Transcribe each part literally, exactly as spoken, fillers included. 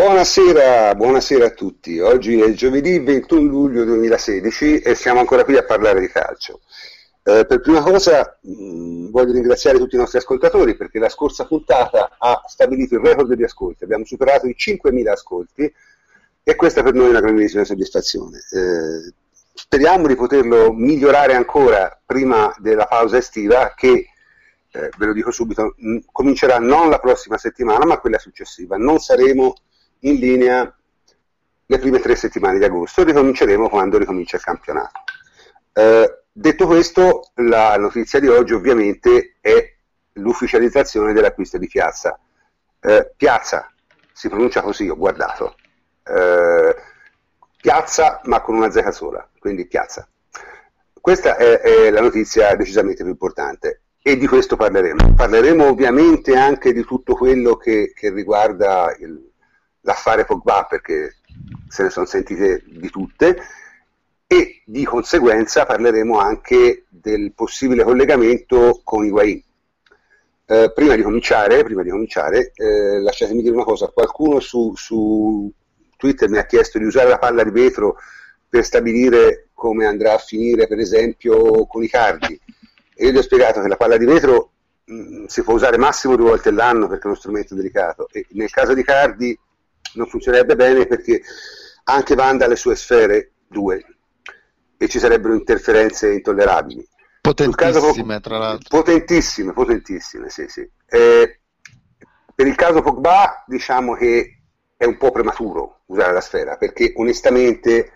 Buonasera, buonasera a tutti. Oggi è giovedì ventuno luglio duemilasedici e siamo ancora qui a parlare di calcio. Eh, per prima cosa mh, voglio ringraziare tutti i nostri ascoltatori perché la scorsa puntata ha stabilito il record di ascolti. Abbiamo superato i cinquemila ascolti e questa per noi è una grandissima soddisfazione. Eh, speriamo di poterlo migliorare ancora prima della pausa estiva che, eh, ve lo dico subito, mh, comincerà non la prossima settimana ma quella successiva. Non saremo in linea le prime tre settimane di agosto, ricominceremo quando ricomincia il campionato. Eh, detto questo, la notizia di oggi ovviamente è l'ufficializzazione dell'acquisto di Piazza. Eh, Piazza, si pronuncia così, ho guardato, eh, Piazza ma con una zeta sola, quindi Piazza. Questa è, è la notizia decisamente più importante e di questo parleremo. Parleremo ovviamente anche di tutto quello che, che riguarda il l'affare Pogba, perché se ne sono sentite di tutte, e di conseguenza parleremo anche del possibile collegamento con Higuaín. Eh, prima di cominciare, prima di cominciare eh, lasciatemi dire una cosa: qualcuno su, su Twitter mi ha chiesto di usare la palla di vetro per stabilire come andrà a finire per esempio con Icardi, e io gli ho spiegato che la palla di vetro mh, si può usare massimo due volte all'anno perché è uno strumento delicato, e nel caso di Icardi non funzionerebbe bene perché anche Wanda ha le sue sfere, due, e ci sarebbero interferenze intollerabili. Potentissime, caso, tra l'altro. Potentissime, potentissime, sì, sì. Eh, per il caso Pogba diciamo che è un po' prematuro usare la sfera, perché onestamente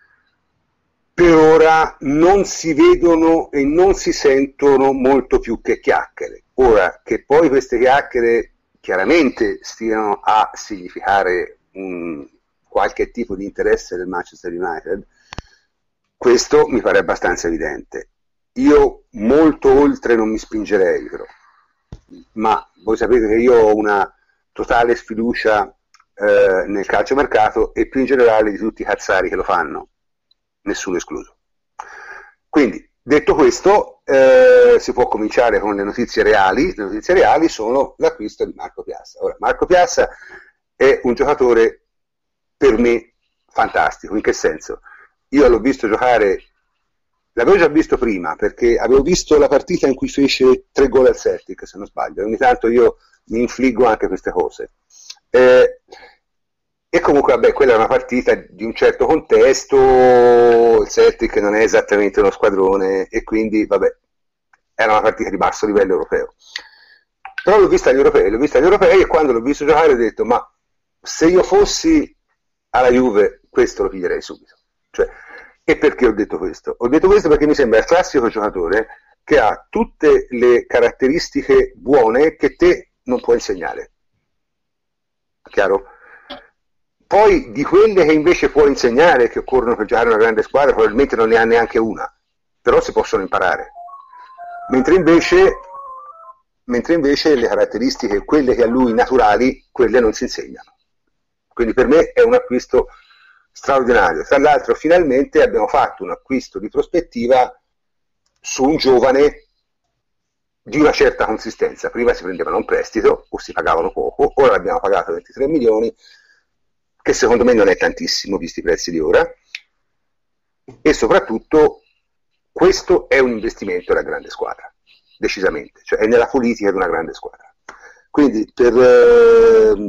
per ora non si vedono e non si sentono molto più che chiacchiere. Ora, che poi queste chiacchiere chiaramente stiano a significare un, qualche tipo di interesse del Manchester United, questo mi pare abbastanza evidente. Io molto oltre non mi spingerei però, ma voi sapete che io ho una totale sfiducia eh, nel calciomercato e più in generale di tutti i cazzari che lo fanno, nessuno escluso. Quindi, detto questo, eh, si può cominciare con le notizie reali. Le notizie reali sono l'acquisto di Marco Piazza. Ora, Marco Piazza è un giocatore per me fantastico. In che senso? Io l'ho visto giocare, l'avevo già visto prima, perché avevo visto la partita in cui fece tre gol al Celtic, se non sbaglio, e ogni tanto io mi infliggo anche queste cose. Eh, E comunque, vabbè, quella è una partita di un certo contesto, il Celtic non è esattamente uno squadrone e quindi, vabbè, era una partita di basso livello europeo. Però l'ho vista agli europei, l'ho vista agli europei e quando l'ho visto giocare ho detto, ma se io fossi alla Juve questo lo piglierei subito. Cioè, e perché ho detto questo? Ho detto questo perché mi sembra il classico giocatore che ha tutte le caratteristiche buone che te non puoi insegnare. Chiaro? Poi di quelle che invece può insegnare, che occorrono per giocare una grande squadra, probabilmente non ne ha neanche una, però si possono imparare. Mentre invece, mentre invece le caratteristiche, quelle che a lui naturali, quelle non si insegnano. Quindi per me è un acquisto straordinario. Tra l'altro finalmente abbiamo fatto un acquisto di prospettiva su un giovane di una certa consistenza. Prima si prendevano un prestito o si pagavano poco, ora abbiamo pagato ventitré milioni, che secondo me non è tantissimo visti i prezzi di ora, e soprattutto questo è un investimento da grande squadra, decisamente, cioè è nella politica di una grande squadra. Quindi per, eh,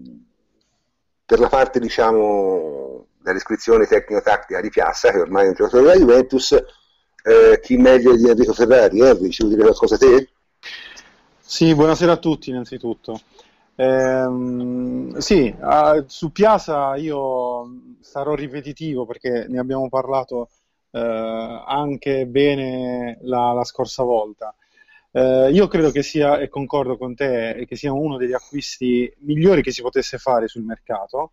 per la parte, diciamo, dell'iscrizione tecnico-tattica di Piazza, che ormai è un giocatore della Juventus, eh, chi meglio di Enrico Ferrari? Henry, ci vuoi dire qualcosa a te? Sì, buonasera a tutti innanzitutto. Ehm, sì, uh, su Piazza io sarò ripetitivo perché ne abbiamo parlato uh, anche bene la, la scorsa volta. Uh, io credo che sia, e concordo con te, che sia uno degli acquisti migliori che si potesse fare sul mercato,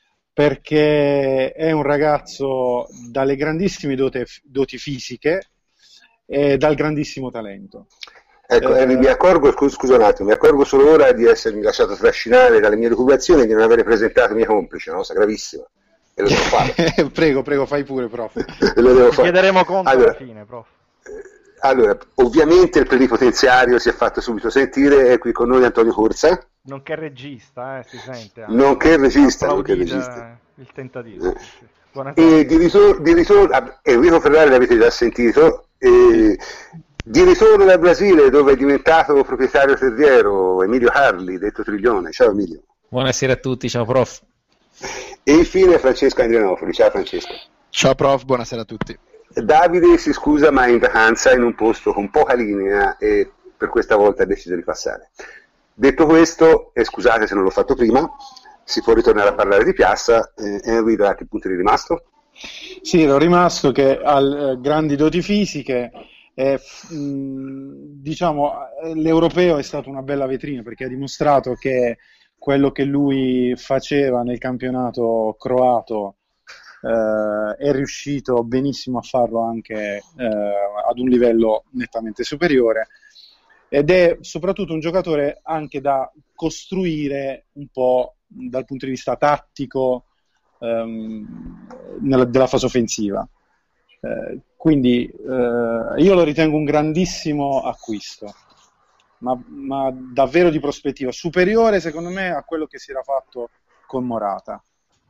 perché è un ragazzo dalle grandissime dote, doti fisiche e dal grandissimo talento. Ecco, eh, mi accorgo, scusa un attimo, mi accorgo solo ora di essermi lasciato trascinare dalle mie lucubrazioni e di non aver presentato i miei complici, una cosa gravissima. E lo devo fare. prego, prego, fai pure, prof. lo devo fare. Chiederemo conto allora, alla fine, prof. Allora, ovviamente il plenipotenziario si è fatto subito sentire, è qui con noi Antonio Corsa. Nonché regista, eh, si sente. Nonché regista, nonché regista. Il tentativo. Eh. E di ritorno, di ritorno Enrico Ferrari l'avete già sentito, e di ritorno dal Brasile, dove è diventato proprietario terriero, Emilio Harli, detto Triglione. Ciao Emilio. Buonasera a tutti, ciao prof. E infine Francesco Andrianopoli. Ciao Francesco. Ciao prof, buonasera a tutti. Davide si scusa, ma è in vacanza in un posto con poca linea e per questa volta ha deciso di passare. Detto questo, e scusate se non l'ho fatto prima, si può ritornare a parlare di Piazza. eh, Henry, da che punto eri rimasto? Sì, ero rimasto che ha eh, grandi doti fisiche, e, mh, diciamo, l'europeo è stata una bella vetrina perché ha dimostrato che quello che lui faceva nel campionato croato eh, è riuscito benissimo a farlo anche eh, ad un livello nettamente superiore, ed è soprattutto un giocatore anche da costruire un po' dal punto di vista tattico ehm, nella, della fase offensiva. Eh, quindi eh, io lo ritengo un grandissimo acquisto, ma, ma davvero di prospettiva superiore secondo me a quello che si era fatto con Morata.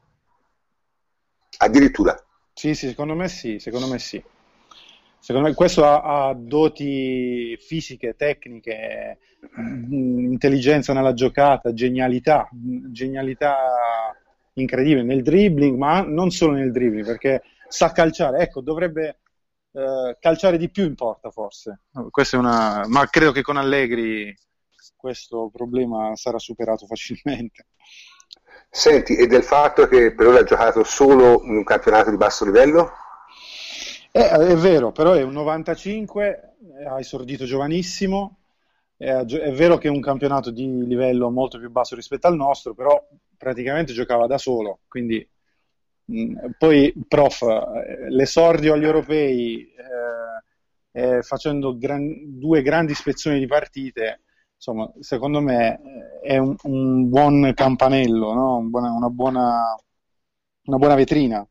Addirittura? Sì, sì, secondo me sì, secondo me sì. Secondo me questo ha, ha doti fisiche, tecniche, mh, intelligenza nella giocata, genialità, mh, genialità incredibile nel dribbling, ma non solo nel dribbling, perché sa calciare. Ecco, dovrebbe eh, calciare di più in porta forse. Questa è una... Ma credo che con Allegri questo problema sarà superato facilmente. Senti, e del fatto che per ora ha giocato solo in un campionato di basso livello? Eh, è vero, però è un novantacinque, ha esordito giovanissimo, è, è vero che è un campionato di livello molto più basso rispetto al nostro, però praticamente giocava da solo, quindi mh, poi prof, l'esordio agli europei eh, eh, facendo gran, due grandi ispezioni di partite, insomma, secondo me è un, un buon campanello, no? Un buona, una, buona, una buona vetrina.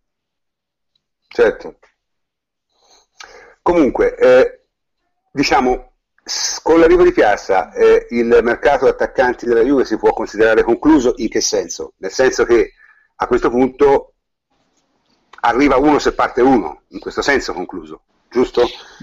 Certo. Comunque, eh, diciamo, con l'arrivo di Piazza eh, il mercato attaccanti della Juve si può considerare concluso. In che senso? Nel senso che a questo punto arriva uno se parte uno, in questo senso concluso, giusto?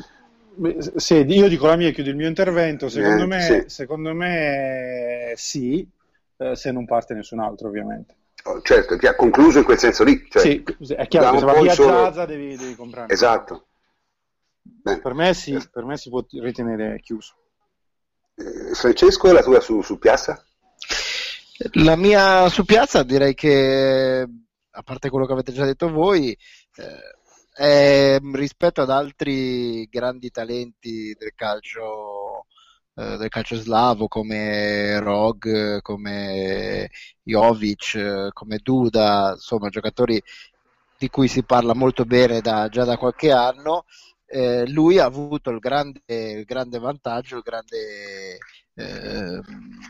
Sì, io dico la mia e chiudo il mio intervento. Secondo eh, me sì, secondo me sì, eh, se non parte nessun altro ovviamente. Oh, certo, è concluso in quel senso lì. Cioè, sì, è chiaro che se va via solo... Zaza devi, devi comprare. Esatto. Per me, sì, per me si può ritenere chiuso. Eh, Francesco, la tua su, su Piazza? La mia su Piazza direi che, a parte quello che avete già detto voi, eh, è, rispetto ad altri grandi talenti del calcio eh, del calcio slavo come Rog, come Jovic, come Duda, insomma giocatori di cui si parla molto bene da, già da qualche anno. Eh, lui ha avuto il grande, il grande vantaggio, il grande eh,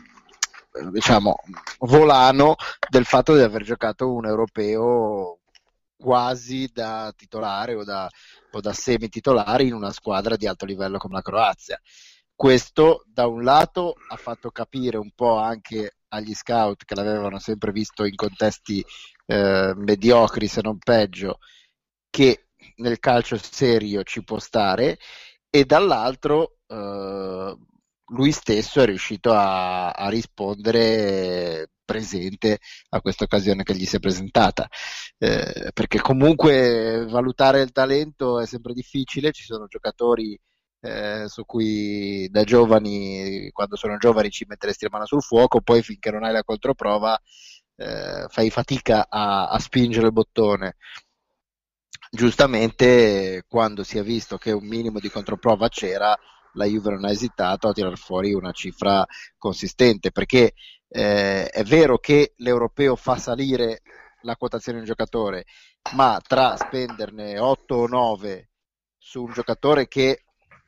diciamo volano del fatto di aver giocato un europeo quasi da titolare o da, o da semi-titolare in una squadra di alto livello come la Croazia. Questo da un lato ha fatto capire un po' anche agli scout, che l'avevano sempre visto in contesti eh, mediocri se non peggio, che nel calcio serio ci può stare, e dall'altro eh, lui stesso è riuscito a, a rispondere presente a questa occasione che gli si è presentata, eh, perché comunque valutare il talento è sempre difficile. Ci sono giocatori eh, su cui da giovani, quando sono giovani, ci metteresti la mano sul fuoco, poi finché non hai la controprova eh, fai fatica a, a spingere il bottone. Giustamente, quando si è visto che un minimo di controprova c'era, la Juve non ha esitato a tirar fuori una cifra consistente, perché eh, è vero che l'europeo fa salire la quotazione di un giocatore, ma tra spenderne otto o nove su un giocatore che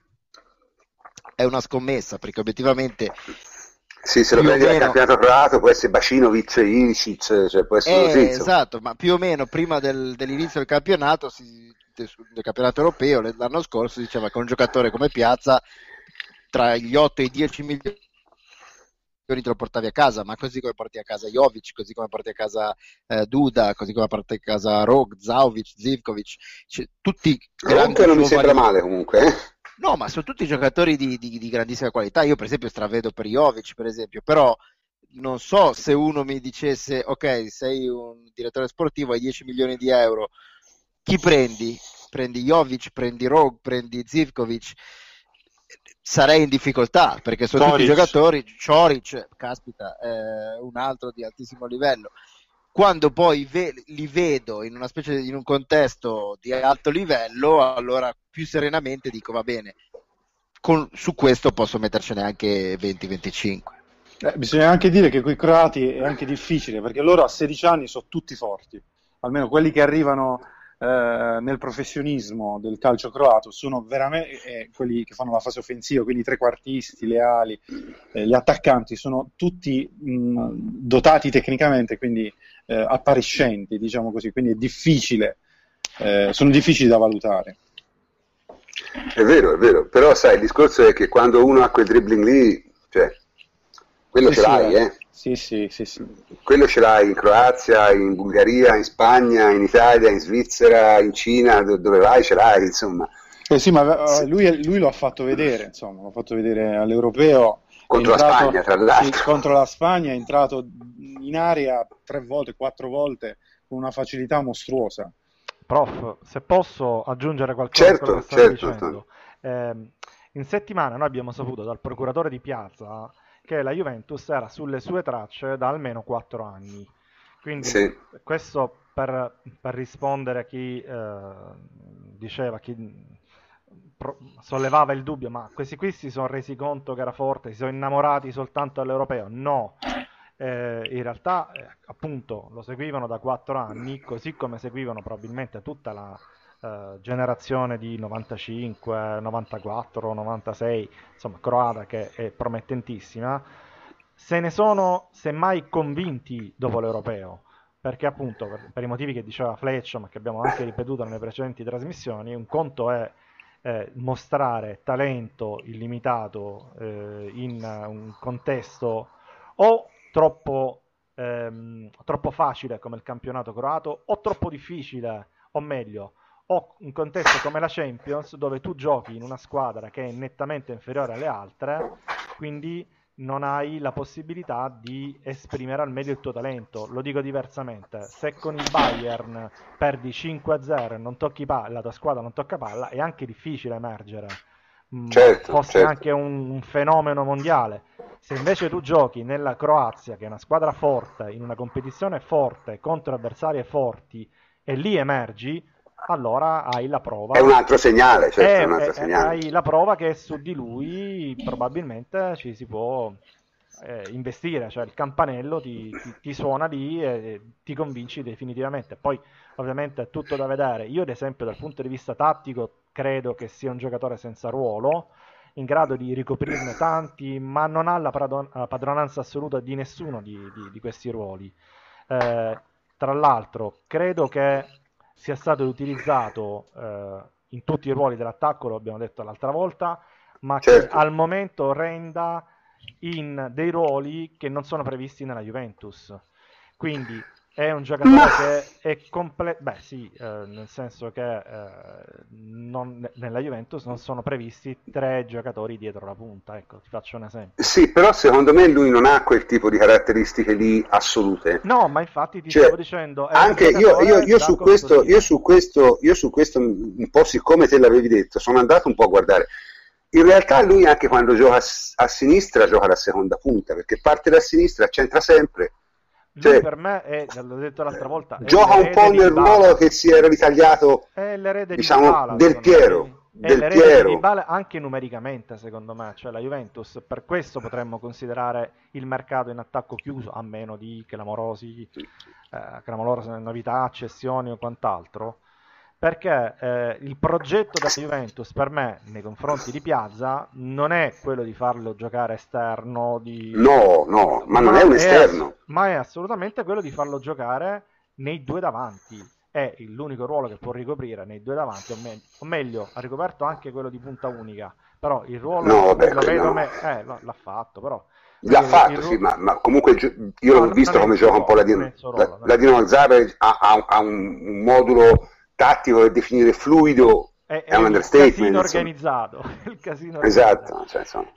è una scommessa, perché obiettivamente sì, se lo prendi dal campionato croato può essere Bacinovic, Ilicic, cioè può essere eh, uno esatto, ma più o meno prima del, dell'inizio del campionato si, del, del campionato europeo l'anno scorso si diceva che un giocatore come Piazza tra gli otto e i dieci milioni te lo portavi a casa, ma così come porti a casa Jovic, così come porti a casa eh, Duda, così come porti a casa Rog, Zaovic, Zivkovic, cioè, tutti Comunque non mi sembra male comunque, eh? No, ma sono tutti giocatori di, di, di grandissima qualità. Io per esempio stravedo per Jovic, per esempio, però non so se uno mi dicesse ok, sei un direttore sportivo, hai dieci milioni di euro, chi prendi? Prendi Jovic, prendi Rog, prendi Zivkovic, sarei in difficoltà perché sono Choric. tutti giocatori. Choric, caspita, eh, un altro di altissimo livello. Quando poi ve- li vedo in una specie di, in un contesto di alto livello, allora più serenamente dico va bene, con, su questo posso mettercene anche venti venticinque. Eh, bisogna anche dire che con i croati è anche difficile, perché loro a sedici anni sono tutti forti, almeno quelli che arrivano eh, nel professionismo del calcio croato sono veramente eh, quelli che fanno la fase offensiva, quindi i trequartisti, le ali, eh, gli attaccanti, sono tutti mh, dotati tecnicamente, quindi eh, appariscenti, diciamo così, quindi è difficile, eh, sono difficili da valutare. È vero, è vero, però sai, il discorso è che quando uno ha quel dribbling lì, cioè, quello Sì, ce sì, l'hai, eh. eh? Sì, sì, sì, sì. Quello ce l'hai in Croazia, in Bulgaria, in Spagna, in Italia, in Svizzera, in Cina, do- dove vai ce l'hai, insomma. Eh sì, ma Sì. eh, lui, lui lo ha fatto vedere, insomma, l'ha fatto vedere all'Europeo. È Contro la entrato- Spagna, tra l'altro. sì, contro la Spagna è entrato in area tre volte, quattro volte, con una facilità mostruosa. Prof, se posso aggiungere qualcosa a quello che Certo, stavi certo, dicendo. Ehm, in settimana noi abbiamo saputo dal procuratore di Piazza che la Juventus era sulle sue tracce da almeno quattro anni. Quindi Sì. questo per, per rispondere a chi eh, diceva, chi pro- sollevava il dubbio, ma questi qui si sono resi conto che era forte, si sono innamorati soltanto dell'Europeo? No. Eh, in realtà eh, appunto lo seguivano da quattro anni, così come seguivano probabilmente tutta la eh, generazione di novantacinque, novantaquattro, novantasei, insomma croata, che è promettentissima. Se ne sono semmai convinti dopo l'Europeo, perché appunto per, per i motivi che diceva Fleccio, ma che abbiamo anche ripetuto nelle precedenti trasmissioni, un conto è eh, mostrare talento illimitato eh, in un contesto o troppo, ehm, troppo facile come il campionato croato, o troppo difficile, o meglio, o un contesto come la Champions, dove tu giochi in una squadra che è nettamente inferiore alle altre, quindi non hai la possibilità di esprimere al meglio il tuo talento. Lo dico diversamente: se con il Bayern perdi cinque a zero e non tocchi palla, la tua squadra non tocca palla, è anche difficile emergere, ma Certo, fosse certo. anche un, un fenomeno mondiale. Se invece tu giochi nella Croazia, che è una squadra forte, in una competizione forte, contro avversarie forti, e lì emergi, allora hai la prova. È un altro segnale, certo, è Eh, un altro eh, segnale. hai la prova che su di lui probabilmente ci si può eh, investire, cioè il campanello ti, ti- ti suona lì e ti convinci definitivamente. Poi ovviamente è tutto da vedere. Io ad esempio dal punto di vista tattico credo che sia un giocatore senza ruolo, in grado di ricoprirne tanti, ma non ha la pradon- la padronanza assoluta di nessuno di, di- di questi ruoli. Eh, Tra l'altro, credo che sia stato utilizzato eh, in tutti i ruoli dell'attacco, lo abbiamo detto l'altra volta, ma che Certo. al momento renda in dei ruoli che non sono previsti nella Juventus. Quindi è un giocatore Ma- che è completo, beh sì, eh, nel senso che eh, non- nella Juventus non sono previsti tre giocatori dietro la punta, ecco, ti faccio un esempio. Sì, però secondo me lui non ha quel tipo di caratteristiche lì assolute. No, ma infatti ti Cioè, stavo dicendo, è un anche io, giocatore io, io da su questo, custodire. io su questo, io su questo, un po' siccome te l'avevi detto, sono andato un po' a guardare. In realtà lui anche quando gioca a, s- a sinistra gioca da seconda punta, perché parte da sinistra, centra sempre. Lui Cioè, per me è, l'ho detto l'altra volta, è gioca un l'erede po' di nel Dybala. ruolo che si era ritagliato, È l'erede di diciamo, Dybala, del secondo me. Piero, È del l'erede di Piero. Dybala anche numericamente, secondo me. Cioè la Juventus, per questo potremmo considerare il mercato in attacco chiuso, a meno di che l'amorosi, eh, clamorose novità, accessioni o quant'altro. Perché eh, il progetto della Juventus per me nei confronti di Piazza non è quello di farlo giocare esterno, di... No, no, ma non è un ass- esterno. ma è assolutamente quello di farlo giocare nei due davanti. È l'unico ruolo che può ricoprire nei due davanti, o, me- o meglio, ha ricoperto anche quello di punta unica. Però il ruolo No, in cui vabbè, lo vedo quello no. me- eh, lo- l'ha fatto, però L'ha fatto, sì, ma, ma comunque io no, l'ho visto come gioca un po' la Dinamo. La, la Dinamo Zagreb ha, ha, ha un, un modulo tattico che definire fluido è, è un un understatement. Casino organizzato. Il casino esatto, organizzato. Cioè, insomma.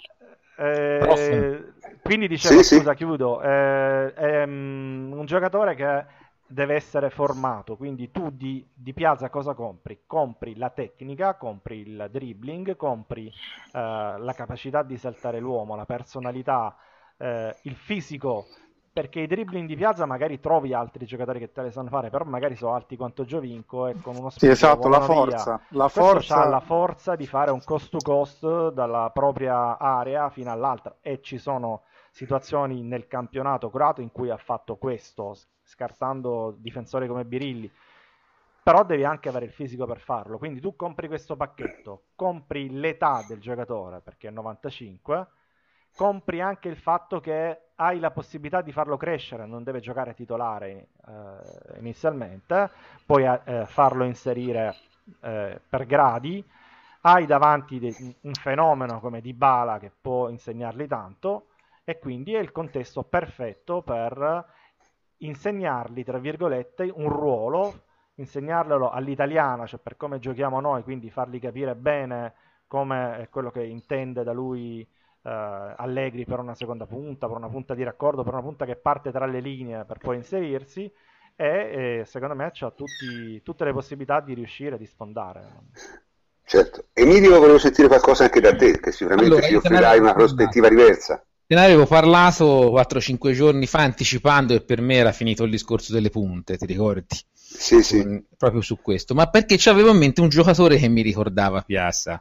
Eh, quindi dicevo, sì, scusa, sì. chiudo, eh, è um, un giocatore che deve essere formato, quindi tu di, di Piazza cosa compri? Compri la tecnica, compri il dribbling, compri eh, la capacità di saltare l'uomo, la personalità, eh, il fisico, perché i dribbling di Piazza magari trovi altri giocatori che te le sanno fare, però magari sono alti quanto Giovinco e con uno Sì, sprint esatto, la volano via. forza. La Questo forza... ha la forza di fare un cost to cost dalla propria area fino all'altra, e ci sono situazioni nel campionato curato in cui ha fatto questo, scartando difensori come Birilli, però devi anche avere il fisico per farlo. Quindi tu compri questo pacchetto, compri l'età del giocatore perché è novantacinque, compri anche il fatto che hai la possibilità di farlo crescere, non deve giocare titolare eh, inizialmente, puoi eh, farlo inserire eh, per gradi, hai davanti de- un fenomeno come Dybala che può insegnargli tanto, e quindi è il contesto perfetto per insegnargli, tra virgolette, un ruolo, insegnarglielo all'italiana, cioè per come giochiamo noi, quindi fargli capire bene come è quello che intende da lui Uh, Allegri per una seconda punta, per una punta di raccordo, per una punta che parte tra le linee per poi inserirsi, e, e secondo me c'ha tutti, tutte le possibilità di riuscire, di sfondare. Certo. Emilio, volevo sentire qualcosa anche da te, che sicuramente allora, ci offrirai una prospettiva diversa. Te ne avevo parlato quattro cinque giorni fa, anticipando, e per me era finito il discorso delle punte, ti ricordi? Sì, sì. Con, proprio su questo, ma perché c'avevo in mente un giocatore che mi ricordava Piazza.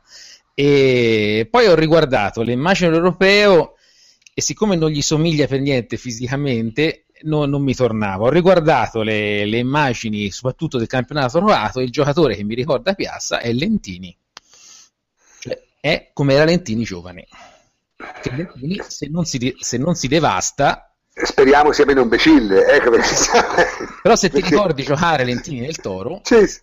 E poi ho riguardato le immagini dell'Europeo e siccome non gli somiglia per niente fisicamente no, non mi tornava. Ho riguardato le, le immagini soprattutto del campionato trovato e il giocatore che mi ricorda Piazza è Lentini, cioè è come era Lentini giovane, che Lentini se non si, se non si devasta, speriamo sia meno imbecille, ecco perché... però se ti perché... ricordi giocare Lentini nel Toro, sì.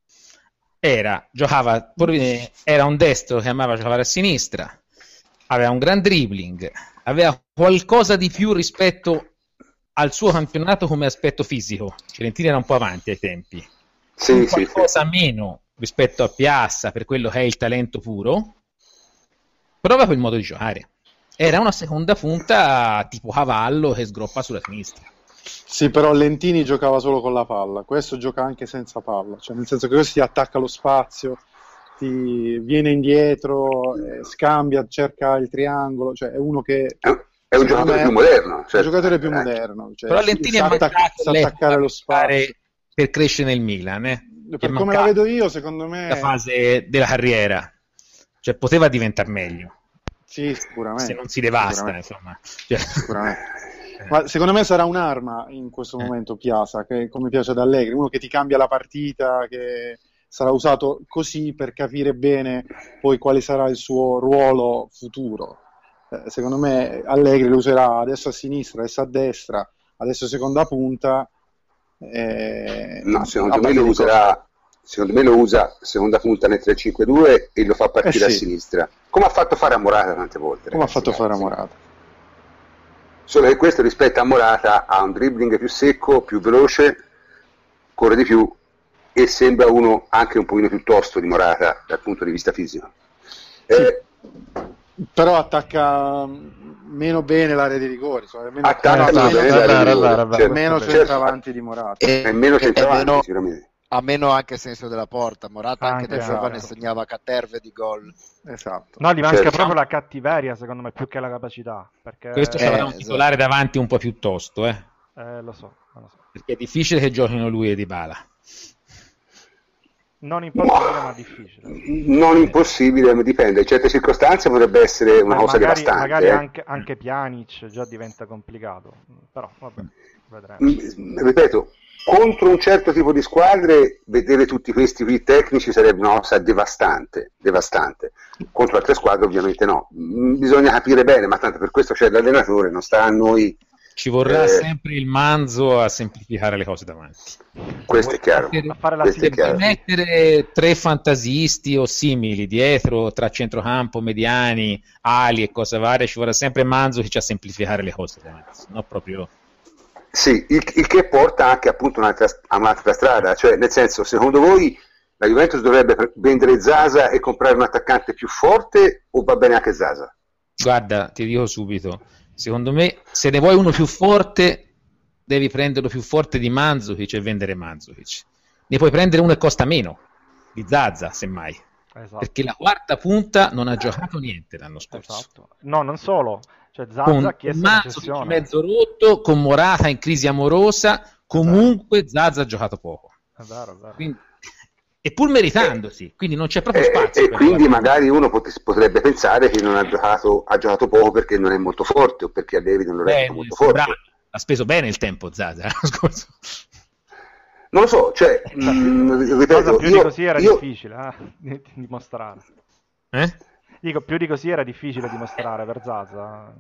Era, giocava, era un destro che amava giocare a sinistra, aveva un gran dribbling, aveva qualcosa di più rispetto al suo campionato come aspetto fisico. Lentini era un po' avanti ai tempi, sì, qualcosa sì, sì. meno rispetto a Piazza per quello che è il talento puro, però aveva quel modo di giocare. Era una seconda punta tipo cavallo che sgroppa sulla sinistra. Sì, però Lentini giocava solo con la palla, questo gioca anche senza palla, cioè nel senso che questo ti attacca lo spazio, ti viene indietro, eh, scambia, cerca il triangolo, cioè è uno che... È un, è un giocatore me, più moderno. Certo. È un giocatore più moderno. Cioè, però Lentini è attac- sa attaccare lo spazio. Per crescere nel Milan, eh? Per come la vedo io, secondo me... La fase della carriera, cioè poteva diventare meglio. Sì, sicuramente. Se non si devasta, insomma. Cioè... Sicuramente. Ma secondo me sarà un'arma in questo momento Piazza, che come piace ad Allegri, uno che ti cambia la partita, che sarà usato così per capire bene poi quale sarà il suo ruolo futuro. Eh, secondo me Allegri lo userà adesso a sinistra, adesso a destra, adesso seconda punta. Eh, no, secondo me lo userà, secondo me lo usa seconda punta nel tre cinque due e lo fa partire eh sì. a sinistra, come ha fatto fare a Morata tante volte. Come ragazzi, ha fatto ragazzi. fare a Morata. Solo che questo rispetto a Morata ha un dribbling più secco, più veloce, corre di più e sembra uno anche un pochino più tosto di Morata dal punto di vista fisico. Sì, eh, però attacca meno bene l'area di rigore, cioè meno, attacca meno, bene meno, l'area di rigore, certo, certo, meno certo. centravanti di Morata. E, è meno centravanti meno, sicuramente. Ha meno anche senso della porta. Morata anche, Anche, da giovane esatto. segnava caterve di gol. Esatto. No, gli manca Certo. proprio la cattiveria, secondo me, più che la capacità. Perché... Questo Eh, ci avrà un esatto. titolare davanti un po' più tosto, eh? Eh, lo so, lo so. Perché è difficile che giochino lui e Dybala. Non impossibile, ma difficile. Non impossibile, ma dipende. In certe circostanze potrebbe essere una Beh, cosa magari, devastante. magari eh. anche, anche Pjanic già diventa complicato. Però, vabbè, vedremo. Mm, ripeto, contro un certo tipo di squadre vedere tutti questi qui tecnici sarebbe una cosa devastante, devastante. Contro altre squadre ovviamente no. Mm, bisogna capire bene, ma tanto per questo c'è l'allenatore, non sta a noi Ci vorrà eh, sempre il manzo a semplificare le cose davanti. Questo è chiaro. A fare la Questo è Se puoi chiaro. mettere tre fantasisti o simili dietro, tra centrocampo, mediani, ali e cose varie, ci vorrà sempre manzo che ci a semplificare le cose davanti, no proprio... Sì, il, il che porta anche appunto un'altra, a un'altra strada, cioè nel senso, secondo voi la Juventus dovrebbe vendere Zaza e comprare un attaccante più forte o va bene anche Zaza? Guarda, ti dico subito, secondo me se ne vuoi uno più forte devi prenderlo più forte di Mandzukic e vendere Mandzukic. Ne puoi prendere uno che costa meno, di Zaza semmai, Esatto. perché la quarta punta non ha giocato niente l'anno scorso. Esatto. No, non solo, cioè Zaza Con ha chiesto una Mandzukic cessione. mezzo rotto, con Morata in crisi amorosa, comunque Zaza ha giocato poco. È vero, è vero. Quindi, e pur meritandosi, quindi non c'è proprio E, spazio. e per quindi la- magari uno pot- potrebbe pensare che non ha giocato, ha giocato poco perché non è molto forte o perché Allegri non lo Beh, reputa molto forte. bravo, ha speso bene il tempo Zaza l'anno scorso. Non lo so, cioè, mh, Cosa ripeto, più io, di così era io- difficile eh, di- di dimostrare. Eh? Dico, più di così era difficile dimostrare per Zaza.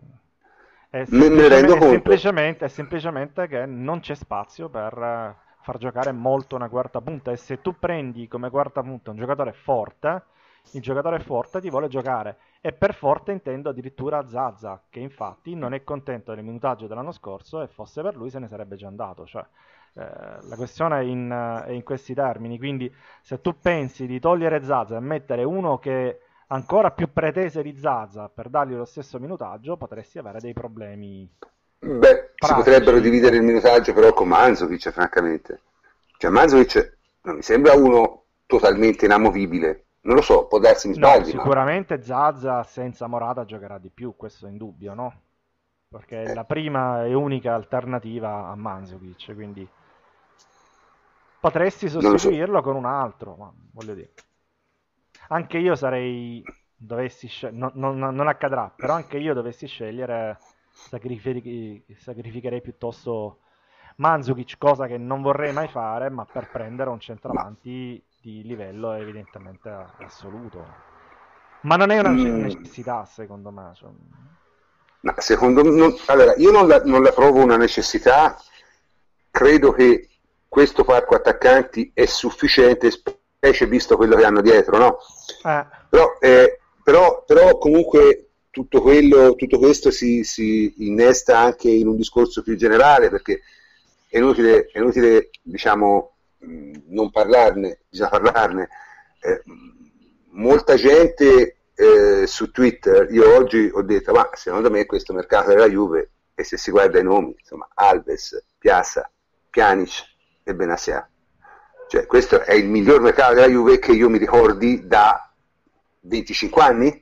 È Me- me ne rendo semplicemente, è conto. semplicemente, è semplicemente che non c'è spazio per eh, far giocare molto una quarta punta. E se tu prendi come quarta punta un giocatore forte, il giocatore forte ti vuole giocare. E per forte intendo addirittura Zaza, che infatti non è contento del minutaggio dell'anno scorso e fosse per lui se ne sarebbe già andato. Cioè, eh, la questione è in, è in questi termini. Quindi se tu pensi di togliere Zaza e mettere uno che ancora più pretese di Zaza per dargli lo stesso minutaggio, potresti avere dei problemi. beh, si Pratici. potrebbero dividere il minutaggio però con Mandzukic, francamente. Cioè, Mandzukic non mi sembra uno totalmente inamovibile. Non lo so, può darsi mi No, sbagli, ma sicuramente Zaza senza Morata giocherà di più, questo è indubbio, no? Perché è Eh. la prima e unica alternativa a Mandzukic, quindi potresti Non lo so. sostituirlo con un altro, ma voglio dire. Anche io sarei, dovessi scel- no- no- no- non accadrà, però anche io dovessi scegliere, sacrifichi- sacrificherei piuttosto Mandzukic, cosa che non vorrei mai fare, ma per prendere un centravanti di livello evidentemente assoluto. Ma non è una Mm. necessità, secondo me. Cioè, No, secondo me, non- allora, io non la, non la trovo una necessità, credo che questo parco attaccanti è sufficiente, specie visto quello che hanno dietro, no? eh, Però, eh, però, però comunque tutto, quello, tutto questo si, si innesta anche in un discorso più generale, perché è inutile, è inutile diciamo, mh, non parlarne, bisogna parlarne. Eh, molta gente eh, su Twitter, io oggi ho detto, ma secondo me questo mercato della Juve, e se si guarda i nomi, insomma, Alves, Piazza, Pjanic e Benassia, cioè questo è il miglior mercato della Juve che io mi ricordi da venticinque anni,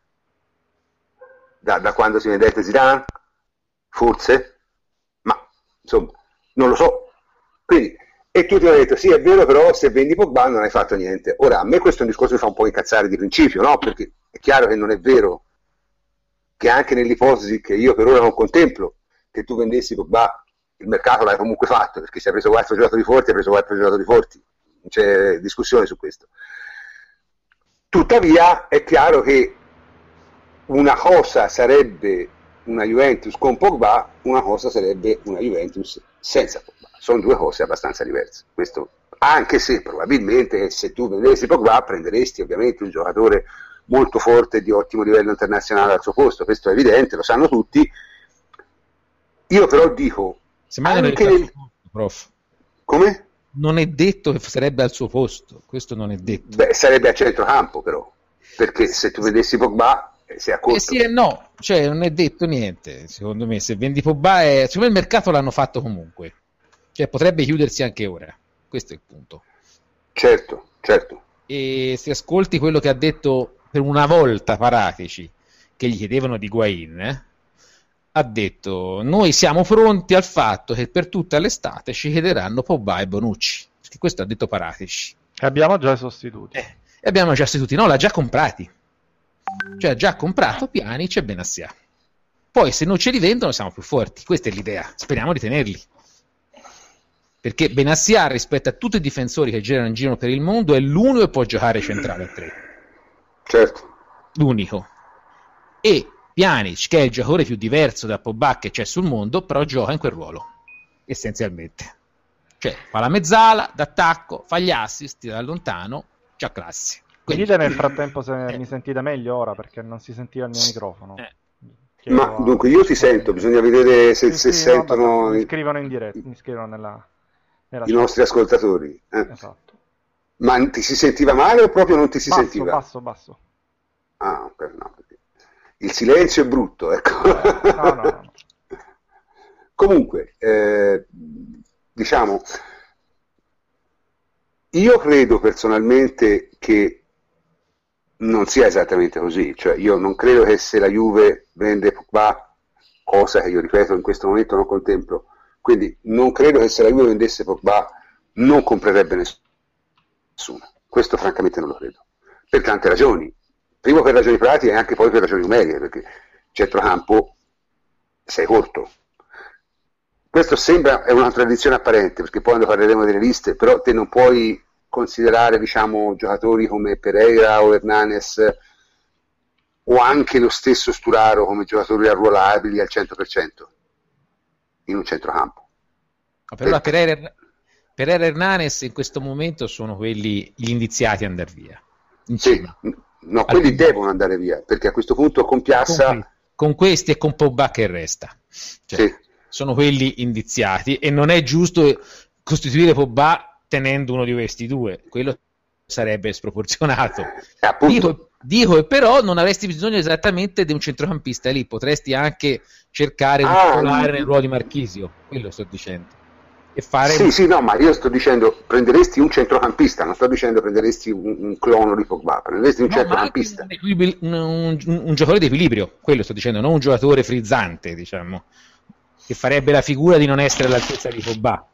da, da quando si vendette Zidane, forse, ma insomma, non lo so. Quindi, e tutti hanno detto, sì è vero, però se vendi Pogba non hai fatto niente. Ora, a me questo è un discorso che fa un po' incazzare di principio, no? Perché è chiaro che non è vero che anche nell'ipotesi che io per ora non contemplo, che tu vendessi Pogba, il mercato l'hai comunque fatto, perché se hai preso quattro giocatori forti, hai preso quattro giocatori forti, non c'è discussione su questo. Tuttavia è chiaro che una cosa sarebbe una Juventus con Pogba, una cosa sarebbe una Juventus senza Pogba. Sono due cose abbastanza diverse. Questo, anche se probabilmente se tu vendessi Pogba prenderesti ovviamente un giocatore molto forte e di ottimo livello internazionale al suo posto, questo è evidente, lo sanno tutti. Io però dico Semmai non è anche detto al nel... suo posto, prof. Come? Non è detto che sarebbe al suo posto, questo non è detto. Beh, sarebbe a centrocampo però, perché se tu vedessi Pogba eh, sei a corto. Eh sì e no, cioè non è detto niente, secondo me, se vendi Pogba, è... secondo me il mercato l'hanno fatto comunque, cioè potrebbe chiudersi anche ora, questo è il punto. Certo, certo. E se ascolti quello che ha detto per una volta Paratici, che gli chiedevano di Higuain, eh, ha detto, noi siamo pronti al fatto che per tutta l'estate ci chiederanno Pogba e Bonucci, perché questo ha detto Paratici. e abbiamo già i sostituti. Eh, e abbiamo già sostituti, no, l'ha già comprati, cioè ha già comprato Pjanic e Benassia. Poi se non ce li vendono siamo più forti, questa è l'idea, speriamo di tenerli. Perché Benassia rispetto a tutti i difensori che girano in giro per il mondo è l'unico che può giocare centrale a tre. Certo. L'unico. E Pjanic, che è il giocatore più diverso da Pogba che c'è sul mondo, però gioca in quel ruolo, essenzialmente. Cioè, fa la mezzala, d'attacco, fa gli assist da lontano, c'ha classi. Quindi... Dite nel frattempo se eh. mi sentite meglio ora, perché non si sentiva il mio microfono. Eh. Ma a... dunque io ti sento, bisogna vedere se, sì, se sì, sentono... No, mi scrivono in diretta, mi scrivono nella... nella i nostri ascoltatori. Eh. Esatto. Ma ti si sentiva male o proprio non ti si basso, sentiva? Basso, basso. Ah, ok, no. Il silenzio è brutto, ecco. Eh, no, no, no. Comunque, eh, diciamo, io credo personalmente che non sia esattamente così, cioè io non credo che se la Juve vende Pogba, cosa che io ripeto in questo momento non contemplo, quindi non credo che se la Juve vendesse Pogba non comprerebbe nessuno, questo francamente non lo credo, per tante ragioni. Primo per ragioni pratiche e anche poi per ragioni numeriche, perché centrocampo sei corto. Questo sembra è una tradizione apparente, perché poi quando parleremo delle liste, però te non puoi considerare, diciamo, giocatori come Pereira o Hernanes o anche lo stesso Sturaro come giocatori arruolabili al cento per cento in un centrocampo. No, però la Pereira, Pereira e Hernanes in questo momento sono quelli gli indiziati ad andare via. Sì. No, quelli Al... devono andare via, perché a questo punto con Piazza... Con, con questi e con Pogba che resta. Cioè, sì. Sono quelli indiziati e non è giusto costituire Pogba tenendo uno di questi due. Quello sarebbe sproporzionato. Eh, dico, dico, però non avresti bisogno esattamente di un centrocampista lì. Potresti anche cercare un ah, titolare nel ruolo di Marchisio. Quello sto dicendo. E fare sì, sì, no, ma io sto dicendo prenderesti un centrocampista, non sto dicendo prenderesti un, un clono di Pogba, prenderesti un no, centrocampista. Un, un, un, un giocatore di equilibrio, quello sto dicendo, non un giocatore frizzante, diciamo, che farebbe la figura di non essere all'altezza di Pogba.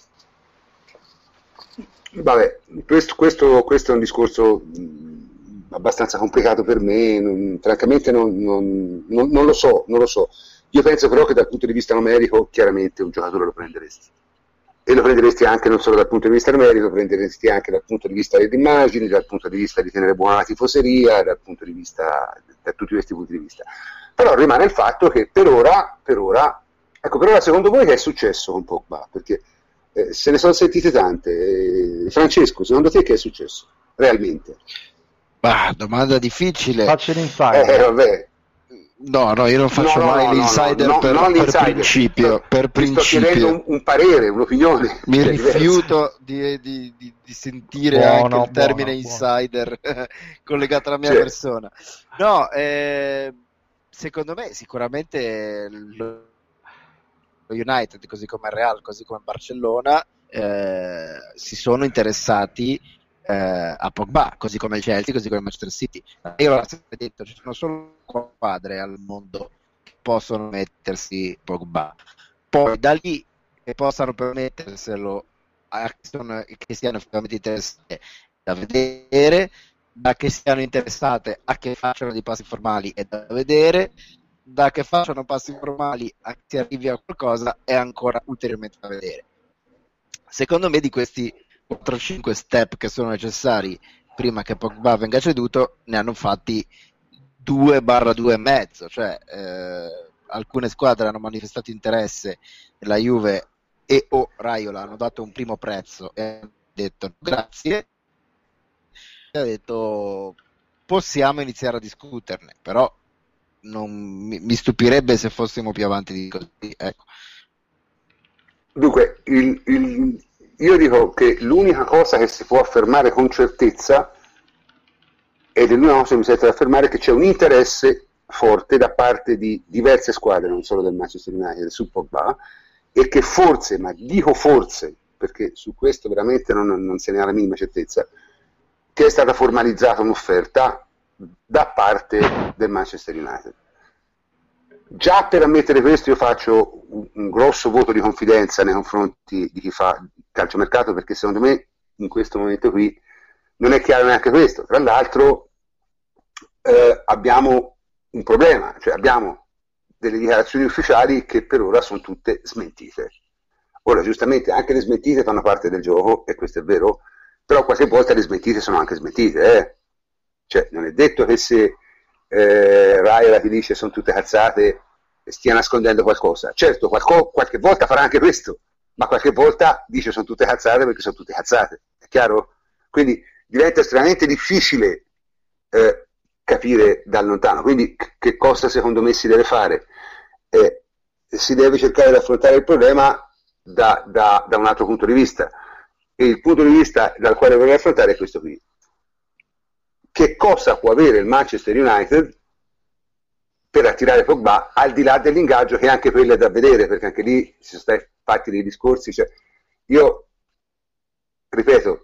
Vabbè, questo, questo, questo è un discorso mh, abbastanza complicato per me, non, francamente non, non, non, non lo so, non lo so. Io penso però che dal punto di vista numerico chiaramente un giocatore lo prenderesti. E lo prenderesti anche non solo dal punto di vista numerico, lo prenderesti anche dal punto di vista delle immagini, dal punto di vista di tenere buona la tifoseria, dal punto di vista, da tutti questi punti di vista. Però rimane il fatto che per ora, per ora, ecco, per ora secondo voi che è successo con Pogba? Perché eh, se ne sono sentite tante. Eh, Francesco, secondo te che è successo realmente? Bah, domanda difficile. Faccio l'insider. Eh, vabbè. No, no, io non faccio no, no, mai no, l'insider no, no, per, non per l'insider. principio. Per Ti principio. sto chiedendo un, un parere, un'opinione. Mi rifiuto di, di, di, di sentire buono, anche il termine buono, insider buono. collegato alla mia certo. persona. No, eh, secondo me sicuramente lo United, così come il Real, così come Barcellona, eh, si sono interessati eh, a Pogba, così come il Chelsea, così come il Manchester City. Io l'ho sempre detto, ci sono solo squadre al mondo che possono mettersi Pogba. Poi da lì che possano permetterselo, a, che siano effettivamente interessate da vedere, da che siano interessate a che facciano dei passi formali è da vedere, da che facciano passi formali a che si arrivi a qualcosa è ancora ulteriormente da vedere. Secondo me di questi quattro cinque step che sono necessari prima che Pogba venga ceduto ne hanno fatti due barra due e mezzo, cioè eh, alcune squadre hanno manifestato interesse, la Juve e o Raiola hanno dato un primo prezzo e hanno detto grazie, e ha detto possiamo iniziare a discuterne, però non mi, mi stupirebbe se fossimo più avanti di così, ecco. Dunque il, il, io dico che l'unica cosa che si può affermare con certezza, ed è l'unica cosa che mi sento di affermare, è che c'è un interesse forte da parte di diverse squadre, non solo del Manchester United, su Pogba, e che forse, ma dico forse, perché su questo veramente non, non se ne ha la minima certezza, che è stata formalizzata un'offerta da parte del Manchester United. Già per ammettere questo io faccio un, un grosso voto di confidenza nei confronti di chi fa calciomercato, perché secondo me in questo momento qui non è chiaro neanche questo. Tra l'altro eh, abbiamo un problema, cioè abbiamo delle dichiarazioni ufficiali che per ora sono tutte smentite. Ora giustamente anche le smentite fanno parte del gioco, e questo è vero, però qualche volta le smentite sono anche smentite, eh? Cioè non è detto che se eh, Raiola ti dice sono tutte cazzate, stia nascondendo qualcosa. Certo, qualco, qualche volta farà anche questo, ma qualche volta dice sono tutte cazzate perché sono tutte cazzate, è chiaro? Quindi diventa estremamente difficile eh, capire da lontano. Quindi che cosa secondo me si deve fare? Eh, si deve cercare di affrontare il problema da, da, da un altro punto di vista, e il punto di vista dal quale vorrei affrontare è questo qui. Che cosa può avere il Manchester United per attirare Pogba, al di là dell'ingaggio, che anche quello è da vedere, perché anche lì si sono stati fatti dei discorsi. Cioè, io ripeto,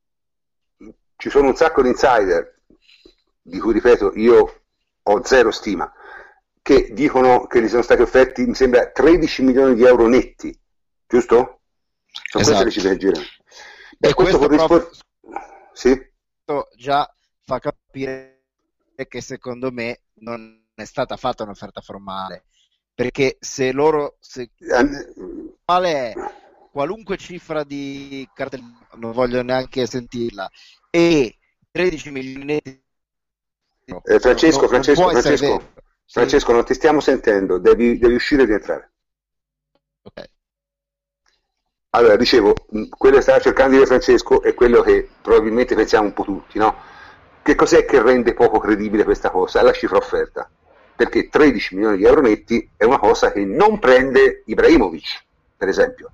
ci sono un sacco di insider di cui, ripeto, io ho zero stima, che dicono che gli sono stati offerti, mi sembra, tredici milioni di euro netti, giusto? Sono esatto. queste le cifre che girano. E questo, questo corrisponde... Sì? Già fa capire che secondo me non è stata fatta un'offerta formale, perché se loro se formale è qualunque cifra di cartellino, non voglio neanche sentirla, e tredici milioni di eh, Francesco, non, Francesco, non Francesco, Francesco sì? Non ti stiamo sentendo, devi, devi uscire e rientrare. Ok. Allora, dicevo, quello che stava cercando di dire Francesco è quello che probabilmente pensiamo un po' tutti, no? Che cos'è che rende poco credibile questa cosa? È la cifra offerta. Perché tredici milioni di euro netti è una cosa che non prende Ibrahimovic, per esempio.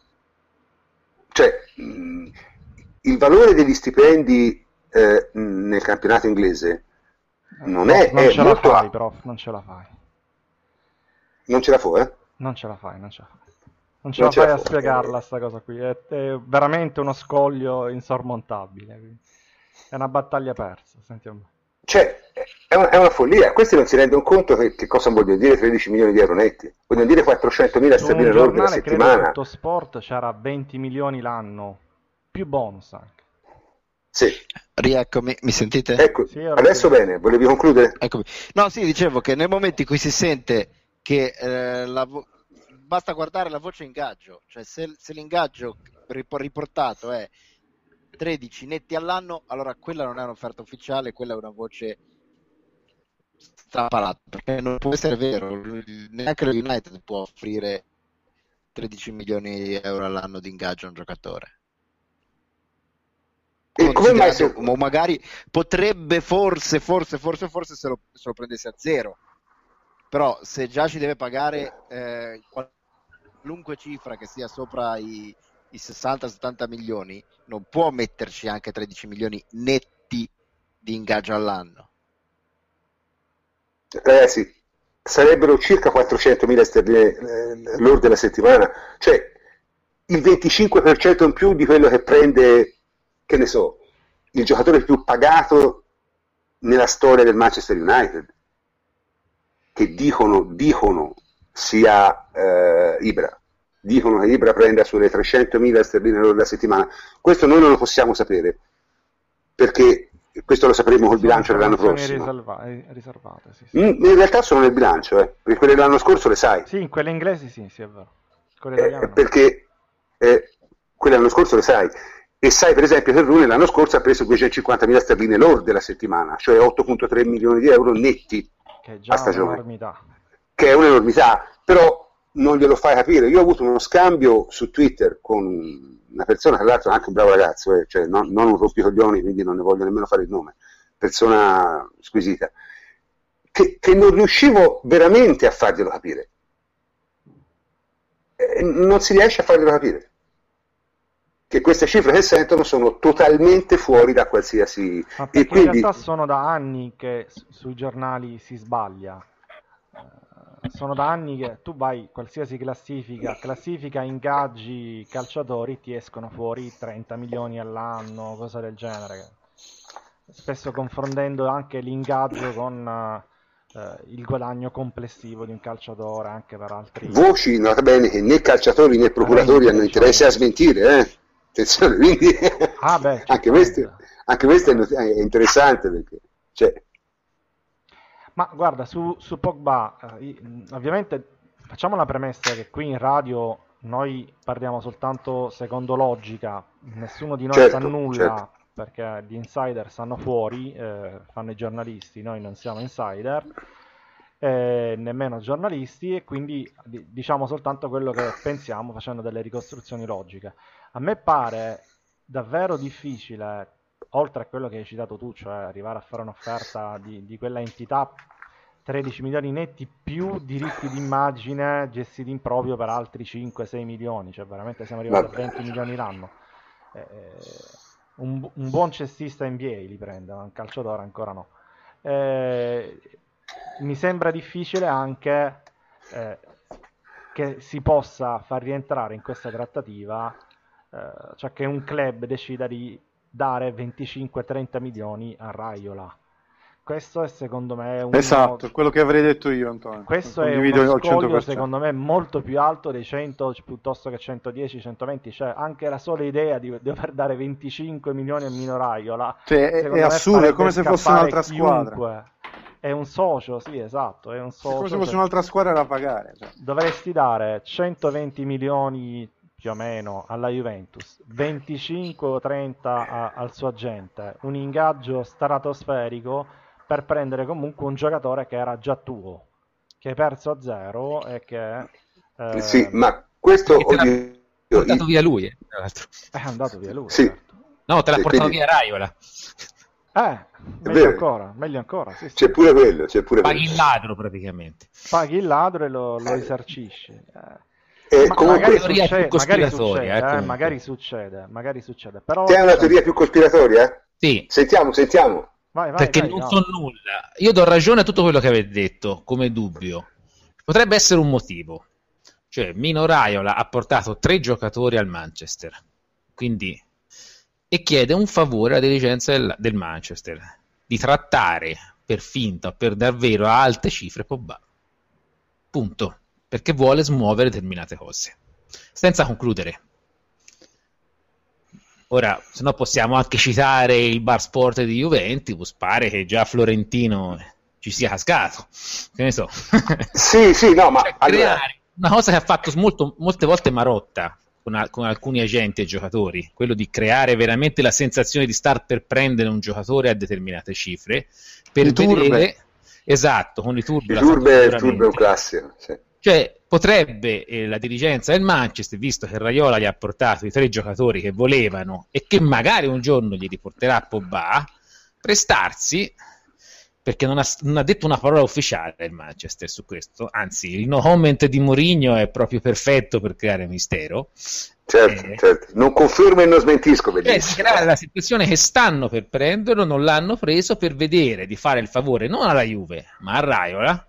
Cioè, mh, il valore degli stipendi eh, nel campionato inglese non è, non è ce molto... la fai, prof, non ce la fai. Non ce la fai, eh? Non ce la fai, non ce la fai. Non ce non la fai a spiegarla sta cosa qui, è, è veramente uno scoglio insormontabile, è una battaglia persa, sentiamo. Cioè, è una, è una follia, questi non si rendono conto che, che cosa vogliono dire tredici milioni di euro netti, vogliono dire quattrocentomila sterline lorde alla settimana. Credo che Sport c'era venti milioni l'anno, più bonus anche. Sì. Rieccomi, mi sentite? Ecco, sì, adesso sì. Bene, volevi concludere? Eccomi. No, sì, dicevo che nel momento in cui si sente che eh, la vo- basta guardare la voce ingaggio, cioè se, se l'ingaggio riportato è tredici netti all'anno, allora quella non è un'offerta ufficiale, quella è una voce strappalata, perché non può essere vero, neanche lo United può offrire tredici milioni di euro all'anno di ingaggio a un giocatore. E come mai se... o magari potrebbe forse, forse, forse, forse se lo, se lo prendesse a zero, però se già ci deve pagare eh, qualunque cifra che sia sopra i, i sessanta settanta milioni, non può metterci anche tredici milioni netti di ingaggio all'anno. Ragazzi, sarebbero circa quattrocentomila sterline eh, lorde alla settimana, cioè il venticinque per cento in più di quello che prende, che ne so, il giocatore più pagato nella storia del Manchester United, che dicono, dicono sia eh, Ibra, dicono che Ibra prenda sulle trecentomila sterline lorde alla settimana. Questo noi non lo possiamo sapere, perché questo lo sapremo col bilancio dell'anno prossimo. Riserva- riservate, sì, sì. In realtà sono nel bilancio, eh, perché quelle dell'anno scorso le sai. Sì, in quelle inglesi sì, sì è vero. Eh, perché eh, quelle dell'anno scorso le sai. E sai per esempio che Rooney l'anno scorso ha preso duecentocinquantamila sterline lorde la settimana, cioè otto virgola tre milioni di euro netti che è già a stagione. Un'enormità. Che è un'enormità, però non glielo fai capire. Io ho avuto uno scambio su Twitter con una persona, tra l'altro anche un bravo ragazzo, eh, cioè non, non un rompicoglioni, quindi non ne voglio nemmeno fare il nome, persona squisita, che, che non riuscivo veramente a farglielo capire. Eh, non si riesce a farglielo capire. Che queste cifre che sentono sono totalmente fuori da qualsiasi... Ma perché e quindi... in realtà sono da anni che sui giornali si sbaglia. Sono da anni che tu vai qualsiasi classifica, classifica ingaggi calciatori, ti escono fuori trenta milioni all'anno, cose del genere. Spesso confondendo anche l'ingaggio con uh, il guadagno complessivo di un calciatore anche per altri... Voci, nota bene, che né calciatori né procuratori hanno interesse a smentire, eh? Attenzione, quindi ah beh, anche, questo, anche questo è interessante perché... Cioè... Ma guarda, su, su Pogba, eh, ovviamente facciamo la premessa che qui in radio noi parliamo soltanto secondo logica, nessuno di noi certo, sa nulla, certo. perché gli insider stanno fuori, eh, fanno i giornalisti, noi non siamo insider, eh, nemmeno giornalisti, e quindi di- diciamo soltanto quello che pensiamo facendo delle ricostruzioni logiche. A me pare davvero difficile, oltre a quello che hai citato tu, cioè arrivare a fare un'offerta di, di quella entità, tredici milioni netti più diritti d'immagine gestiti in proprio per altri cinque sei milioni, cioè veramente siamo arrivati Vabbè. a venti milioni l'anno. Eh, un, bu- un buon cestista N B A li prende, ma un calciatore ancora no. Eh, mi sembra difficile anche eh, che si possa far rientrare in questa trattativa, eh, cioè che un club decida di dare venticinque trenta milioni a Raiola. Questo è secondo me un Esatto, quello che avrei detto io, Antonio. questo è Condivido uno al cento scoglio per cento. secondo me molto più alto dei cento piuttosto che centodieci centoventi, cioè anche la sola idea di dover dare venticinque milioni a Mino Raiola, Cioè, è, secondo è me assurdo, è farebbe come se fosse scappare un'altra squadra. chiunque. È un socio, sì, esatto, è un È come se socio. fosse se- un'altra squadra da pagare. Cioè. Dovresti dare centoventi milioni più o meno alla Juventus, venticinque o trenta a- al suo agente, un ingaggio stratosferico per prendere comunque un giocatore che era già tuo, che hai perso a zero e che eh, Sì, ma questo, Perché te l'ha oddio, portato i- via lui, eh, tra l'altro. è andato via lui, sì, certo. No, te l'ha sì, portato quindi via Raiola. Eh, meglio vero. ancora, meglio ancora, sì, sì. c'è pure quello, c'è pure Paghi quello. il ladro praticamente. Paghi il ladro e lo, lo risarcisci. Eh. E Ma- comunque magari, teoria succede, più magari cospiratoria, succede, eh, eh, comunque. magari succede, magari succede, però c'è una teoria più cospiratoria? Sì, Sentiamo, sentiamo. vai, vai, perché vai, non no. so nulla. Io do ragione a tutto quello che avete detto, come dubbio. Potrebbe essere un motivo. Cioè, Mino Raiola ha portato tre giocatori al Manchester, quindi, e chiede un favore alla dirigenza del, del Manchester, di trattare per finta o per davvero a alte cifre Pogba. Punto. Perché vuole smuovere determinate cose. Senza concludere. Ora, se no possiamo anche citare il bar sport di Juventus, pare che già Florentino ci sia cascato, che ne so. Sì, sì, no, ma Cioè, allora, creare una cosa che ha fatto molto, molte volte Marotta con, a- con alcuni agenti e giocatori, quello di creare veramente la sensazione di star per prendere un giocatore a determinate cifre, per I turbe. vedere, esatto, con i turbi il l'ha fatto turbe, il sicuramente. turbe è un classico. Sì. Cioè, potrebbe eh, la dirigenza del Manchester, visto che Raiola gli ha portato i tre giocatori che volevano e che magari un giorno gli riporterà Pogba, prestarsi, perché non ha, non ha detto una parola ufficiale il Manchester su questo, anzi il no comment di Mourinho è proprio perfetto per creare mistero. Certo, Eh, certo. Non confermo e non smentisco, cioè, di bellissimo. creare la situazione che stanno per prenderlo, non l'hanno preso, per vedere di fare il favore non alla Juve, ma a Raiola,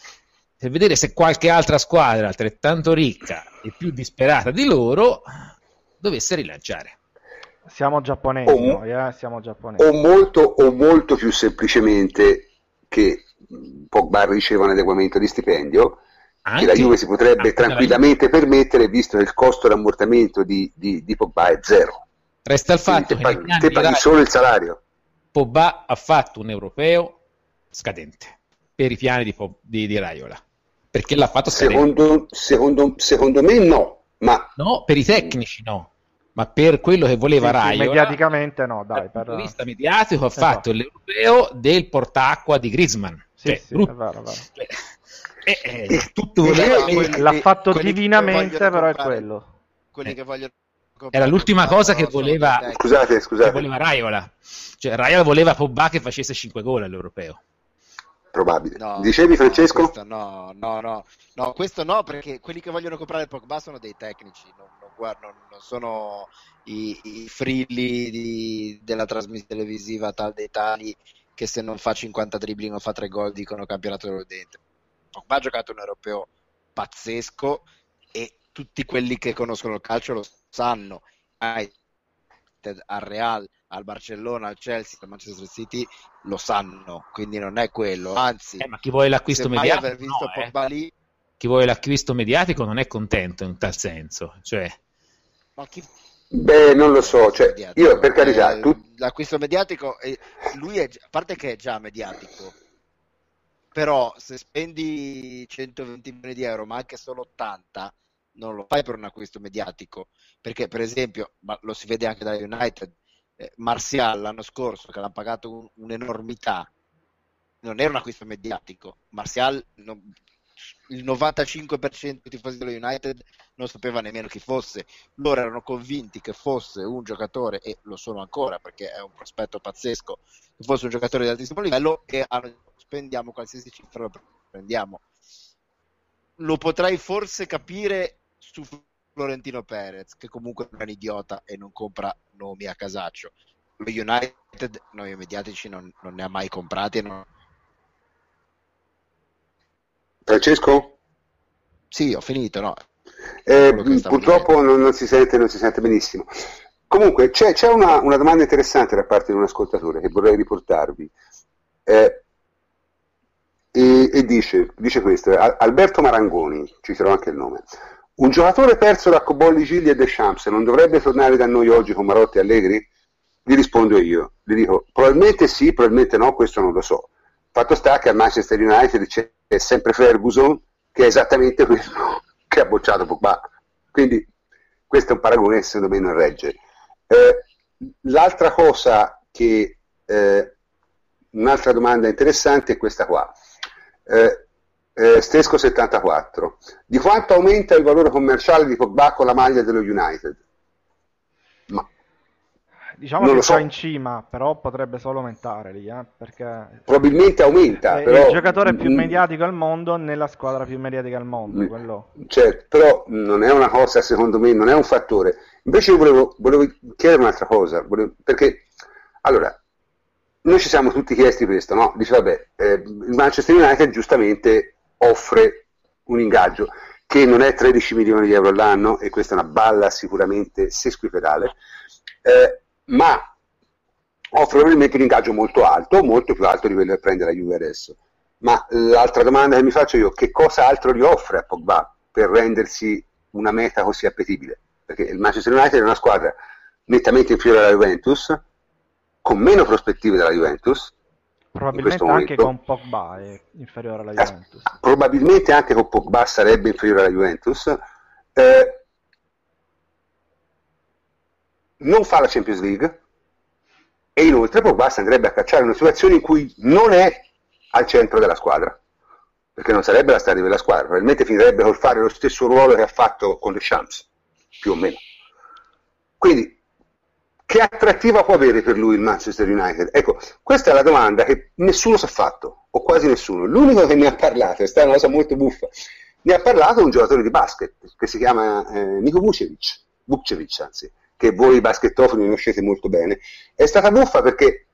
per vedere se qualche altra squadra altrettanto ricca e più disperata di loro dovesse rilanciare. Siamo giapponesi O- noi, eh? Siamo giapponesi. O molto, o molto più semplicemente che mh, Pogba riceva un adeguamento di stipendio, che la Anche- Juve si potrebbe anche dalla tranquillamente permettere, visto che il costo d'ammortamento di, di, di Pogba è zero. Resta il Quindi fatto te che negli paghi, anni te di paghi Raiola solo il salario. Pogba ha fatto un europeo scadente per i piani di, Po- di, di Raiola, perché l'ha fatto scadente. Secondo, secondo, secondo me no, ma No, per i tecnici no, ma per quello che voleva Sì, sì, Raiola, mediaticamente no, dai, dal punto per... di vista mediatico, ha Esatto. fatto l'europeo del portacqua di Griezmann. Sì, Cioè, sì, brutto. è vero, è vero. Cioè, eh, eh, tutto Eh, voleva eh, bene. L'ha fatto quelli che divinamente, vogliono però è comprare- quello. quelli Eh. che vogliono comprare Era l'ultima Pogba cosa però che sono voleva- dei tecnici. scusate, che scusate, voleva Raiola. Cioè, Raiola voleva Pogba che facesse cinque gol all'europeo. probabile. No, Dicevi, Francesco? No, questo no, no, no, no, questo no, perché quelli che vogliono comprare Pogba sono dei tecnici, non, non, guarda, non- non sono i, i frilli di- della trasmissione televisiva tal dei tali che se non fa cinquanta dribbling o fa tre gol dicono campionato dell'Udente. Pogba ha giocato un europeo pazzesco e tutti quelli che conoscono il calcio lo sanno. Al Real, al Barcellona, al Chelsea, al Manchester City lo sanno, quindi non è quello, anzi Eh, ma chi vuole l'acquisto se mai mediatico, aver visto no, eh. Pogba lì, Chi vuole l'acquisto mediatico non è contento in tal senso. Cioè, ma chi Beh, non lo so, cioè, mediatico? io per carità, Eh, tu- l'acquisto mediatico eh, lui è, a parte che è già mediatico, però se spendi centoventi milioni di euro ma anche solo ottanta non lo fai per un acquisto mediatico, perché per esempio, ma lo si vede anche da United, eh, Martial l'anno scorso, che l'hanno pagato un, un'enormità, non era un acquisto mediatico. Martial, non, il novantacinque per cento dei tifosi dello United non sapeva nemmeno chi fosse. Loro erano convinti che fosse un giocatore, e lo sono ancora perché è un prospetto pazzesco, che fosse un giocatore di altissimo livello, e hanno detto spendiamo qualsiasi cifra, lo prendiamo. Lo potrei forse capire su Florentino Perez, che comunque è un idiota e non compra nomi a casaccio. Lo United nomi mediatici non, non ne ha mai comprati e non... Francesco? Sì, ho finito, no? Eh, purtroppo non, non si sente, non si sente benissimo. Comunque c'è, c'è una, una domanda interessante da parte di un ascoltatore che vorrei riportarvi. Eh, e, e dice, dice questo: Alberto Marangoni, citerò anche il nome. Un giocatore perso da Cobolli, Gigli e Deschamps non dovrebbe tornare da noi oggi con Marotti e Allegri? Gli rispondo io, gli dico probabilmente sì, probabilmente no, questo non lo so. Fatto sta che al Manchester United c'è sempre Ferguson, che è esattamente quello che ha bocciato Pogba. Quindi questo è un paragone che secondo me non regge. Eh, l'altra cosa che eh, un'altra domanda interessante è questa qua. Eh, eh, Stesco settantaquattro: di quanto aumenta il valore commerciale di Pogba con la maglia dello United? Ma diciamo non che lo so. sta in cima, però potrebbe solo aumentare lì, eh, perché probabilmente aumenta, è però il giocatore più mm, mediatico al mondo nella squadra più mediatica al mondo, quello. certo, però non è una cosa, secondo me, non è un fattore. Invece io volevo, volevo chiedere un'altra cosa, volevo, perché allora noi ci siamo tutti chiesti questo, no? Dice vabbè, eh, il Manchester United giustamente offre un ingaggio che non è tredici milioni di euro all'anno, e questa è una balla sicuramente sesquipedale, eh, ma offre probabilmente un ingaggio molto alto, molto più alto di quello che prende la Juve adesso. Ma l'altra domanda che mi faccio io: che cosa altro gli offre a Pogba per rendersi una meta così appetibile? Perché il Manchester United è una squadra nettamente inferiore alla Juventus, con meno prospettive della Juventus, Probabilmente anche con Pogba è inferiore alla Juventus. Eh, probabilmente anche con Pogba sarebbe inferiore alla Juventus. Eh, non fa la Champions League, e inoltre Pogba andrebbe a cacciare una situazione in cui non è al centro della squadra, perché non sarebbe la strada della squadra, probabilmente finirebbe col fare lo stesso ruolo che ha fatto con Deschamps, più o meno. Quindi che attrattiva può avere per lui il Manchester United? Ecco, questa è la domanda che nessuno si è fatto, o quasi nessuno. L'unico che ne ha parlato, è stata una cosa molto buffa, ne ha parlato un giocatore di basket che si chiama eh, Niko Vucevic, Vucevic anzi, che voi baskettofoni conoscete molto bene. È stata buffa perché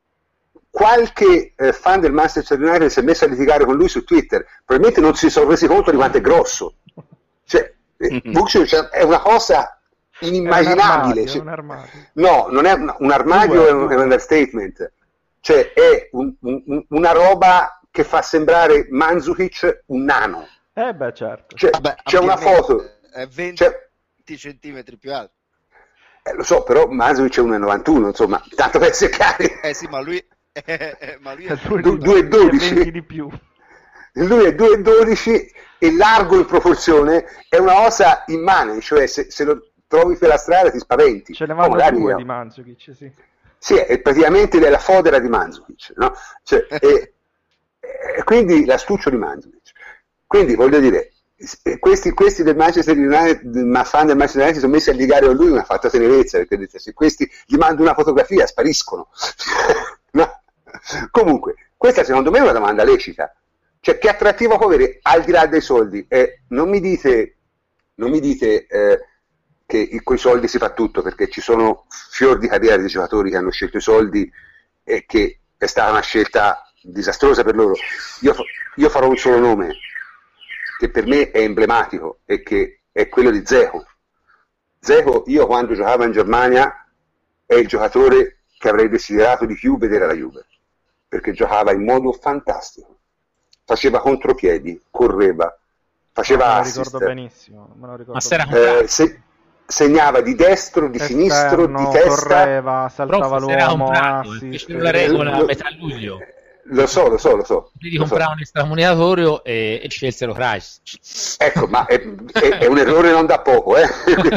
qualche eh, fan del Manchester United si è messo a litigare con lui su Twitter, probabilmente non si sono resi conto di quanto è grosso. Cioè, eh, Vucevic è una cosa inimmaginabile. È un armadio, cioè, no, non è un, un armadio, è un, è un understatement. Cioè, è un, un, una roba che fa sembrare Mandzukic un nano. Eh beh, certo. Cioè, Vabbè, c'è una foto. È venti cioè, centimetri più alto. Eh, lo so, però Mandzukic è uno virgola novantuno, insomma, tanto per seccare. Eh sì, ma lui, eh, ma lui è due virgola dodici di più. Lui è due virgola dodici e largo in proporzione, è una cosa immane, cioè se, se lo trovi per la strada ti spaventi. Ce ne vanno oh, due io. di Mandzukic, sì. Sì, è praticamente della fodera di Mandzukic, no? Cioè, e, e quindi l'astuccio di Mandzukic. Quindi voglio dire, questi, questi del Manchester United, ma fan del Manchester United, si sono messi a ligare con lui, mi ha fatto tenerezza, perché dite, se questi gli mando una fotografia spariscono. No? Comunque, questa secondo me è una domanda lecita. Cioè, che attrattivo può avere al di là dei soldi? Eh, non mi dite, non mi dite eh, che con i soldi si fa tutto, perché ci sono fior di carriera di giocatori che hanno scelto i soldi e che è stata una scelta disastrosa per loro. Io, io farò un solo nome che per me è emblematico e che è quello di Dzeko. Dzeko, io quando giocavo in Germania, è il giocatore che avrei desiderato di più vedere alla Juve, perché giocava in modo fantastico, faceva contropiedi, correva, faceva me lo assist, ricordo benissimo, me lo ricordo Ma se era benissimo. eh, se, segnava di destro, di Esterno, sinistro, di testa, correva, saltava Prof, si era l'uomo, comprato, assist. fecero la regola Eh, a metà luglio. Lo so, lo so, lo so. Quindi compravano il stramunitorio e, e scelsero Crysis. Ecco, ma è, è, è un errore non da poco, eh?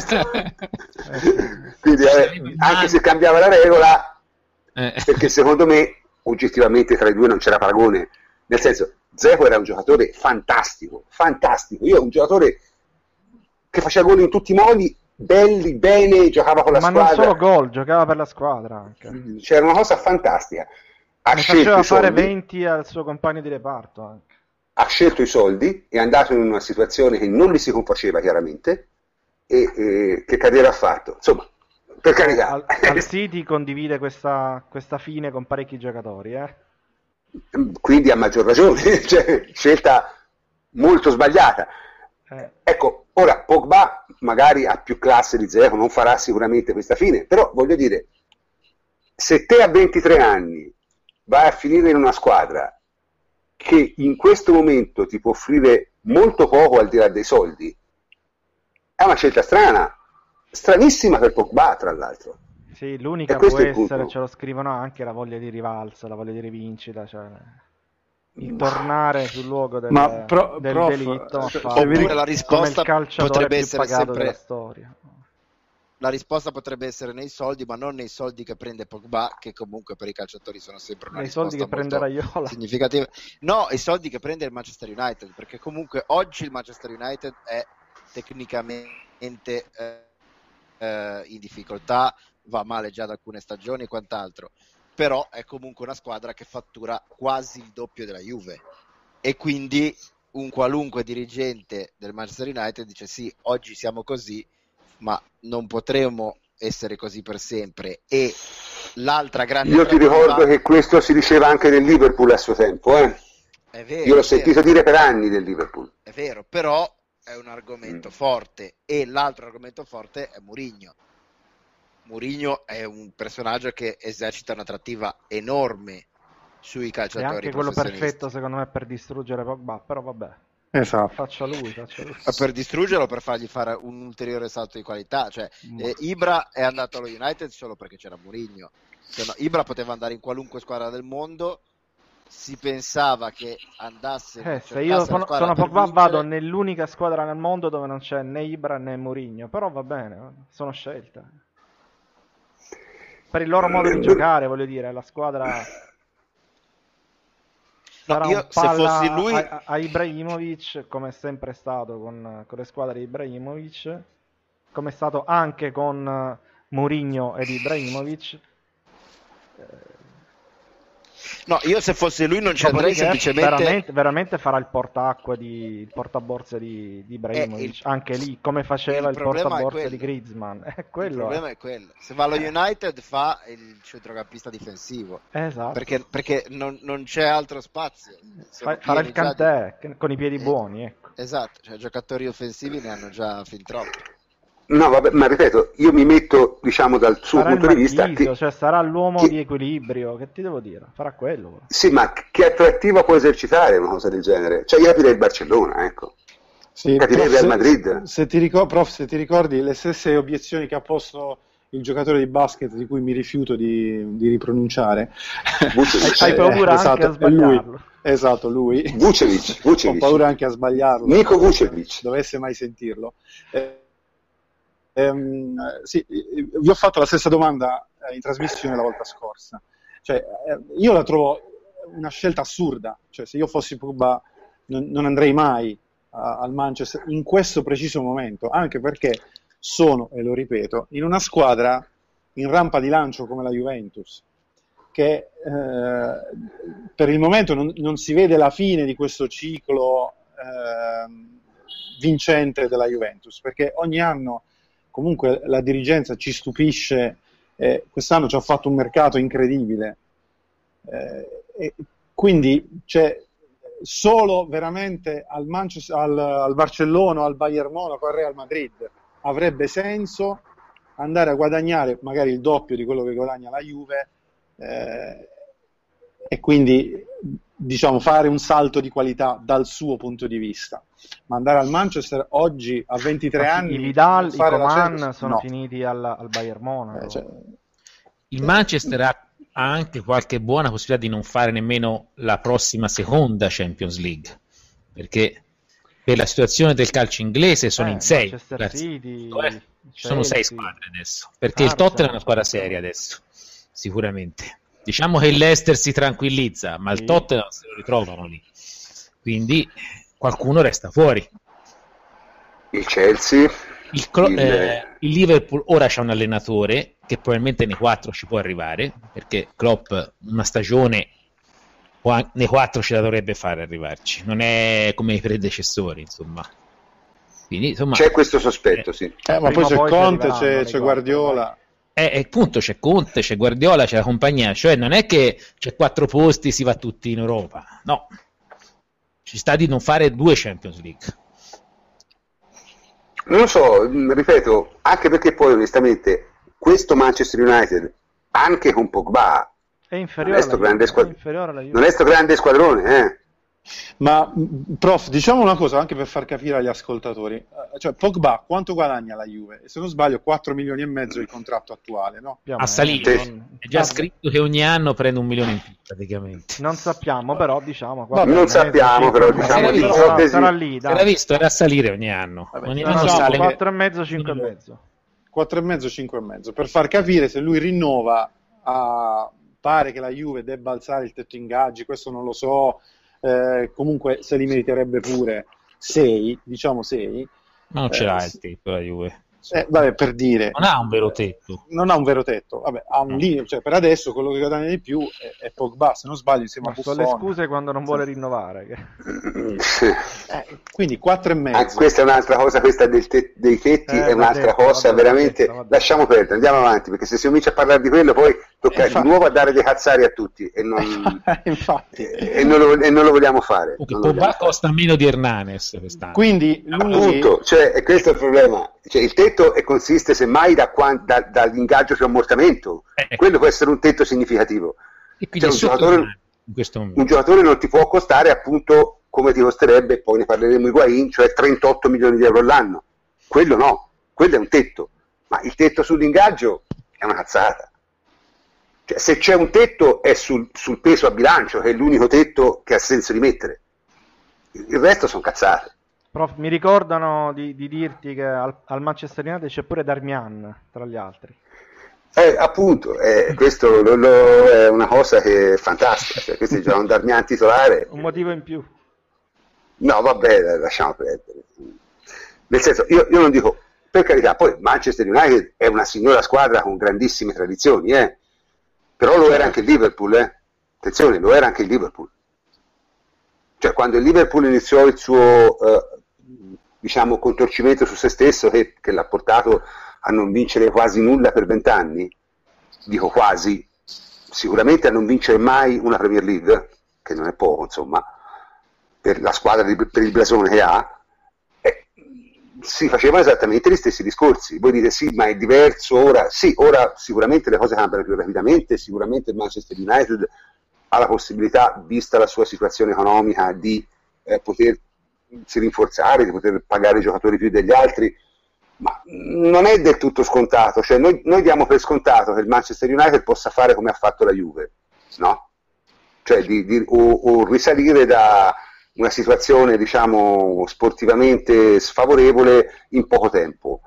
Quindi, eh, anche se cambiava la regola, eh. perché secondo me oggettivamente tra i due non c'era paragone, nel senso, Dzeko era un giocatore fantastico, fantastico. Io un giocatore che faceva gol in tutti i modi, belli, bene, giocava con la ma squadra. Ma non solo gol, giocava per la squadra anche. C'era una cosa fantastica. Ha ne faceva fare soldi, venti al suo compagno di reparto anche. Ha scelto i soldi, è andato in una situazione che non gli si confaceva chiaramente e, e che carriera ha fatto. Insomma, per carità. Al, al City condivide questa, questa fine con parecchi giocatori, eh? Quindi a maggior ragione, cioè, scelta molto sbagliata. Eh. Ecco, ora Pogba magari ha più classe di Dzeko, non farà sicuramente questa fine, però voglio dire, se te a ventitré anni vai a finire in una squadra che in questo momento ti può offrire molto poco al di là dei soldi, è una scelta strana, stranissima per Pogba tra l'altro. Sì, l'unica può essere, ce lo scrivono anche, la voglia di rivalsa, la voglia di rivincita, cioè il Ma... tornare sul luogo del, Ma pro, del prof, delitto, se, fa, se la risposta come il potrebbe più essere pagato sempre della storia. La risposta potrebbe essere nei soldi, ma non nei soldi che prende Pogba, che comunque per i calciatori sono sempre una nei risposta soldi che prende Raiola significativa. No, i soldi che prende il Manchester United, perché comunque oggi il Manchester United è tecnicamente eh, eh, in difficoltà, va male già da alcune stagioni e quant'altro, però è comunque una squadra che fattura quasi il doppio della Juve, e quindi un qualunque dirigente del Manchester United dice sì, oggi siamo così, ma non potremo essere così per sempre. E l'altra grande io ti ricordo che questo si diceva anche del Liverpool a suo tempo, eh? È vero, io l'ho è sentito vero. dire per anni del Liverpool, è vero, però è un argomento mm. forte, e l'altro argomento forte è Mourinho. Mourinho è un personaggio che esercita un'attrattiva enorme sui calciatori. È anche quello perfetto secondo me per distruggere Pogba, però vabbè. Esatto. Faccia lui, faccia lui. Per distruggerlo, per fargli fare un ulteriore salto di qualità, cioè eh, Ibra è andato allo United solo perché c'era Mourinho. Se no, Ibra poteva andare in qualunque squadra del mondo, si pensava che andasse eh, se io sono, sono Pogba vincere... vado nell'unica squadra nel mondo dove non c'è né Ibra né Mourinho, però va bene, sono scelte per il loro modo di giocare, voglio dire, la squadra no, io, se fossi lui a, a Ibrahimovic, come è sempre stato con, con le squadre di Ibrahimovic, come è stato anche con Mourinho ed Ibrahimovic. No, io se fossi lui non ci andrei semplicemente... Veramente, veramente farà il portaacqua, di, il portaborse di, di Ibrahimovic, eh, il, anche lì, come faceva il, il portaborse di Griezmann. È quello, il problema eh. è quello. Se va allo United fa il centrocampista difensivo. Esatto. Perché, perché non, non c'è altro spazio. Fa, farà il Cantè, di... con i piedi eh, buoni, ecco. Esatto, cioè giocatori offensivi ne hanno già fin troppi. No, vabbè, ma ripeto, io mi metto, diciamo, dal suo sarà punto di vista che, che, cioè sarà l'uomo che, di equilibrio, che ti devo dire, farà quello. Sì, ma che attrattiva può esercitare una cosa del genere? Cioè io capirei il Barcellona, ecco. Sì, capirei il Real Madrid. Se, se ti ricordi, prof, se ti ricordi le stesse obiezioni che ha posto il giocatore di basket di cui mi rifiuto di, di ripronunciare. Vucevic. Hai paura eh, anche esatto, a sbagliarlo. Lui, esatto, lui. Vucevic, Vucevic. Ho paura anche a sbagliarlo. Nico Vucevic. Dovesse mai sentirlo. Eh, ehm, sì, vi ho fatto la stessa domanda in trasmissione la volta scorsa. Cioè, eh, io la trovo una scelta assurda. Cioè, se io fossi Pogba non, non andrei mai a, al Manchester in questo preciso momento, anche perché sono, e lo ripeto, in una squadra in rampa di lancio come la Juventus, che eh, per il momento non, non si vede la fine di questo ciclo eh, vincente della Juventus, perché ogni anno comunque la dirigenza ci stupisce, eh, quest'anno ci ha fatto un mercato incredibile, eh, e quindi c'è solo veramente al, Manchester, al, al Barcellona, al Bayern Monaco, al Real Madrid avrebbe senso andare a guadagnare magari il doppio di quello che guadagna la Juve, eh, e quindi diciamo fare un salto di qualità dal suo punto di vista. Ma andare al Manchester oggi a ventitré anni, i Vidal, i Coman Champions, sono no. finiti al, al Bayern Monaco. Eh, cioè... Il Manchester ha ha anche qualche buona possibilità di non fare nemmeno la prossima seconda Champions League, perché per la situazione del calcio inglese sono Eh, in sei, Manchester ragazzi. City, Eh, ci sono sei Chelsea, squadre adesso, perché il Arsenal. Tottenham è una squadra seria adesso, sicuramente. Diciamo che il Leicester si tranquillizza, ma il Sì. Tottenham se lo ritrovano lì, quindi qualcuno resta fuori. Il Chelsea, Il, Clo- il- eh, il Liverpool ora c'ha un allenatore che probabilmente nei quattro ci può arrivare, perché Klopp una stagione o an- nei quattro ce la dovrebbe fare arrivarci, non è come i predecessori, insomma. Quindi, insomma, c'è questo sospetto, sì. Eh, ma Prima poi o c'è poi ci Conte, arriveranno c'è, le c'è cose, Guardiola. eh, eh, appunto c'è Conte, c'è Guardiola, c'è la compagnia, cioè non è che c'è quattro posti si va tutti in Europa, no, ci sta di non fare due Champions League. Non lo so, mh, ripeto, anche perché poi onestamente questo Manchester United, anche con Pogba, È non inferiore è alla sto Juve, grande, è squad- inferiore alla Juve. non è sto grande squadrone, eh. Ma mh, prof, diciamo una cosa anche per far capire agli ascoltatori. Eh, Cioè, Pogba quanto guadagna la Juve? E se non sbaglio, quattro milioni e mezzo il contratto attuale, no? Più o A meno, salire, non- è già Ah, scritto che ogni anno prende un milione in più praticamente. Non sappiamo, però diciamo Vabbè, non sappiamo, però, diciamo di di sarà, ipotesi. sarà lì, Era dai. visto, era a salire ogni anno. Vabbè, ogni diciamo anno che- sale. quattro e mezzo, cinque e mezzo. quattro e mezzo, cinque e mezzo, per far capire se lui rinnova, a... pare che la Juve debba alzare il tetto ingaggi, questo non lo so, eh, comunque se li meriterebbe pure sei, diciamo sei. Ma non ce Eh, l'ha sì. il tetto la Juve. Eh, vabbè, per dire, Non ha un vero tetto. non ha un vero tetto, vabbè, ha un No. limite, cioè per adesso quello che guadagna di più è, è Pogba, se non sbaglio insieme Ma a sono le Buffon. scuse quando non vuole rinnovare. che- Eh, quindi quattro e Ah, mezzo. questa è un'altra cosa, questa del te- dei tetti Eh, è va un'altra detto, cosa, va detto, veramente. va detto. Lasciamo perdere, andiamo avanti, perché se si comincia a parlare di quello poi tocca Eh, infatti. di nuovo a dare dei cazzari a tutti e non, Infatti. e non, lo, e non lo vogliamo fare. Comunque, non lo vogliamo Pogba costa meno di Hernanes quest'anno. Quindi lui, Appunto, cioè, e questo è il problema. Cioè, il tetto è- consiste semmai da quan- da- dall'ingaggio più ammortamento. Eh. Quello può essere un tetto significativo. E quindi Cioè, è un sotto giocatore- Hernanes in questo momento. Un giocatore non ti può costare appunto come ti costerebbe, poi ne parleremo Higuain, cioè trentotto milioni di euro all'anno. Quello no, quello è un tetto. Ma il tetto sull'ingaggio è una cazzata. Cioè, se c'è un tetto è sul, sul peso a bilancio, che è l'unico tetto che ha senso di mettere. Il resto sono cazzate. Prof, mi ricordano di, di dirti che al, al Manchester United c'è pure Darmian tra gli altri. Eh, appunto, eh, questo lo- lo- è una cosa che è fantastica. Cioè, questo è già un Darmian titolare. Un motivo in più. No, vabbè, dai, lasciamo perdere. Nel senso, io, io non dico, per carità, poi Manchester United è una signora squadra con grandissime tradizioni, eh. Però lo era anche il Liverpool, eh. Attenzione, lo era anche il Liverpool. Cioè, quando il Liverpool iniziò il suo, eh, diciamo, contorcimento su se stesso, che, che l'ha portato a non vincere quasi nulla per vent'anni, dico quasi, sicuramente a non vincere mai una Premier League, che non è poco, insomma, per la squadra, di, per il blasone che ha, eh, si facevano esattamente gli stessi discorsi. Voi dite sì, ma è diverso ora. Sì, ora sicuramente le cose cambiano più rapidamente, sicuramente il Manchester United ha la possibilità, vista la sua situazione economica, di eh, potersi rinforzare, di poter pagare i giocatori più degli altri, ma non è del tutto scontato. Cioè, noi, noi diamo per scontato che il Manchester United possa fare come ha fatto la Juve, no? Cioè di, di, o, o risalire da una situazione, diciamo, sportivamente sfavorevole in poco tempo.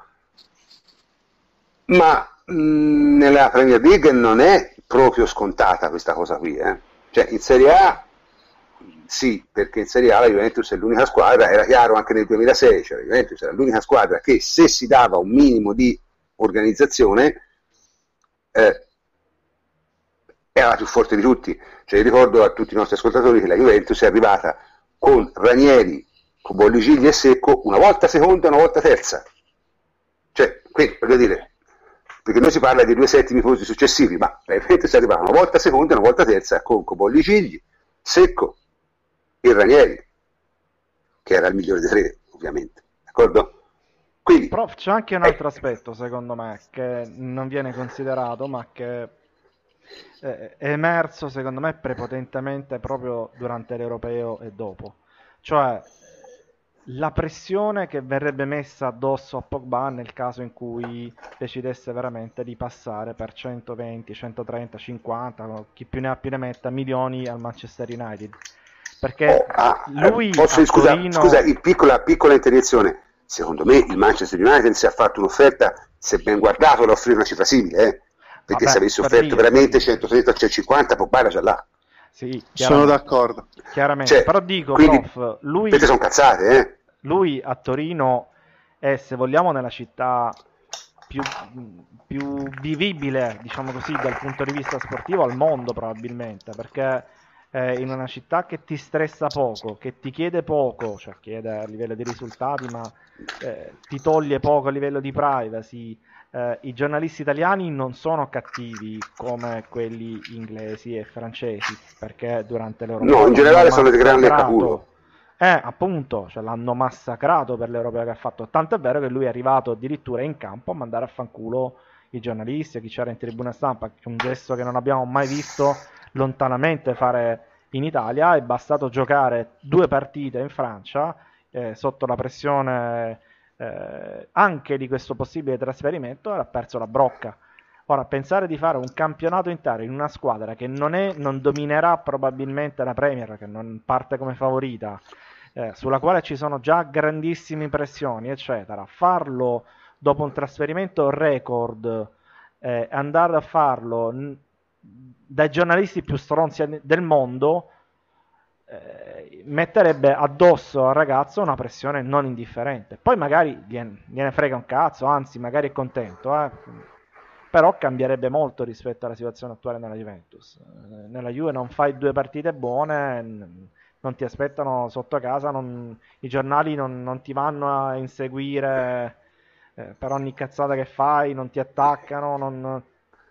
Ma mh, nella Premier League non è proprio scontata questa cosa qui, eh? Cioè, in Serie A sì, perché in Serie A la Juventus è l'unica squadra, era chiaro anche nel duemilasei, cioè la Juventus era l'unica squadra che, se si dava un minimo di organizzazione, eh, era la più forte di tutti. Cioè, ricordo a tutti i nostri ascoltatori che la Juventus è arrivata con Ranieri, con Bollicigli e Secco, una volta seconda e una volta terza. Cioè, quindi, voglio dire, perché noi si parla di due settimi posti successivi, ma la Juventus è arrivata una volta seconda e una volta terza con Bollicigli, Secco e Ranieri, che era il migliore dei tre, ovviamente. D'accordo? Quindi, Prof, c'è anche un altro aspetto, secondo me, che non viene considerato, ma che è emerso, secondo me, prepotentemente proprio durante l'Europeo e dopo. Cioè, la pressione che verrebbe messa addosso a Pogba nel caso in cui decidesse veramente di passare per centoventi, centotrenta, cinquanta, chi più ne ha più ne metta, milioni al Manchester United. Perché oh, ah, lui posso, a scusa, Torino... scusa, piccola, piccola interiezione. Secondo me il Manchester United si è fatto un'offerta, se ben guardato, da offrire una cifra simile, eh? Perché Vabbè, se avesse per offerto dire, veramente centotrenta o centocinquanta, Pogba era già là. Sì, Sono d'accordo. Chiaramente, Cioè, però dico, quindi, prof, lui, queste sono cazzate, eh? lui a Torino è, se vogliamo, nella città più, più vivibile, diciamo così, dal punto di vista sportivo al mondo probabilmente, perché è in una città che ti stressa poco, che ti chiede poco, cioè chiede a livello di risultati, ma eh, ti toglie poco a livello di privacy. Eh, I giornalisti italiani non sono cattivi come quelli inglesi e francesi, perché durante l'Europeo No, in generale sono di grande massacrato. caputo. Eh, appunto, cioè, l'hanno massacrato per l'Europeo che ha fatto. Tanto è vero che lui è arrivato addirittura in campo a mandare a fanculo i giornalisti e chi c'era in tribuna stampa, che è un gesto che non abbiamo mai visto lontanamente fare in Italia. È bastato giocare due partite in Francia eh, sotto la pressione eh, anche di questo possibile trasferimento e ha perso la brocca. Ora, pensare di fare un campionato intero in una squadra che non, è, non dominerà probabilmente la Premier, che non parte come favorita, eh, sulla quale ci sono già grandissime pressioni, eccetera, farlo dopo un trasferimento record, eh, andare a farlo n- dai giornalisti più stronzi del mondo, eh, metterebbe addosso al ragazzo una pressione non indifferente. Poi magari gliene, gliene frega un cazzo, anzi magari è contento, eh. Però cambierebbe molto rispetto alla situazione attuale nella Juventus. Eh, nella Juve non fai due partite buone, n- non ti aspettano sotto casa, non- i giornali non, non ti vanno a inseguire eh, per ogni cazzata che fai, non ti attaccano, non...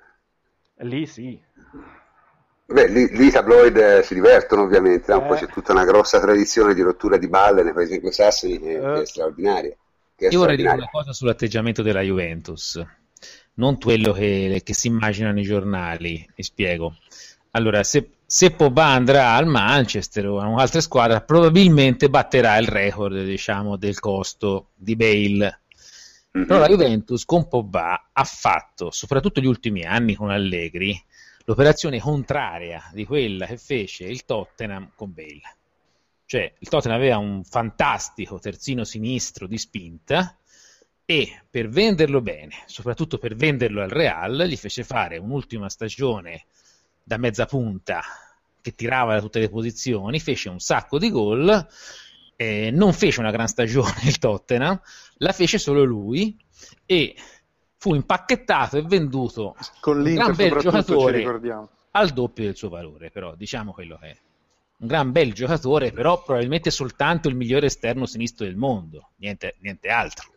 lì sì. Beh, lì, lì i tabloid eh, si divertono ovviamente, no? Eh. Poi c'è tutta una grossa tradizione di rottura di balle nei paesi anglosassoni che, Eh. che è straordinaria. Che è Io vorrei dire straordinaria. una cosa sull'atteggiamento della Juventus, non quello che, che si immaginano i giornali, mi spiego. Allora, se, se Pogba andrà al Manchester o a un'altra squadra, probabilmente batterà il record, diciamo, del costo di Bale. Mhm. Però la Juventus con Pogba ha fatto, soprattutto gli ultimi anni con Allegri, l'operazione contraria di quella che fece il Tottenham con Bale. Cioè, il Tottenham aveva un fantastico terzino sinistro di spinta e per venderlo bene, soprattutto per venderlo al Real, gli fece fare un'ultima stagione da mezza punta che tirava da tutte le posizioni, fece un sacco di gol, eh, non fece una gran stagione il Tottenham, la fece solo lui e fu impacchettato e venduto Con un l'Inter gran bel soprattutto ci giocatore ricordiamo. al doppio del suo valore, però diciamo quello che è. Un gran bel giocatore, però probabilmente soltanto il migliore esterno sinistro del mondo, niente, niente altro.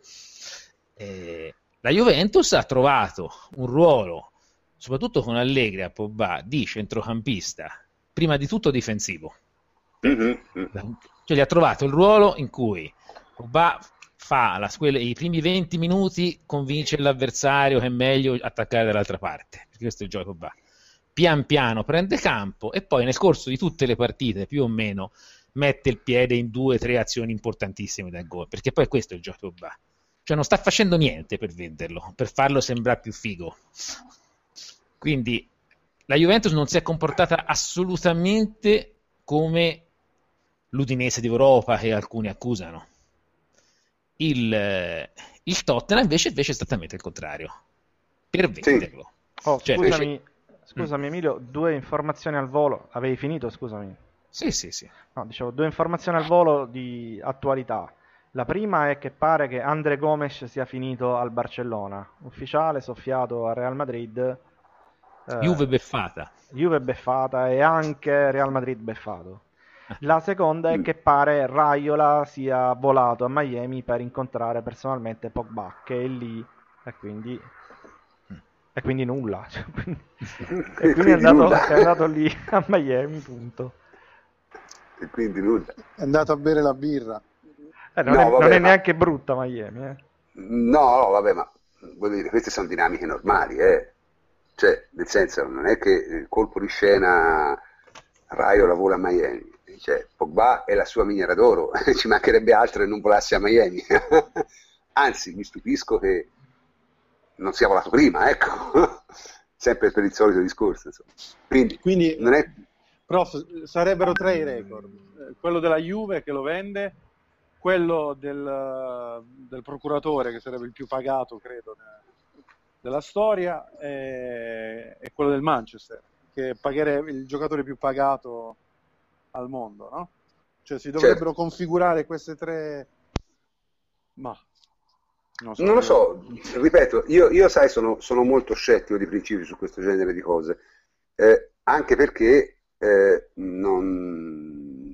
Eh, la Juventus ha trovato un ruolo, soprattutto con Allegri a Pogba, di centrocampista, prima di tutto difensivo. Mhm. Cioè gli ha trovato il ruolo in cui Pogba fa la, quelle, i primi venti minuti, convince l'avversario che è meglio attaccare dall'altra parte, perché questo è il gioco di Pogba. Pian piano prende campo e poi nel corso di tutte le partite più o meno mette il piede in due o tre azioni importantissime da gol, perché poi questo è il gioco di Pogba. Cioè non sta facendo niente per venderlo, per farlo sembrare più figo. Quindi la Juventus non si è comportata assolutamente come l'Udinese d'Europa che alcuni accusano. Il, il Tottenham invece, invece è esattamente il contrario, per venderlo. Oh, Cioè, scusami, scusami Emilio, due informazioni al volo. Avevi finito, scusami? Sì, sì, sì. No, dicevo, due informazioni al volo di attualità. La prima è che pare che André Gomes sia finito al Barcellona, ufficiale, soffiato al Real Madrid. Eh, Juve beffata. Juve beffata e anche Real Madrid beffato. La seconda è che pare Raiola sia volato a Miami per incontrare personalmente Pogba, che è lì, e quindi, e quindi nulla. Cioè, quindi, e quindi è andato, è andato lì a Miami, punto. E quindi nulla. È andato a bere la birra. Eh, non, No, è, vabbè, non è ma- neanche brutta Miami, eh. No, no, vabbè, ma voglio dire, queste sono dinamiche normali, eh. Cioè, nel senso, non è che il colpo di scena Raiola vola a Miami. cioè, Pogba è la sua miniera d'oro, ci mancherebbe altro che non volasse a Miami. Anzi, mi stupisco che non sia volato prima, ecco, sempre per il solito discorso. Insomma. Quindi, Quindi non è... prof, sarebbero tre i record, quello della Juve che lo vende, quello del, del procuratore che sarebbe il più pagato, credo, della storia, e, e quello del Manchester, che pagherebbe il giocatore più pagato al mondo, no? Cioè si dovrebbero certo. configurare queste tre, ma non, so, non lo io... so, ripeto, io, io sai sono, sono molto scettico di principio su questo genere di cose, eh, anche perché eh, non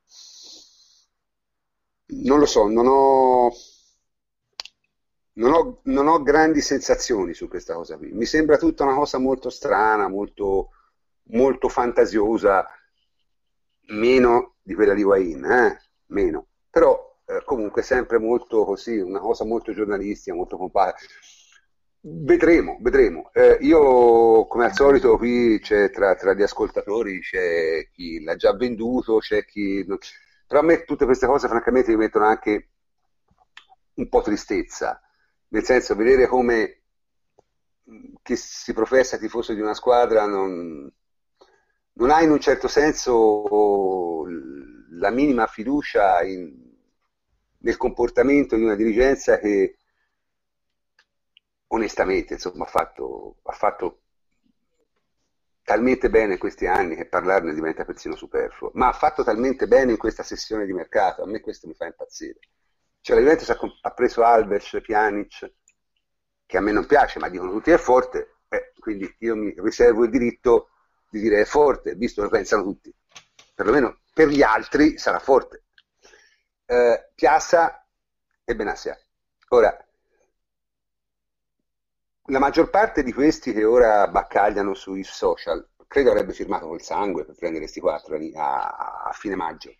non lo so, non ho Non ho, non ho grandi sensazioni su questa cosa qui. Mi sembra tutta una cosa molto strana, molto, molto fantasiosa, meno di quella di Higuaín, eh? Meno. Però eh, comunque sempre molto così, una cosa molto giornalistica, molto compatta. Vedremo, vedremo. Eh, io, come al solito, qui c'è tra, tra gli ascoltatori c'è chi l'ha già venduto, c'è chi... Però a me tutte queste cose francamente mi mettono anche un po' tristezza. Nel senso, vedere come chi si professa tifoso di una squadra non, non ha in un certo senso la minima fiducia in, nel comportamento di una dirigenza che onestamente insomma, ha, fatto, ha fatto talmente bene in questi anni che parlarne diventa persino superfluo, ma ha fatto talmente bene in questa sessione di mercato, a me questo mi fa impazzire. Cioè la Juventus ha, ha preso Alves, Pjanic, che a me non piace, ma dicono tutti è forte, eh, quindi io mi riservo il diritto di dire è forte, visto che lo pensano tutti. Perlomeno per gli altri sarà forte. Eh, Piazza e Benassia. Ora, la maggior parte di questi che ora baccagliano sui social, credo avrebbe firmato col sangue per prendere questi quattro a, a fine maggio.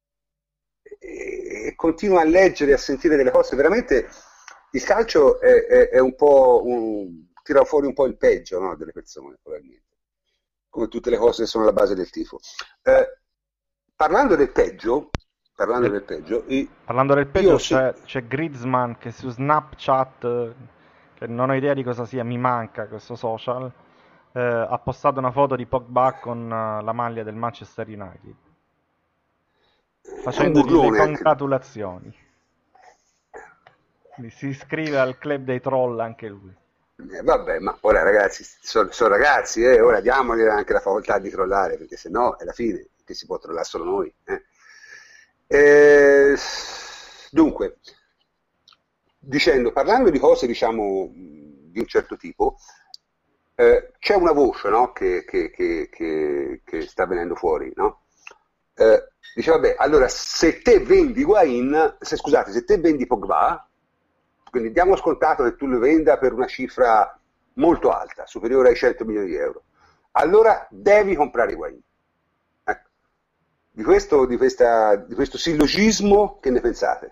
E continuo a leggere e a sentire delle cose veramente il calcio è, è, è un po' un, tira fuori un po' il peggio, no, delle persone probabilmente, come tutte le cose che sono alla base del tifo. Eh, parlando del peggio parlando del peggio io, parlando del peggio io, c'è, c'è Griezmann che su Snapchat, che non ho idea di cosa sia, mi manca questo social, eh, ha postato una foto di Pogba con uh, la maglia del Manchester United, facendogli le congratulazioni. Quindi si iscrive al club dei troll anche lui. Eh, vabbè, ma ora ragazzi, sono, sono ragazzi, eh, ora diamogli anche la facoltà di trollare, perché se no è la fine, che si può trollare solo noi. Eh. Eh, dunque, dicendo, parlando di cose, diciamo, di un certo tipo, eh, c'è una voce, no, che, che, che, che, che sta venendo fuori, no? Eh, dice, vabbè, allora se te vendi Higuaín, se scusate, se te vendi Pogba, quindi diamo scontato che tu lo venda per una cifra molto alta, superiore ai cento milioni di euro, allora devi comprare Higuaín. Ecco. Di questo, di, questa, di questo sillogismo che ne pensate?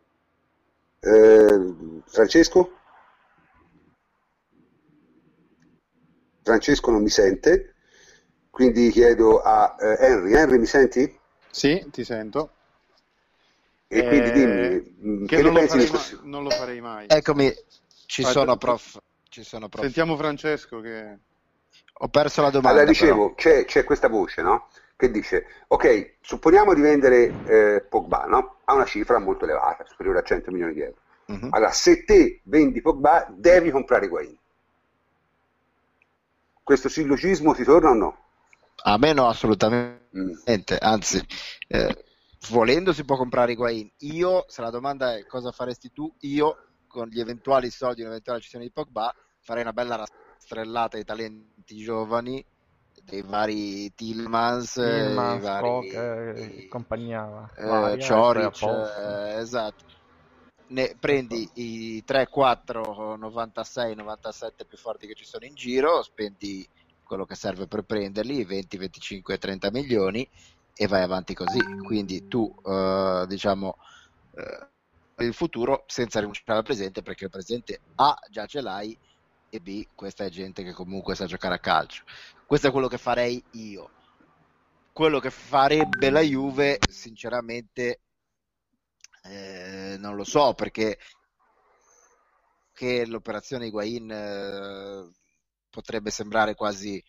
Eh, Francesco? Francesco non mi sente, quindi chiedo a eh, Henry. Henry, mi senti? Sì, ti sento. E eh, quindi dimmi, che, che non, lo mai, non lo farei mai. Eccomi, ci ah, sono prof. Ci sono prof. Sentiamo Francesco che... Ho perso la domanda. Allora dicevo, c'è, c'è questa voce, no? Che dice, ok, supponiamo di vendere eh, Pogba, no? A una cifra molto elevata, superiore a cento milioni di euro. Uh-huh. Allora, se te vendi Pogba, devi comprare Higuaín. Questo sillogismo ti torna o no? A me no, assolutamente. Mm. Anzi, eh, volendo si può comprare Higuaín. Io, se la domanda è cosa faresti tu, io con gli eventuali soldi, un'eventuale cessione di Pogba, farei una bella rastrellata ai talenti giovani, dei vari Tillmans, Tillmans, vari Koke, eh, compagnia, eh, Cioric, eh, esatto. Ne prendi i tre quattro novantasei novantasette più forti che ci sono in giro, spendi quello che serve per prenderli, venti, venticinque, trenta milioni, e vai avanti così. Quindi tu eh, diciamo eh, il futuro senza rinunciare al presente, perché il presente A già ce l'hai e B questa è gente che comunque sa giocare a calcio. Questo è quello che farei io. quello che farebbe la Juve, sinceramente, eh, non lo so, perché che l'operazione Higuaín eh, potrebbe sembrare quasi,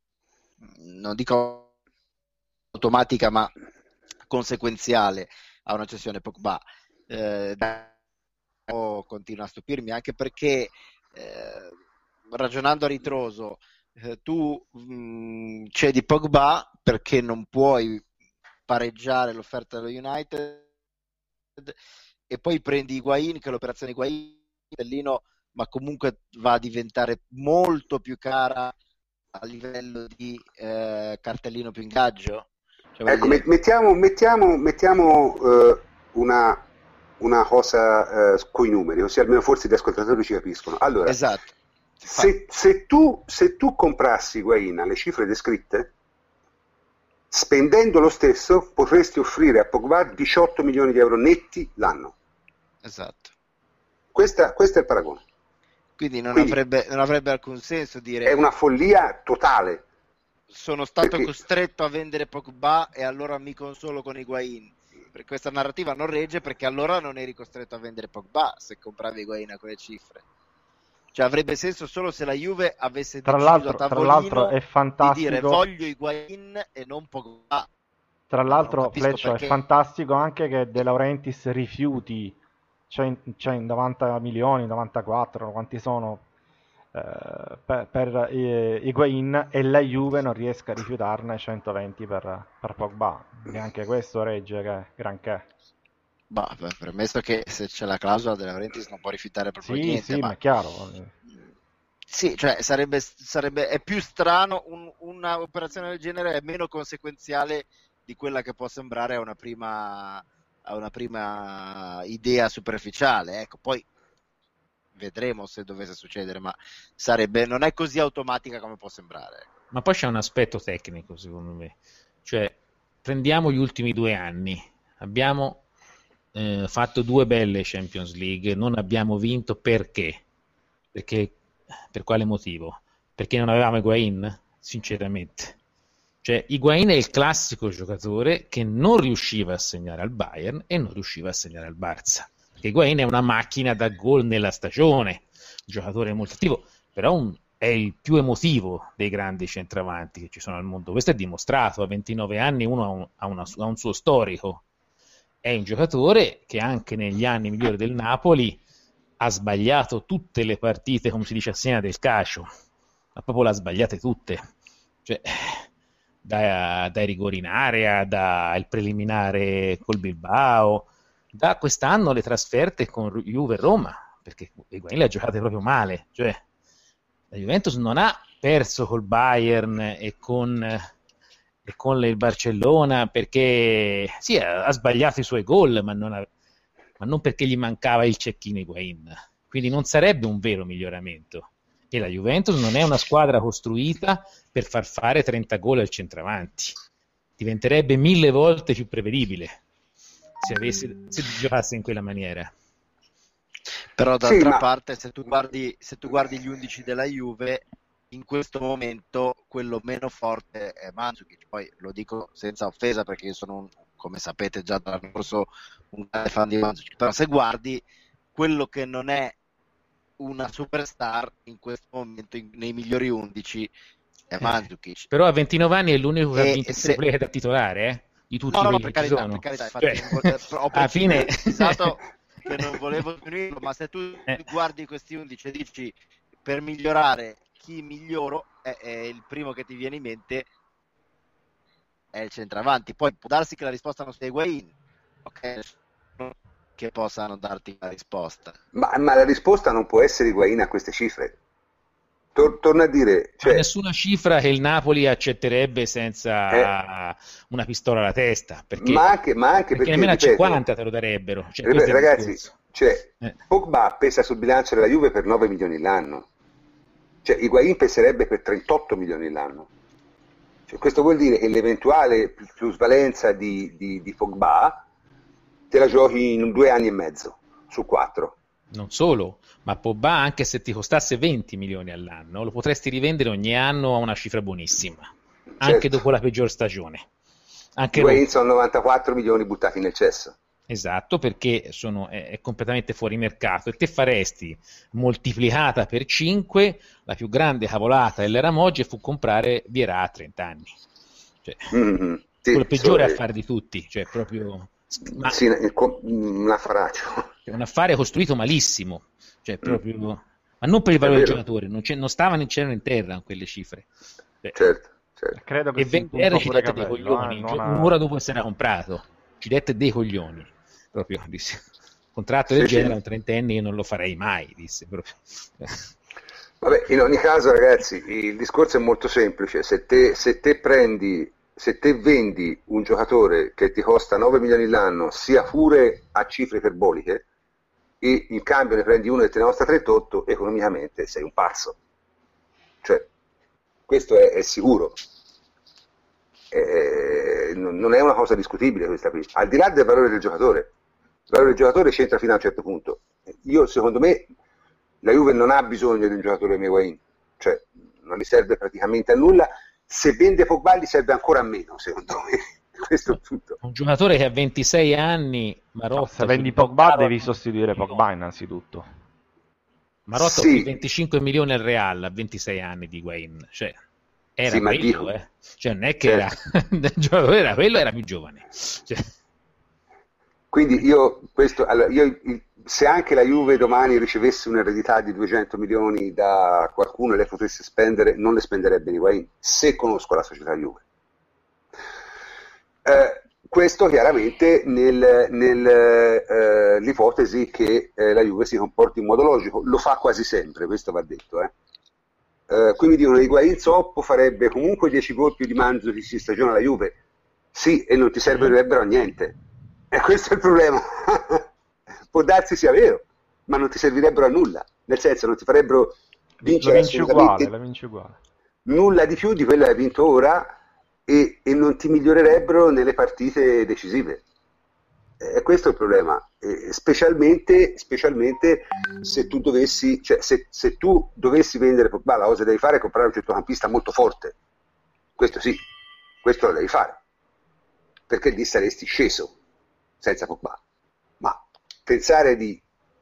non dico automatica, ma conseguenziale a una cessione Pogba. Eh, continua a stupirmi, anche perché eh, ragionando a ritroso, eh, tu mh, cedi Pogba perché non puoi pareggiare l'offerta dello United e poi prendi Higuaín, che l'operazione Higuaín Bellino, ma comunque va a diventare molto più cara a livello di eh, cartellino più ingaggio. Cioè, ecco, dire... mettiamo, mettiamo, mettiamo uh, una, una cosa uh, coi numeri, così almeno forse gli ascoltatori ci capiscono. Allora, esatto. se, se, tu, se tu comprassi Higuaín alle cifre descritte, spendendo lo stesso potresti offrire a Pogba diciotto milioni di euro netti l'anno. Esatto. Questa, questo è il paragone. Quindi non, Quindi, avrebbe, non avrebbe alcun senso dire... È una follia totale. Sono stato perché... costretto a vendere Pogba e allora mi consolo con Higuaín. Per questa narrativa non regge, perché allora non eri costretto a vendere Pogba se compravi Higuaín a quelle cifre. Cioè avrebbe senso solo se la Juve avesse tra deciso l'altro, a tavolino tra l'altro è fantastico, di dire voglio Higuaín e non Pogba. Tra l'altro, Fleccio, perché... è fantastico anche che De Laurentiis rifiuti cioè, cioè novanta milioni, novantaquattro, quanti sono eh, per, per eh, Higuaín, e la Juve non riesca a rifiutarne centoventi per, per Pogba. Neanche questo regge che granché. Bah, premesso che se c'è la clausola De Laurentiis non può rifiutare proprio sì, niente. Sì, ma ma è chiaro. Sì, cioè sarebbe, sarebbe è più strano, un, una operazione del genere è meno conseguenziale di quella che può sembrare a una prima, a una prima idea superficiale. Ecco, poi vedremo se dovesse succedere, ma sarebbe, non è così automatica come può sembrare. Ma poi c'è un aspetto tecnico, secondo me. Cioè, prendiamo gli ultimi due anni. Abbiamo eh, fatto due belle Champions League, non abbiamo vinto perché? Perché per quale motivo? Perché non avevamo Higuaín? Sinceramente. Cioè, Higuaín è il classico giocatore che non riusciva a segnare al Bayern e non riusciva a segnare al Barça. Perché Higuaín è una macchina da gol nella stagione, un giocatore molto attivo, però un, è il più emotivo dei grandi centravanti che ci sono al mondo. Questo è dimostrato, a ventinove anni uno ha un, ha una, ha un suo storico. È un giocatore che anche negli anni migliori del Napoli ha sbagliato tutte le partite, come si dice a Siena, del calcio, ma proprio le ha sbagliate tutte. Cioè... Da, dai rigori in area, dal preliminare col Bilbao, da quest'anno le trasferte con Juve e Roma, perché Higuaín le ha giocate proprio male. Cioè, la Juventus non ha perso col Bayern e con, e con il Barcellona perché sì, ha, ha sbagliato i suoi gol, ma non, ha, ma non perché gli mancava il cecchino Higuaín. Quindi non sarebbe un vero miglioramento. E la Juventus non è una squadra costruita per far fare trenta gol al centravanti. Diventerebbe mille volte più prevedibile se, avesse, se giocasse in quella maniera. Però d'altra sì, ma... parte, se tu, guardi, se tu guardi gli undici della Juve, in questo momento quello meno forte è Mandzukic. Poi lo dico senza offesa, perché io sono, un, come sapete già dall'anno scorso, un grande fan di Mandzukic. Però se guardi, quello che non è una superstar in questo momento in, nei migliori undici è Mandzukic. Eh, però a ventinove anni è l'unico che e, ha vinto se... il play da titolare, eh? Di tutti no, no, quelli per che carità, sono. Per carità, infatti, cioè, vole... ho alla fine che non volevo finirlo, ma se tu eh. guardi questi undici e dici per migliorare chi miglioro, è, è il primo che ti viene in mente è il centravanti. Poi può darsi che la risposta non sia Higuaín, ok, che possano darti la risposta. Ma, ma la risposta non può essere Higuaín a queste cifre. Tor- torno a dire... Cioè... nessuna cifra che il Napoli accetterebbe senza eh. una pistola alla testa. Perché, ma anche, ma anche perché, perché nemmeno ripeto, a cinquanta te lo darebbero. Cioè, ripeto, ragazzi, cioè, eh. Pogba pesa sul bilancio della Juve per nove milioni l'anno. Cioè, Higuaín peserebbe per trentotto milioni l'anno. Cioè, questo vuol dire che l'eventuale plusvalenza di, di, di Pogba te la giochi in due anni e mezzo su quattro. Non solo, ma Pogba, anche se ti costasse venti milioni all'anno, lo potresti rivendere ogni anno a una cifra buonissima, certo. Anche dopo la peggior stagione. Anche Higuain sono novantaquattro milioni buttati nel cesso. Esatto, perché sono, è, è completamente fuori mercato, e te faresti moltiplicata per cinque la più grande cavolata dell'era Moggi fu comprare Vieira a trenta anni. Cioè, mm-hmm. Sì, quello peggiore so, affare di tutti, cioè proprio ma, sì, un affaraccio. È un affare costruito malissimo, cioè proprio, mm. ma non per il valore del giocatore, non, non stavano in cielo in terra con quelle cifre. Cioè, certo, certo. Credo che e Wenger ci dette dei coglioni, eh, ha... un'ora dopo essere comprato, ci dette dei coglioni. Proprio disse, contratto del sì, genere sì. a un trentenne io non lo farei mai, disse proprio. Vabbè, in ogni caso, ragazzi, il discorso è molto semplice. Se te, se te prendi, se te vendi un giocatore che ti costa nove milioni l'anno, sia pure a cifre iperboliche, e in cambio ne prendi uno che te ne costa trentotto, economicamente sei un pazzo. Cioè, questo è, è sicuro. Eh, non è una cosa discutibile questa qui, al di là del valore del giocatore. Il valore del giocatore c'entra fino a un certo punto. Io, secondo me, la Juve non ha bisogno di un giocatore come Higuain, cioè non gli serve praticamente a nulla. Se vende Pogba gli serve ancora a meno, secondo me. Questo è tutto. Un giocatore che ha ventisei anni, Marotta, no, se vendi Pogba caro... devi sostituire Pogba innanzitutto. Marotta sì. venticinque milioni al Real a ventisei anni di Higuain, cioè era sì, quello, dico... eh. Cioè non è che certo. era il giocatore era quello, era più giovane. Cioè... Quindi io, questo, allora, io, se anche la Juve domani ricevesse un'eredità di duecento milioni da qualcuno e le potesse spendere, non le spenderebbe di Higuain, se conosco la società Juve. Eh, questo chiaramente nel, nel, eh, l'ipotesi che eh, la Juve si comporti in modo logico, lo fa quasi sempre, questo va detto, eh. Uh, qui mi dicono che Higuain zoppo farebbe comunque dieci gol più di Mandzukic si stagione alla Juve, sì, e non ti servirebbero a niente, e questo è il problema. Può darsi sia vero, ma non ti servirebbero a nulla, nel senso non ti farebbero vincere la vinci uguale, la vinci uguale. nulla di più di quello che hai vinto ora, e, e non ti migliorerebbero nelle partite decisive. E questo è il problema, e specialmente, specialmente se tu dovessi, cioè se, se tu dovessi vendere Pogba, la cosa che devi fare è comprare un centrocampista molto forte, questo sì, questo lo devi fare, perché lì saresti sceso senza Pogba. Ma pensare di,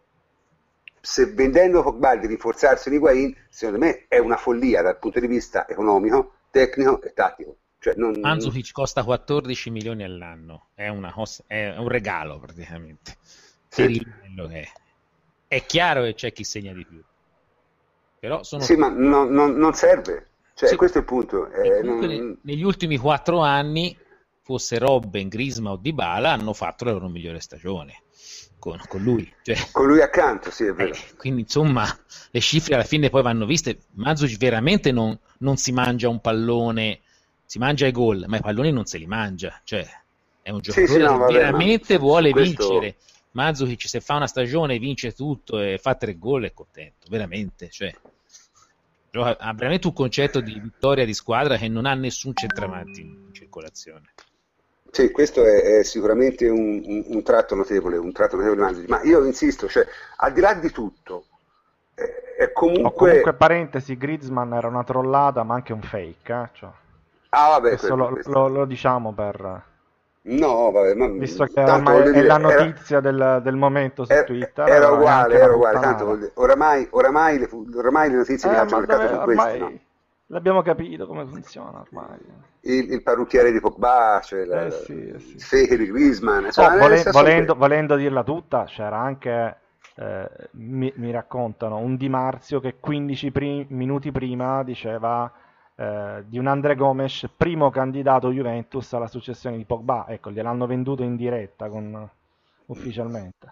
se vendendo Pogba di rinforzarsi in Higuain, secondo me è una follia dal punto di vista economico, tecnico e tattico. Cioè non... Mandzukic costa quattordici milioni all'anno, è, una cosa, è un regalo praticamente, sì. Per il livello che è. È chiaro che c'è chi segna di più, però sono... Sì, ma no, no, non serve, cioè sì. Questo è il punto. Eh, non... Negli ultimi quattro anni, fosse Robben, Griezmann o Dybala, hanno fatto la loro migliore stagione con, con lui. Cioè... Con lui accanto, sì, è vero. Eh, quindi insomma, le cifre alla fine poi vanno viste. Mandzukic veramente non, non si mangia un pallone... si mangia i gol, ma i palloni non se li mangia, cioè è un giocatore sì, sì, no, che veramente vuole questo... vincere. Mandzukic se fa una stagione vince tutto e fa tre gol è contento, veramente, cioè gioca, ha veramente un concetto di vittoria di squadra che non ha nessun centravanti in circolazione. Sì, questo è, è sicuramente un, un, un tratto notevole, un tratto notevole di Mandzukic, ma io insisto, cioè al di là di tutto è, è comunque... Oh, comunque parentesi, Griezmann era una trollata ma anche un fake, eh? Cioè... Ah, vabbè, questo quello, lo, questo. Lo, lo diciamo per... No, vabbè, ma... visto che ormai dire, è la notizia era... del, del momento su era, Twitter. Era uguale, era uguale, tanto oramai, oramai, le, oramai le notizie eh, di calcio mercato sono queste, no? L'abbiamo capito come funziona ormai. Il, il parrucchiere di Pogba, cioè la, eh sì, eh sì. il fake di Griezmann. Oh, volen, volendo, volendo dirla tutta, c'era anche... Eh, mi, mi raccontano un Di Marzio che quindici prim- minuti prima diceva... Eh, di un André Gomes primo candidato Juventus alla successione di Pogba, ecco, gliel'hanno venduto in diretta con, ufficialmente,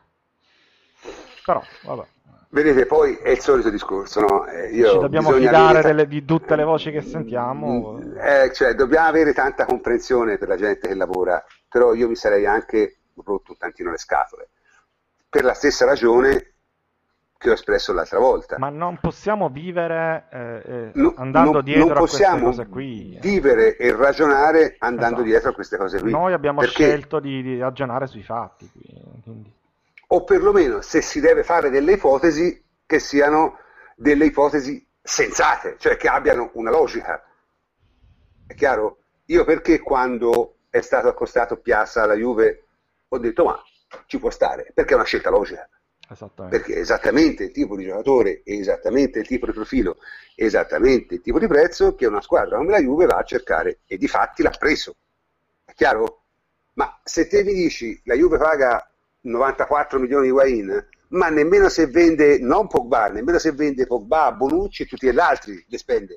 però vabbè. Vedete, poi è il solito discorso, no? Eh, io ci dobbiamo fidare avere... delle, di tutte le voci che sentiamo, eh, cioè dobbiamo avere tanta comprensione per la gente che lavora, però io mi sarei anche rotto un tantino le scatole per la stessa ragione che ho espresso l'altra volta. Ma non possiamo vivere eh, eh, no, andando non, dietro non a queste cose qui. Vivere e ragionare andando esatto. dietro a queste cose qui. Noi abbiamo perché... scelto di, di ragionare sui fatti. Quindi. O perlomeno, se si deve fare delle ipotesi, che siano delle ipotesi sensate, cioè che abbiano una logica. È chiaro? Io perché quando è stato accostato Piazza alla Juve, ho detto ma ci può stare, perché è una scelta logica. Perché è esattamente il tipo di giocatore, esattamente il tipo di profilo, esattamente il tipo di prezzo che una squadra come la Juve va a cercare, e di fatti l'ha preso. È chiaro? Ma se te mi dici la Juve paga novantaquattro milioni di Higuain, ma nemmeno se vende non Pogba, nemmeno se vende Pogba, Bonucci e tutti gli altri le spende.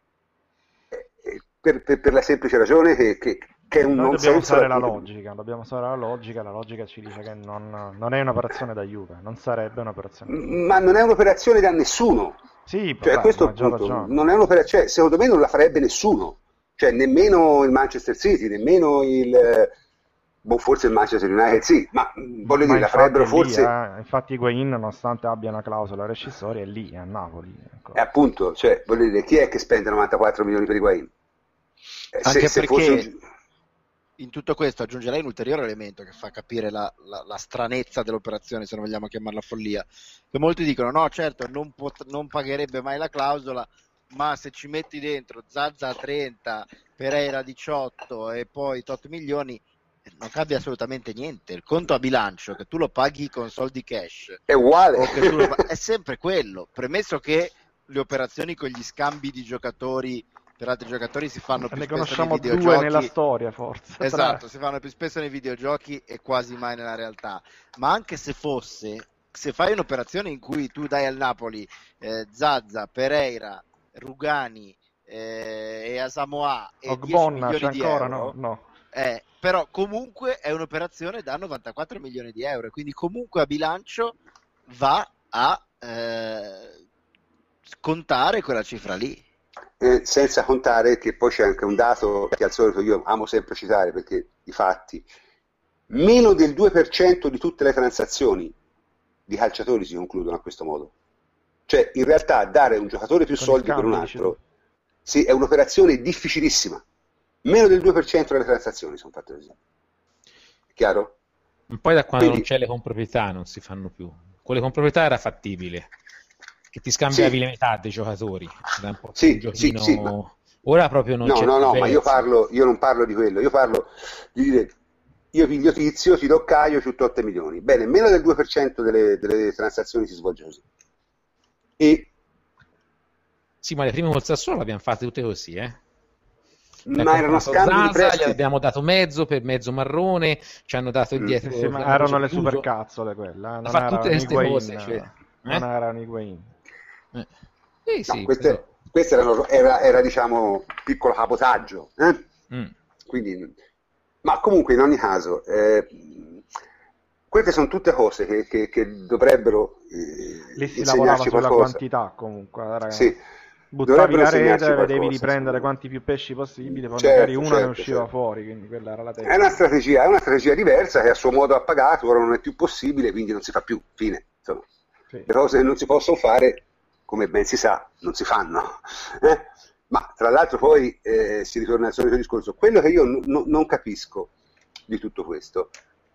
Per, per, per la semplice ragione che, che, che è un Noi non dobbiamo senso. usare la logica, dobbiamo usare la logica, la logica ci dice che non, non è un'operazione da Juve, non sarebbe un'operazione da Juve. Ma non è un'operazione da nessuno. Sì, Cioè, vabbè, questo è il ma punto. ragione. Non è un'operazione, cioè, secondo me non la farebbe nessuno. Cioè, nemmeno il Manchester City, nemmeno il boh, forse il Manchester United, sì, ma voglio Ma dire, la farebbero lì, forse. eh, infatti Higuain, nonostante abbia una clausola rescissoria, è lì, è a Napoli. E appunto, cioè, voglio dire, chi è che spende novantaquattro milioni per Higuain? Eh, Anche se, se perché fosse un... in tutto questo aggiungerei un ulteriore elemento che fa capire la, la, la stranezza dell'operazione, se non vogliamo chiamarla follia, che molti dicono no certo non, pot- non pagherebbe mai la clausola, ma se ci metti dentro Zaza a trenta, Pereira a diciotto e poi tot milioni non cambia assolutamente niente. Il conto a bilancio, che tu lo paghi con soldi cash è uguale, o che tu lo paghi, è sempre quello, premesso che le operazioni con gli scambi di giocatori per altri giocatori si fanno più Ne spesso nei conosciamo videogiochi. due nella storia, forse. Esatto, tre. si fanno più spesso nei videogiochi e quasi mai nella realtà. Ma anche se fosse, se fai un'operazione in cui tu dai al Napoli eh, Zaza, Pereira, Rugani eh, e Asamoah e dieci milioni c'è di ancora? euro, No, no. eh, però comunque è un'operazione da novantaquattro milioni di euro, quindi comunque a bilancio va a eh, scontare quella cifra lì. Eh, senza contare che poi c'è anche un dato che al solito io amo sempre citare, perché di fatti meno del due per cento di tutte le transazioni di calciatori si concludono a questo modo. Cioè, in realtà dare un giocatore più Con soldi scambi, per un dici altro sì, è un'operazione difficilissima. Meno del due per cento delle transazioni sono fatte così. È chiaro? Poi da quando Quindi, non c'è le comproprietà non si fanno più. Con le comproprietà era fattibile, che ti scambiavi sì, le metà dei giocatori, era un po' più sì, un giochino. sì, sì, ma Ora proprio non no, c'è no, più no, ma io verso. parlo, io non parlo di quello, io parlo di dire io piglio Tizio, ti do Caio, ci otto milioni. Bene, meno del due per cento delle, delle transazioni si svolge così. E Sì, ma le prime col Sassuolo le abbiamo fatte tutte così, eh. Cioè, ma erano comprato scambi di Zaza, gli prestiti. abbiamo dato mezzo per mezzo Marrone, ci hanno dato Mm. indietro. Sì, sì, ma abbiamo erano le ceduto. supercazzole quelle, eh, non fa tutte era queste Higuain, cose, cioè, eh? non era Higuain. Eh. Sì, No, sì, queste, però- queste erano, era, era diciamo piccolo cabotaggio, eh? Mm. Quindi, ma comunque in ogni caso eh, queste sono tutte cose che, che, che dovrebbero eh, Lì si lavorava insegnarci sulla qualcosa. quantità comunque, era- Sì, buttavi dovrebbero la rete, insegnarci vedevi qualcosa, di prendere secondo me. quanti più pesci possibile, poi Certo, magari uno ne certo, usciva certo. fuori, quindi quella era la È tecnica. una strategia, è una strategia diversa che a suo modo ha pagato, ora non è più possibile, quindi non si fa più, fine. Insomma, Sì. le cose che non si possono fare, come ben si sa, non si fanno. Eh? Ma tra l'altro poi eh, si ritorna al solito discorso. Quello che io n- n- non capisco di tutto questo,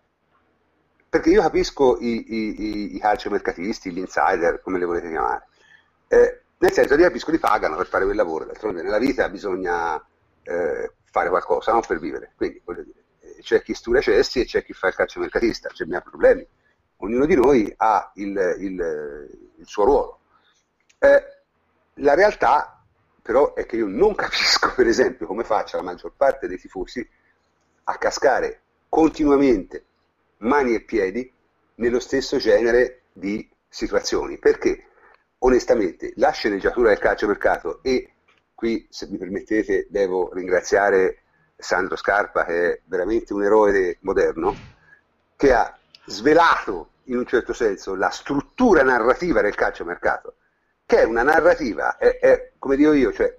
perché io capisco i, i, i, i calciomercatisti, gli insider, come li volete chiamare, eh, nel senso che capisco li pagano per fare quel lavoro, d'altronde nella vita bisogna eh, fare qualcosa, no? Per vivere, quindi voglio dire, eh, c'è chi studia cessi e c'è chi fa il calciomercatista, c'è miei problemi, ognuno di noi ha il, il, il suo ruolo. Eh, la realtà però è che io non capisco, per esempio, come faccia la maggior parte dei tifosi a cascare continuamente mani e piedi nello stesso genere di situazioni, perché onestamente la sceneggiatura del calciomercato, e qui se mi permettete devo ringraziare Sandro Scarpa, che è veramente un eroe moderno, che ha svelato in un certo senso la struttura narrativa del calciomercato, che è una narrativa, è, è, come dico io, cioè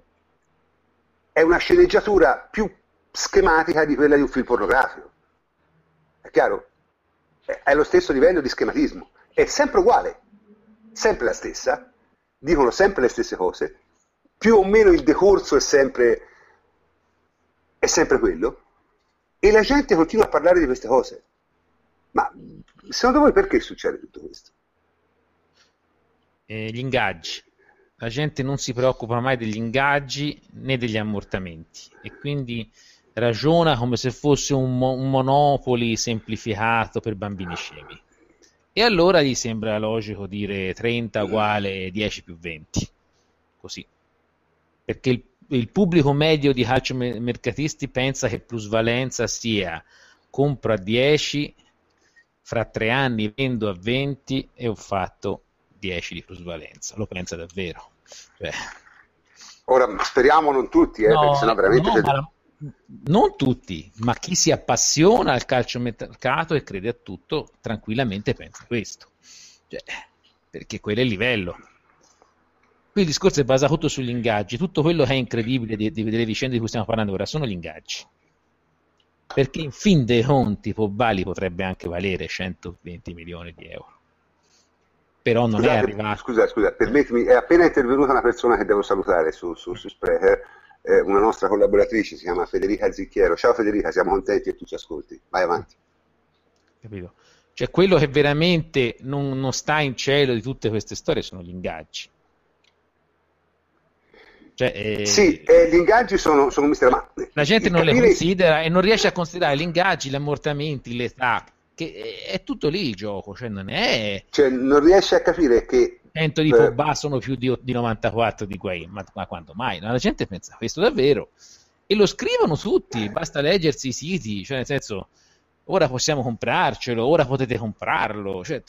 è una sceneggiatura più schematica di quella di un film pornografico. È chiaro? È, è lo stesso livello di schematismo, è sempre uguale, sempre la stessa, dicono sempre le stesse cose, più o meno il decorso è sempre, è sempre quello, e la gente continua a parlare di queste cose. Ma secondo voi perché succede tutto questo? Eh, gli ingaggi. La gente non si preoccupa mai degli ingaggi né degli ammortamenti e quindi ragiona come se fosse un, mo- un Monopoli semplificato per bambini scemi. E allora gli sembra logico dire trenta uguale dieci più venti, così. Perché il, il pubblico medio di calciomercatisti pensa che plusvalenza sia compro a dieci, fra tre anni vendo a venti e ho fatto dieci di plusvalenza. Lo pensa davvero. Cioè, ora speriamo non tutti, eh, no, perché sennò veramente... no, ma non tutti, ma chi si appassiona al calciomercato e crede a tutto, tranquillamente pensa questo. Cioè, perché quello è il livello. Qui il discorso è basato tutto sugli ingaggi. Tutto quello che è incredibile di, di, delle vicende di cui stiamo parlando ora sono gli ingaggi. Perché in fin dei conti Pogba li potrebbe anche valere centoventi milioni di euro. Però non Scusate, è arrivato. Scusa, scusa, permettimi, è appena intervenuta una persona che devo salutare su, su, su Sprecher, eh, una nostra collaboratrice, si chiama Federica Zicchiero. Ciao Federica, siamo contenti che tu ci ascolti. Vai avanti. Capito? Cioè, quello che veramente non, non sta in cielo di tutte queste storie sono gli ingaggi. Cioè, eh, sì, eh, gli ingaggi sono, sono un mistero, ma la gente non capire... le considera e non riesce a considerare gli ingaggi, gli ammortamenti, l'età, che è tutto lì il gioco, cioè non è... Cioè, non riesce a capire che... cento di Pogba sono più di, di novantaquattro di Higuaín, ma, ma quando mai? La gente pensa questo davvero, e lo scrivono tutti, basta leggersi i siti, cioè nel senso, ora possiamo comprarcelo, ora potete comprarlo, cioè...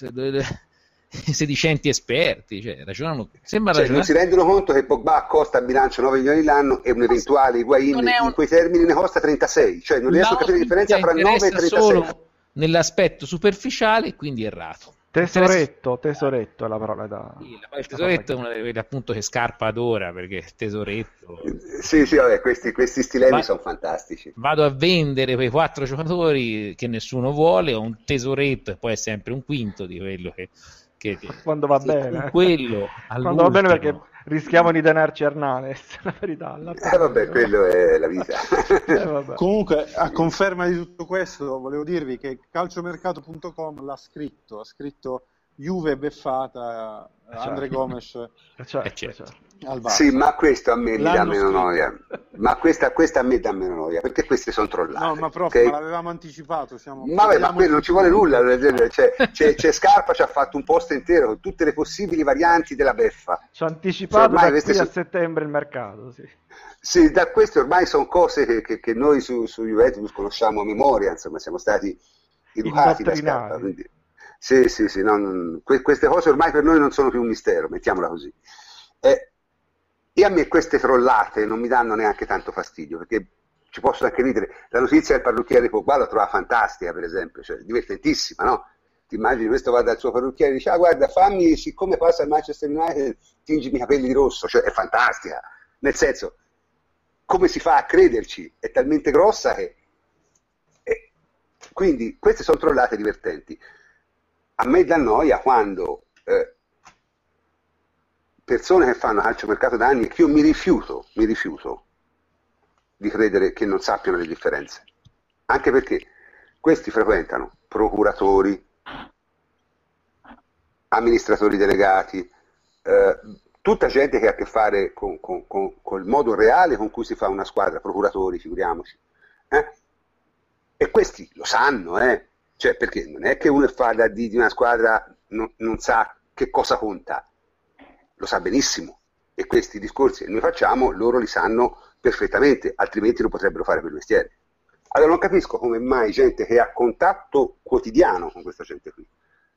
sedicenti esperti, cioè, ragionano, sembra cioè, ragionare... non si rendono conto che Pogba costa a bilancio nove milioni l'anno e un eventuale Higuaín un... in quei termini ne costa trentasei, cioè non riesco a capire la differenza tra nove e trentasei. Solo nell'aspetto superficiale, quindi errato. Tesoretto, tesoretto è la parola da... Sì, il tesoretto è una delle appunto che Scarpa adora, perché il tesoretto... Sì, sì, vabbè, questi, questi stilemi Va... sono fantastici. Vado a vendere quei quattro giocatori che nessuno vuole, ho un tesoretto e poi è sempre un quinto di quello che... Che, che, quando va che bene quello quando va bene, perché rischiamo di denarci Hernanes, la verità. La eh vabbè, quello è la vita. eh, comunque, a conferma di tutto questo, volevo dirvi che calciomercato punto com l'ha scritto, ha scritto Juve beffata, certo. Andre Gomes, certo, certo. certo. Al Barça. Sì, ma questo a me mi dà meno scritto. noia. Ma questa, questa a me dà meno noia, perché queste sono trollate. No, ma prof, okay? ma l'avevamo anticipato. Siamo... Ma, vabbè, ma quello non ci vuole nulla. C'è, c'è, c'è Scarpa, ci ha fatto un post intero con tutte le possibili varianti della beffa. Ci ha anticipato cioè, da qui sono... a settembre il mercato, sì. Sì, da queste ormai sono cose che, che, che noi su, su Juventus conosciamo a memoria, insomma, siamo stati educati da Scarpa. Quindi... Sì, sì, sì, no, que- queste cose ormai per noi non sono più un mistero, mettiamola così. Eh, e a me queste trollate non mi danno neanche tanto fastidio, perché ci posso anche ridere. La notizia del parrucchiere di Pogba la trova fantastica, per esempio, cioè divertentissima, no? Ti immagini questo va dal suo parrucchiere e dice, ah guarda, fammi, siccome passa al Manchester United, tingimi i capelli di rosso, cioè è fantastica. Nel senso, come si fa a crederci? È talmente grossa che... Eh, quindi queste sono trollate divertenti. A me dà noia quando eh, persone che fanno calciomercato da anni, che io mi rifiuto, mi rifiuto di credere che non sappiano le differenze, anche perché questi frequentano procuratori, amministratori delegati, eh, tutta gente che ha a che fare con, con, con, con il modo reale con cui si fa una squadra, procuratori, figuriamoci, eh? E questi lo sanno, eh? Cioè, perché non è che uno fa da di una squadra non, non sa che cosa conta, lo sa benissimo, e questi discorsi che noi facciamo loro li sanno perfettamente, altrimenti non potrebbero fare quel mestiere. Allora non capisco come mai gente che ha contatto quotidiano con questa gente qui,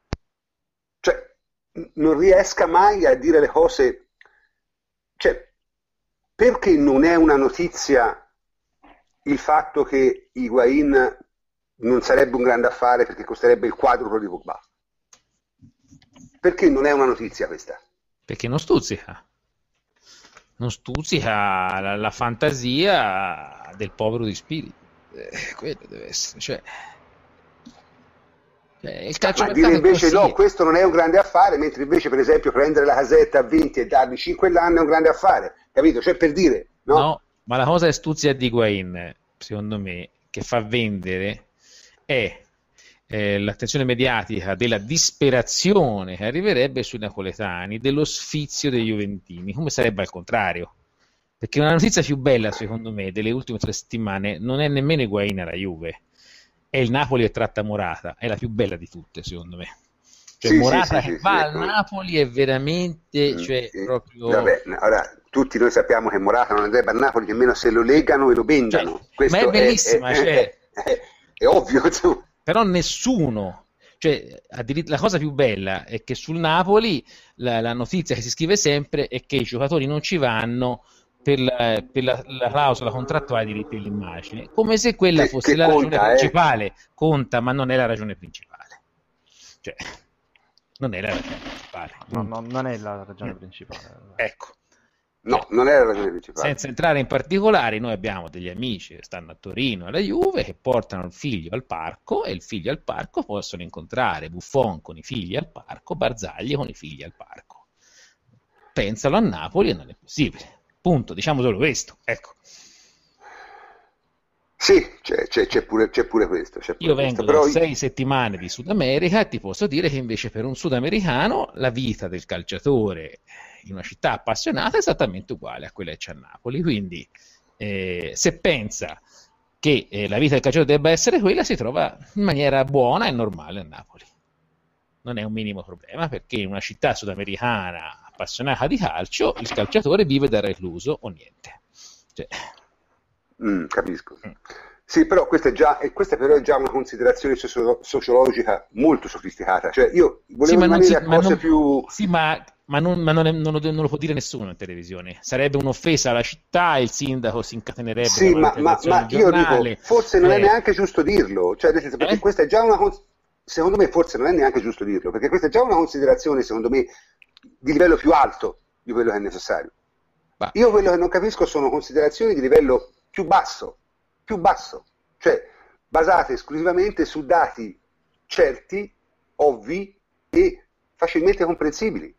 cioè non riesca mai a dire le cose, cioè perché non è una notizia il fatto che Higuaín non sarebbe un grande affare perché costerebbe il quadruplo di Pogba? Perché non è una notizia questa? Perché non stuzzica. Non stuzzica la, la fantasia del povero di spirito. Eh, quello deve essere. Cioè, cioè il calcio ma dire invece no, questo non è un grande affare, mentre invece per esempio prendere la casetta a venti e dargli cinque all'anno è un grande affare, capito? Cioè per dire, no? No, ma la cosa che stuzzica di Higuaín, secondo me, che fa vendere è eh, l'attenzione mediatica della disperazione che arriverebbe sui napoletani, dello sfizio dei juventini, come sarebbe al contrario. Perché una notizia più bella, secondo me, delle ultime tre settimane non è nemmeno Higuaín alla Juve, è il Napoli che tratta Morata, è la più bella di tutte, secondo me. Cioè Sì, Morata sì, che sì, va sì, al sì. Napoli è veramente, cioè, Mm, proprio... Vabbè, ora tutti noi sappiamo che Morata non andrebbe a Napoli nemmeno se lo legano e lo Cioè, bendano. ma Questo è bellissima, è, cioè... è, è, è ovvio, insomma. Però nessuno, cioè la cosa più bella è che sul Napoli la, la notizia che si scrive sempre è che i giocatori non ci vanno per la, per la, la clausola contrattuale di diritti dell'immagine, come se quella Che, fosse che la ragione conta, eh? principale. Conta, ma non è la ragione principale. Cioè, non è la ragione principale. No, no, non è la ragione principale. Ecco. No, Cioè, non è la ragione principale. senza entrare in particolari, noi abbiamo degli amici che stanno a Torino alla Juve che portano il figlio al parco e il figlio al parco possono incontrare Buffon con i figli al parco, Barzagli con i figli al parco. Pensalo a Napoli e non è possibile. Punto, diciamo solo questo. Ecco. Sì, c'è, c'è, c'è, pure, c'è pure questo. C'è pure Io questo. vengo Però da sei settimane di Sud America e ti posso dire che invece per un sudamericano la vita del calciatore in una città appassionata è esattamente uguale a quella che c'è a Napoli. Quindi eh, se pensa che eh, la vita del calciatore debba essere quella, si trova in maniera buona e normale a Napoli. Non è un minimo problema, perché in una città sudamericana appassionata di calcio il calciatore vive da recluso o niente. Cioè... Mm, capisco. Mm. Sì, però questa è già, e questa però è già una considerazione socio- sociologica molto sofisticata. Cioè, io volevo sì, rimanere si, a cose non, più... Sì, ma, ma, non, ma non, è, non, lo, non lo può dire nessuno in televisione. Sarebbe un'offesa alla città, il sindaco si incatenerebbe. Sì, ma, ma, ma io dico, forse non eh. è neanche giusto dirlo. Cioè, nel senso, perché eh? questa è già una... Secondo me forse non è neanche giusto dirlo, perché questa è già una considerazione, secondo me, di livello più alto di quello che è necessario. Bah. Io quello che non capisco sono considerazioni di livello più basso, più basso, cioè basate esclusivamente su dati certi, ovvi e facilmente comprensibili.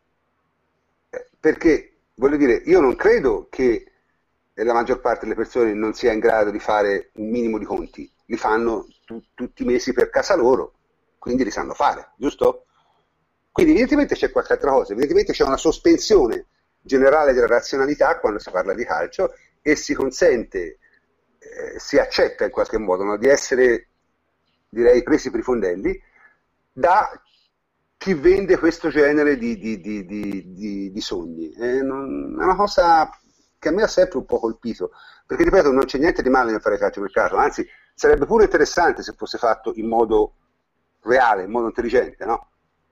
Eh, perché, voglio dire, io non credo che la maggior parte delle persone non sia in grado di fare un minimo di conti, li fanno tu, tutti i mesi per casa loro, quindi li sanno fare, giusto? Quindi evidentemente c'è qualche altra cosa, evidentemente c'è una sospensione generale della razionalità quando si parla di calcio e si consente, eh, si accetta in qualche modo, no, di essere, direi, presi per i fondelli da chi vende questo genere di, di, di, di, di, di sogni. Eh, non, è una cosa che a me ha sempre un po' colpito, perché ripeto, non c'è niente di male nel fare calciomercato, anzi sarebbe pure interessante se fosse fatto in modo reale, in modo intelligente, no?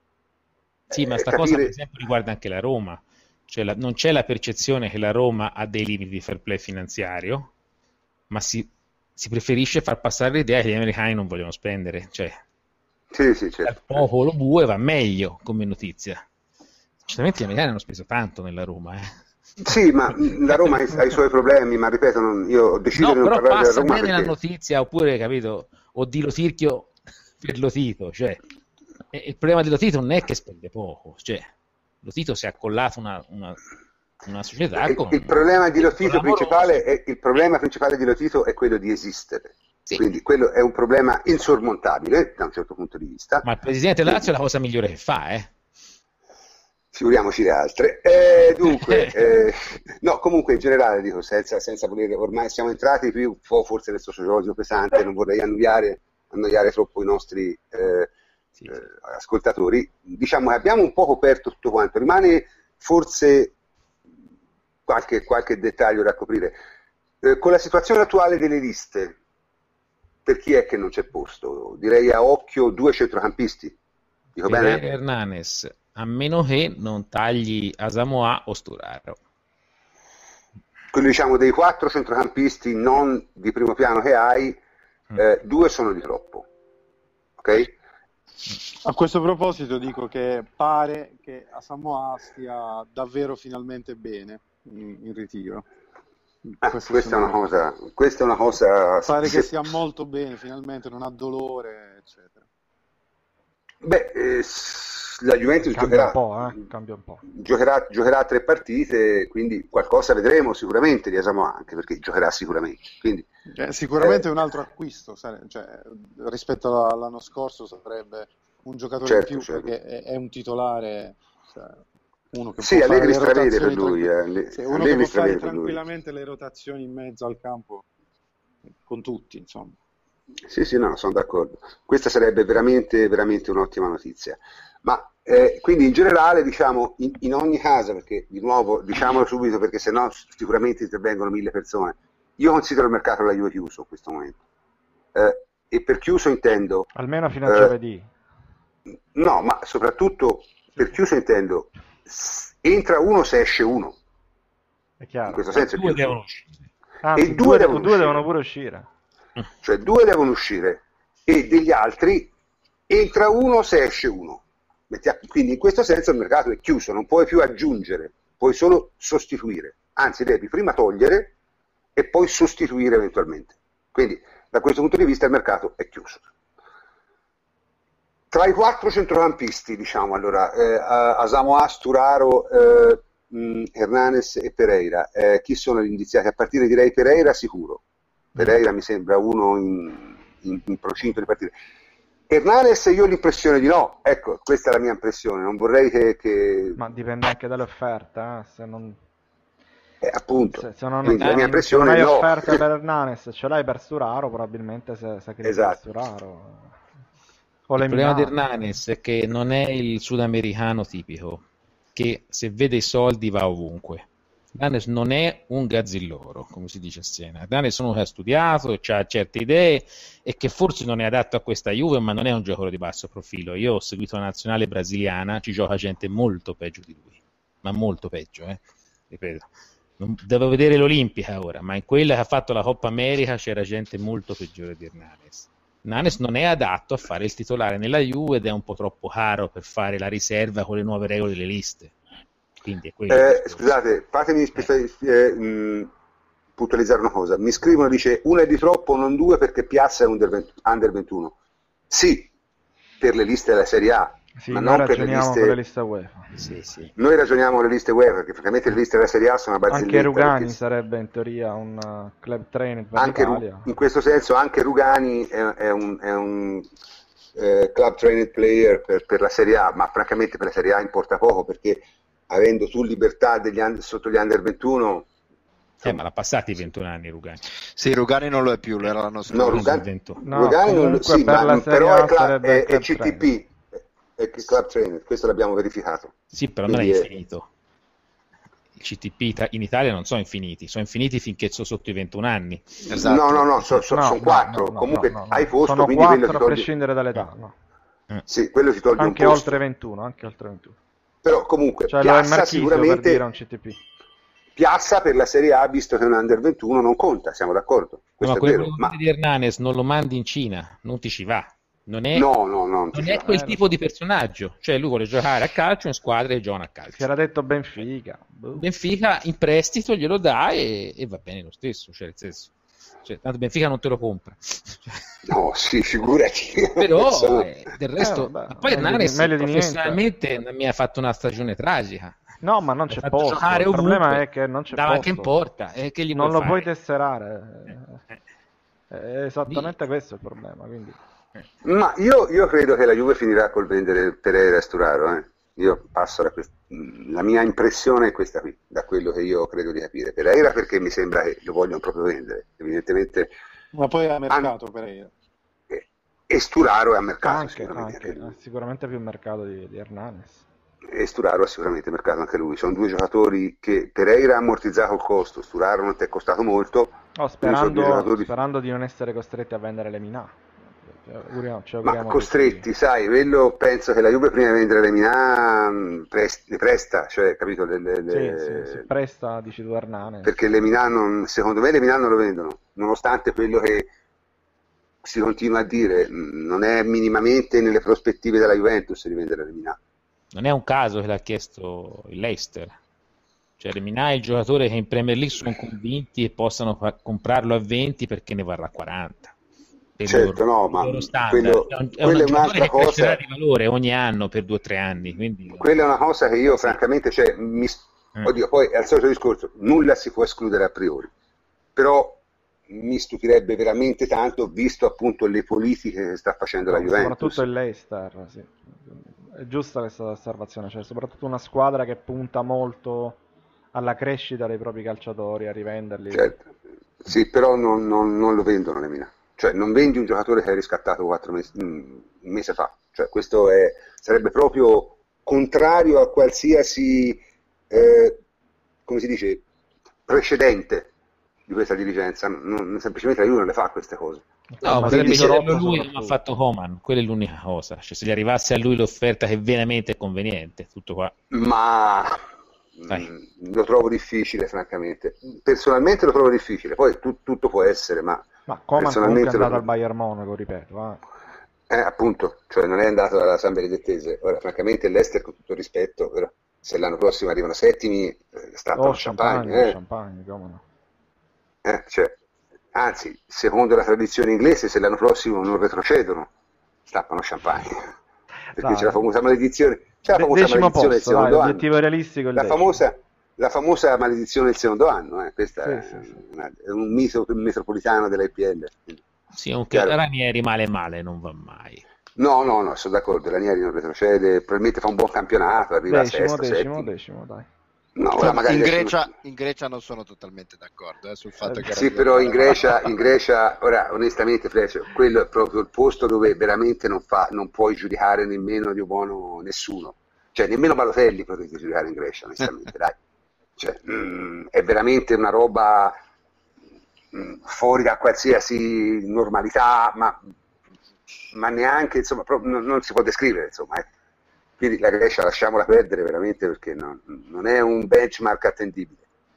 Sì, ma sta eh, capire... cosa per esempio riguarda anche la Roma. Cioè la, non c'è la percezione che la Roma ha dei limiti di fair play finanziario, ma si, si preferisce far passare l'idea che gli americani non vogliono spendere. Cioè, sì, sì, certo. Al popolo bue va meglio come notizia. Certamente gli americani hanno speso tanto nella Roma. Eh. Sì, ma la Roma ha i suoi problemi, ma ripeto, non, io decido no, di non però parlare passa della Roma bene perché... la notizia, oppure, capito, o di Lotirchio per Lotito. Cioè, il problema di Lotito non è che spende poco, cioè... Lotito si è accollato una, una, una società il, con... Il problema di Lotito principale è, il problema principale di Lotito è quello di esistere. Sì. Quindi quello è un problema insormontabile da un certo punto di vista. Ma il presidente Lazio è la cosa migliore che fa, eh? Figuriamoci le altre. Eh, dunque, eh, no, comunque in generale dico, senza, senza voler, ormai siamo entrati più un po' forse nel sociologico pesante, non vorrei annoiare, annoiare troppo i nostri... Eh, Sì. Eh, ascoltatori, diciamo che abbiamo un po' coperto tutto quanto, rimane forse qualche, qualche dettaglio da coprire. Eh, con la situazione attuale delle liste, per chi è che non c'è posto? Direi a occhio due centrocampisti. Dico bene? Hernanes, a meno che non tagli Asamoah o Sturaro. Quindi diciamo dei quattro centrocampisti non di primo piano che hai, mm. eh, due sono di troppo. Ok? A questo proposito dico che pare che Asamoah stia davvero finalmente bene in, in ritiro. Ah, questa, è una cosa, questa è una cosa... Pare se... che stia molto bene, finalmente non ha dolore, eccetera. Beh, eh, la Juventus Cambia giocherà, un po', eh? Cambia un po'. Giocherà, giocherà tre partite, quindi qualcosa vedremo sicuramente di Asamoah, anche perché giocherà sicuramente. Quindi, eh, sicuramente eh, un altro acquisto, cioè, rispetto all'anno scorso sarebbe un giocatore certo, in più, certo. perché è, è un titolare... Cioè... Uno che sì, può fare Allegri le stravede per rotazioni lui, tranqu- eh. sì, uno che Allegri può fare stravede per lui. tranquillamente le rotazioni in mezzo al campo con tutti, insomma. Sì, sì, no, sono d'accordo. Questa sarebbe veramente, veramente un'ottima notizia. Ma eh, quindi in generale, diciamo, in, in ogni caso, perché di nuovo diciamolo subito, perché sennò sicuramente intervengono mille persone, io considero il mercato della Juve chiuso in questo momento. Eh, e per chiuso intendo... Almeno fino a eh, giovedì. No, ma soprattutto per chiuso intendo s- entra uno se esce uno. È In chiaro. questo senso è Due chiuso. devono uscire. Anzi, E due, due devono due uscire. devono pure uscire. Cioè due devono uscire e degli altri entra uno se esce uno. Mettia- Quindi in questo senso il mercato è chiuso, non puoi più aggiungere, puoi solo sostituire. Anzi, devi prima togliere e poi sostituire eventualmente. Quindi da questo punto di vista il mercato è chiuso. Tra i quattro centrocampisti, diciamo, allora, eh, Asamoah, Sturaro, eh, mh, Hernanes e Pereira, eh, chi sono gli indiziati? A partire direi Pereira sicuro. Pereira mi sembra uno in, in, in procinto di partire. Hernanes io ho l'impressione di no, ecco, questa è la mia impressione, non vorrei che... che... Ma dipende anche dalle offerte, eh? Se non... Eh, appunto, Se, se non, quindi se la mia non, se impressione non è hai no. offerte per Hernanes, ce l'hai per Sturaro, probabilmente se sacrifichi Esatto. Sturaro. O Il problema di Lemina. Hernanes è che non è il sudamericano tipico, che se vede i soldi va ovunque. Hernanes non è un gazzilloro, come si dice a Siena. Hernanes è uno che ha studiato, ha certe idee e che forse non è adatto a questa Juve, ma non è un giocatore di basso profilo. Io ho seguito la nazionale brasiliana, ci gioca gente molto peggio di lui, ma molto peggio, eh? Ripeto. Non- Devo vedere l'Olimpica ora, ma in quella che ha fatto la Coppa America c'era gente molto peggiore di Hernanes. Hernanes non è adatto a fare il titolare nella Juve ed è un po' troppo caro per fare la riserva con le nuove regole delle liste. Quindi è quello il Eh, discorso. scusate, fatemi spe- eh, mh, puntualizzare una cosa. Mi scrivono, dice, uno è di troppo, non due, perché Piazza è under venti under ventuno. Sì, per le liste della Serie A, Sì, ma noi non per le ragioniamo liste... con le liste UEFA. Sì, sì. Noi ragioniamo le liste UEFA, perché francamente le liste della Serie A sono una Anche barzelletta. Rugani perché- sarebbe in teoria un uh, club trainer per anche Ru- l'Italia. in questo senso anche Rugani è, è un, è un eh, club trained player per, per la Serie A, ma francamente per la Serie A importa poco, perché avendo tu libertà degli un- sotto gli under ventuno, Eh, ma l'ha passati i ventuno anni Rugani. Sì, Rugani non lo è più, lo era l'anno scorso. no, Non Rugani, sul ventuno. No, Rugani non lo- comunque sì, per ma la Serie però A è, cla- sarebbe è, il è club C T trainer. P, è il club trainer, questo l'abbiamo verificato. Sì, però non è Quindi è- infinito. I C T P ita- in Italia non sono infiniti, sono infiniti finché sono sotto i ventuno anni. Esatto. No, no, no, so- so- No, sono no, quattro, no, no, comunque no, no, no. hai posto, Sono quindi quello ti quattro a toglie, prescindere dall'età, no. sì, quello ti toglie Anche un posto. oltre ventuno, anche oltre ventuno. Però comunque Cioè lo è Piazza Marchisio per sicuramente dire un C T P. Piazza per la Serie A, visto che è un under ventuno, non conta, siamo d'accordo, No, questo ma è quello vero, che ma di Hernanes non lo mandi in Cina, non ti ci va. Non è, no, no, no, non ti non ci è va. quel Eh, lo tipo di personaggio. Cioè lui vuole giocare a calcio in squadre che giocano a Si calcio. era detto Benfica. Boh. Benfica in prestito glielo dà e, e va bene lo stesso. Cioè, nel senso, cioè, tanto Benfica non te lo compra. No, sì, figurati. Però Sono- eh, del resto, Eh, vabbè, ma poi meglio di- Hernanes meglio di professionalmente mi ha fatto una stagione tragica. No, ma non Mi ha c'è fatto posto. giocare Il problema ovunque, è che non c'è andava posto. anche in porta. E che gli Non vuoi lo puoi fare? tesserare. Eh, È esattamente questo il problema. Quindi. Ma io, io credo che la Juve finirà col vendere Pereira e Sturaro, eh. Io passo da quest- la mia impressione è questa qui, da quello che io credo di capire. Pereira perché mi sembra che lo vogliono proprio vendere, evidentemente, Ma poi a mercato Pereira. e, e Sturaro è a mercato Anche, sicuramente. anche, eh, sicuramente più mercato di, di Hernanes. E Sturaro ha sicuramente mercato anche lui. Sono due giocatori che Pereira ha ammortizzato il costo, Sturaro non ti è costato molto. Oh, Quindi sono due sperando, giocatori- sperando di non essere costretti a vendere le Minà. Ci auguriamo- ci Ma auguriamo costretti, tutti. sai, quello penso che la Juve prima di vendere le Minà mh, prest- le presta, cioè, capito? Le, le- Sì, le- sì, si presta, dici tu Hernanes. Perché le Minà non, secondo me le Minà non lo vendono, nonostante quello che si continua a dire, mh, non è minimamente nelle prospettive della Juventus di vendere le Minà. Non è un caso che l'ha chiesto il Leicester. Cioè, Lemina è il giocatore che in Premier League sono convinti e possano fa- comprarlo a venti perché ne varrà quaranta. Per Certo, loro- no, per ma loro standard. quello- è un, è quella un è giocatore un'altra che crescerà cosa. di valore ogni anno per due o tre anni. Quindi, Quella è una cosa che io francamente, cioè, mi, Mm. oddio, poi è il solito discorso, nulla si può escludere a priori, però mi stupirebbe veramente tanto, visto appunto le politiche che sta facendo la No, Juventus. soprattutto il Leicester, sì. è giusta questa osservazione, cioè soprattutto una squadra che punta molto alla crescita dei propri calciatori, a rivenderli. Certo. Sì, però non, non, non lo vendono Lemina. Cioè non vendi un giocatore che hai riscattato quattro mesi, un mese fa. Cioè questo è, sarebbe proprio contrario a qualsiasi, eh, come si dice, precedente di questa dirigenza. Non, semplicemente la Juve non le fa queste cose. No, ma potrebbe chiederlo lui come ha fatto Coman, quella è l'unica cosa. Cioè se gli arrivasse a lui l'offerta che veramente è conveniente, tutto qua. Ma mh, lo trovo difficile, francamente. Personalmente lo trovo difficile, poi tu, tutto può essere, ma... Ma Coman comunque è andato lo... al Bayern Monaco, ripeto. Eh. eh, appunto, cioè non è andato alla San Benedettese. Ora, francamente l'Ester, con tutto il rispetto, però, se l'anno prossimo arrivano settimi, eh, stappano oh, champagne. champagne, eh. champagne, come no. Eh, cioè, anzi, secondo la tradizione inglese, se l'anno prossimo non retrocedono, stappano champagne. Perché dai, c'è la famosa maledizione, c'è la famosa decimo maledizione posto, del secondo dai, anno. L'obiettivo realistico è il la decimo. famosa, la famosa maledizione del secondo anno, eh. Questa sì, è, sì, sì. Una, è un mito metropolitano dell'I P L. Sì, anche Ranieri male male non va mai. No, no, no, sono d'accordo, Ranieri non retrocede, probabilmente fa un buon campionato, arriva decimo, a sesto, decimo, settimo. decimo, dai. No, ora magari in, adesso... Grecia, in Grecia non sono totalmente d'accordo eh, sul fatto Eh, che sì, però in Grecia, in Grecia, ora onestamente Fleccio, quello è proprio il posto dove veramente non, fa, non puoi giudicare nemmeno di buono nessuno, cioè nemmeno Balotelli potete giudicare in Grecia, onestamente, dai. Cioè, mh, è veramente una roba mh, fuori da qualsiasi normalità, ma, ma neanche, insomma, proprio, non, non si può descrivere, insomma, eh. Quindi la Grecia lasciamola perdere veramente perché non, non è un benchmark attendibile.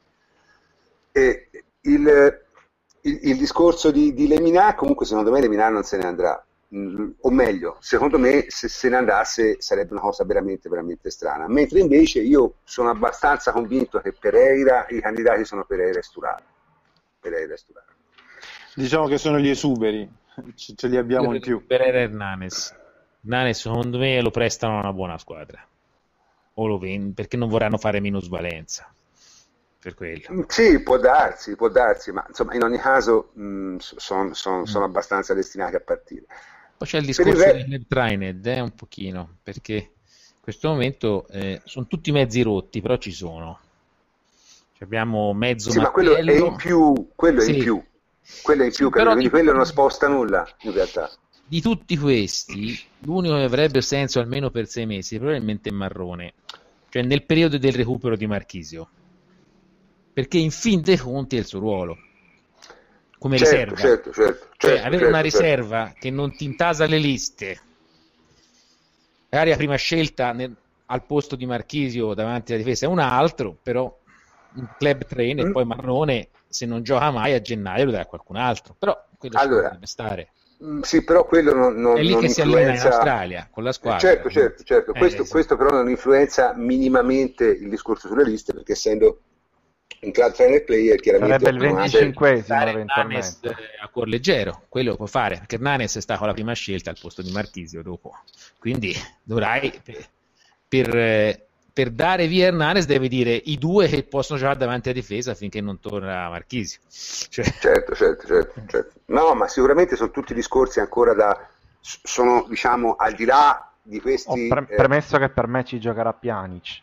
E il, il, il discorso di, di Lemina, comunque secondo me Lemina non se ne andrà, mm, o meglio, secondo me se se ne andasse sarebbe una cosa veramente veramente strana, mentre invece io sono abbastanza convinto che Pereira, i candidati sono Pereira e Sturaro. Pereira e Sturaro. Diciamo che sono gli esuberi, ce, ce li abbiamo in più. Pereira e Hernanes. Hernanes secondo me lo prestano a una buona squadra, o lo vendono perché non vorranno fare minusvalenza per quello. Sì, può darsi, può darsi, ma insomma in ogni caso mh, sono son, son mm. abbastanza destinati a partire. Poi c'è il discorso il re... del Trained, eh, un pochino, perché in questo momento eh, sono tutti mezzi rotti, però ci sono. Abbiamo mezzo sì, Mattello. Ma quello è in più, quello sì. è in più, quello è in più, sì, però quindi quello non sposta nulla in realtà. Di tutti questi, l'unico che avrebbe senso almeno per sei mesi probabilmente è Marrone, cioè nel periodo del recupero di Marchisio, perché in fin dei conti è il suo ruolo come certo, riserva, certo, certo, cioè certo, avere certo, una riserva certo. che non ti intasa le liste, magari la prima scelta nel, al posto di Marchisio davanti alla difesa è un altro, però un club train e mm. poi Marrone se non gioca mai a gennaio lo dà a qualcun altro, però quello allora, ci dovrebbe stare. Sì, però quello non, non, è lì non che influenza... si allena in Australia con la squadra. Certo, certo, certo. Eh, questo, sì. questo però non influenza minimamente il discorso sulle liste, perché essendo un club trainer player chiaramente sarebbe il venticinquesimo Hernanes a cuor leggero, quello lo può fare, perché Hernanes sta con la prima scelta al posto di Marchisio dopo, quindi dovrai per, per, per dare via Hernanes devi dire i due che possono giocare davanti alla difesa finché non torna Marchisio, cioè... certo, certo, certo, certo. No, ma sicuramente sono tutti discorsi ancora da sono diciamo al di là di questi. Ho pre- premesso eh, che per me ci giocherà Pjanic.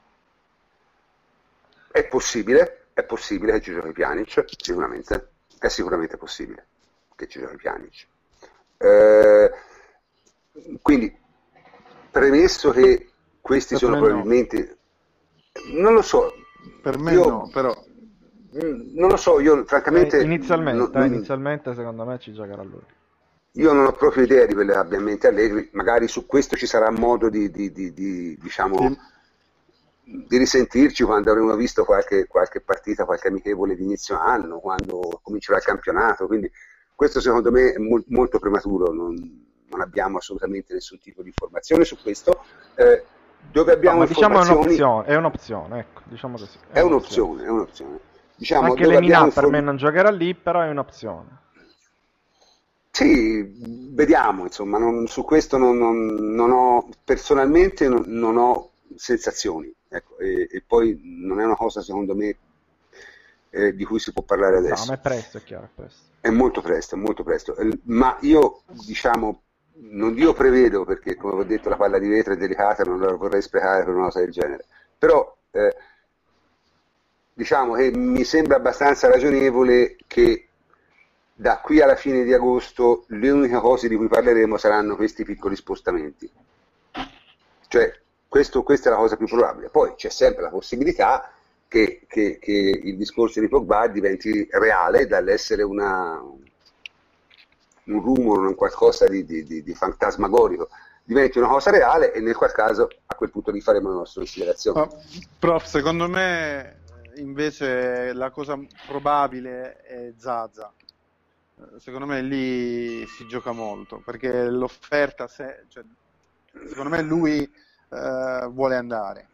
È possibile, è possibile che ci giochi Pjanic, sicuramente, è sicuramente possibile che ci giochi Pjanic. Eh, quindi, premesso che questi per sono probabilmente... No. Non lo so. Per me io, no, però... Non lo so, io francamente... Eh, inizialmente, non, eh, inizialmente secondo me ci giocherà lui. Io non ho proprio idea di quello che abbia in mente Allegri, magari su questo ci sarà modo di, di, di, di diciamo... Sì. di risentirci quando avremo visto qualche, qualche partita, qualche amichevole di inizio anno, quando comincerà il campionato, quindi questo secondo me è mo- molto prematuro, non, non abbiamo assolutamente nessun tipo di informazione su questo. Eh, dove abbiamo no, ma diciamo informazioni... è un'opzione, è un'opzione, ecco, diciamo così. È, è un'opzione, è un'opzione. Diciamo, anche Lemina inform... per me non giocherà lì, però è un'opzione. Sì, vediamo, insomma, non, su questo non, non, non ho, personalmente non, non ho sensazioni. Ecco, e, e poi non è una cosa secondo me eh, di cui si può parlare adesso. No, ma è presto, è chiaro, è presto. È molto presto, è molto presto. Ma io diciamo non io prevedo, perché come ho detto la palla di vetro è delicata, non la vorrei sprecare per una cosa del genere, però eh, diciamo che mi sembra abbastanza ragionevole che da qui alla fine di agosto le uniche cose di cui parleremo saranno questi piccoli spostamenti, cioè questo, questa è la cosa più probabile. Poi c'è sempre la possibilità che, che, che il discorso di Pogba diventi reale dall'essere una, un rumore, un qualcosa di, di, di, di fantasmagorico, diventi una cosa reale, e nel qual caso a quel punto lì faremo la nostra considerazione. Ma, prof, secondo me invece la cosa probabile è Zaza. Secondo me lì si gioca molto, perché l'offerta, se, cioè, secondo me lui eh, vuole andare,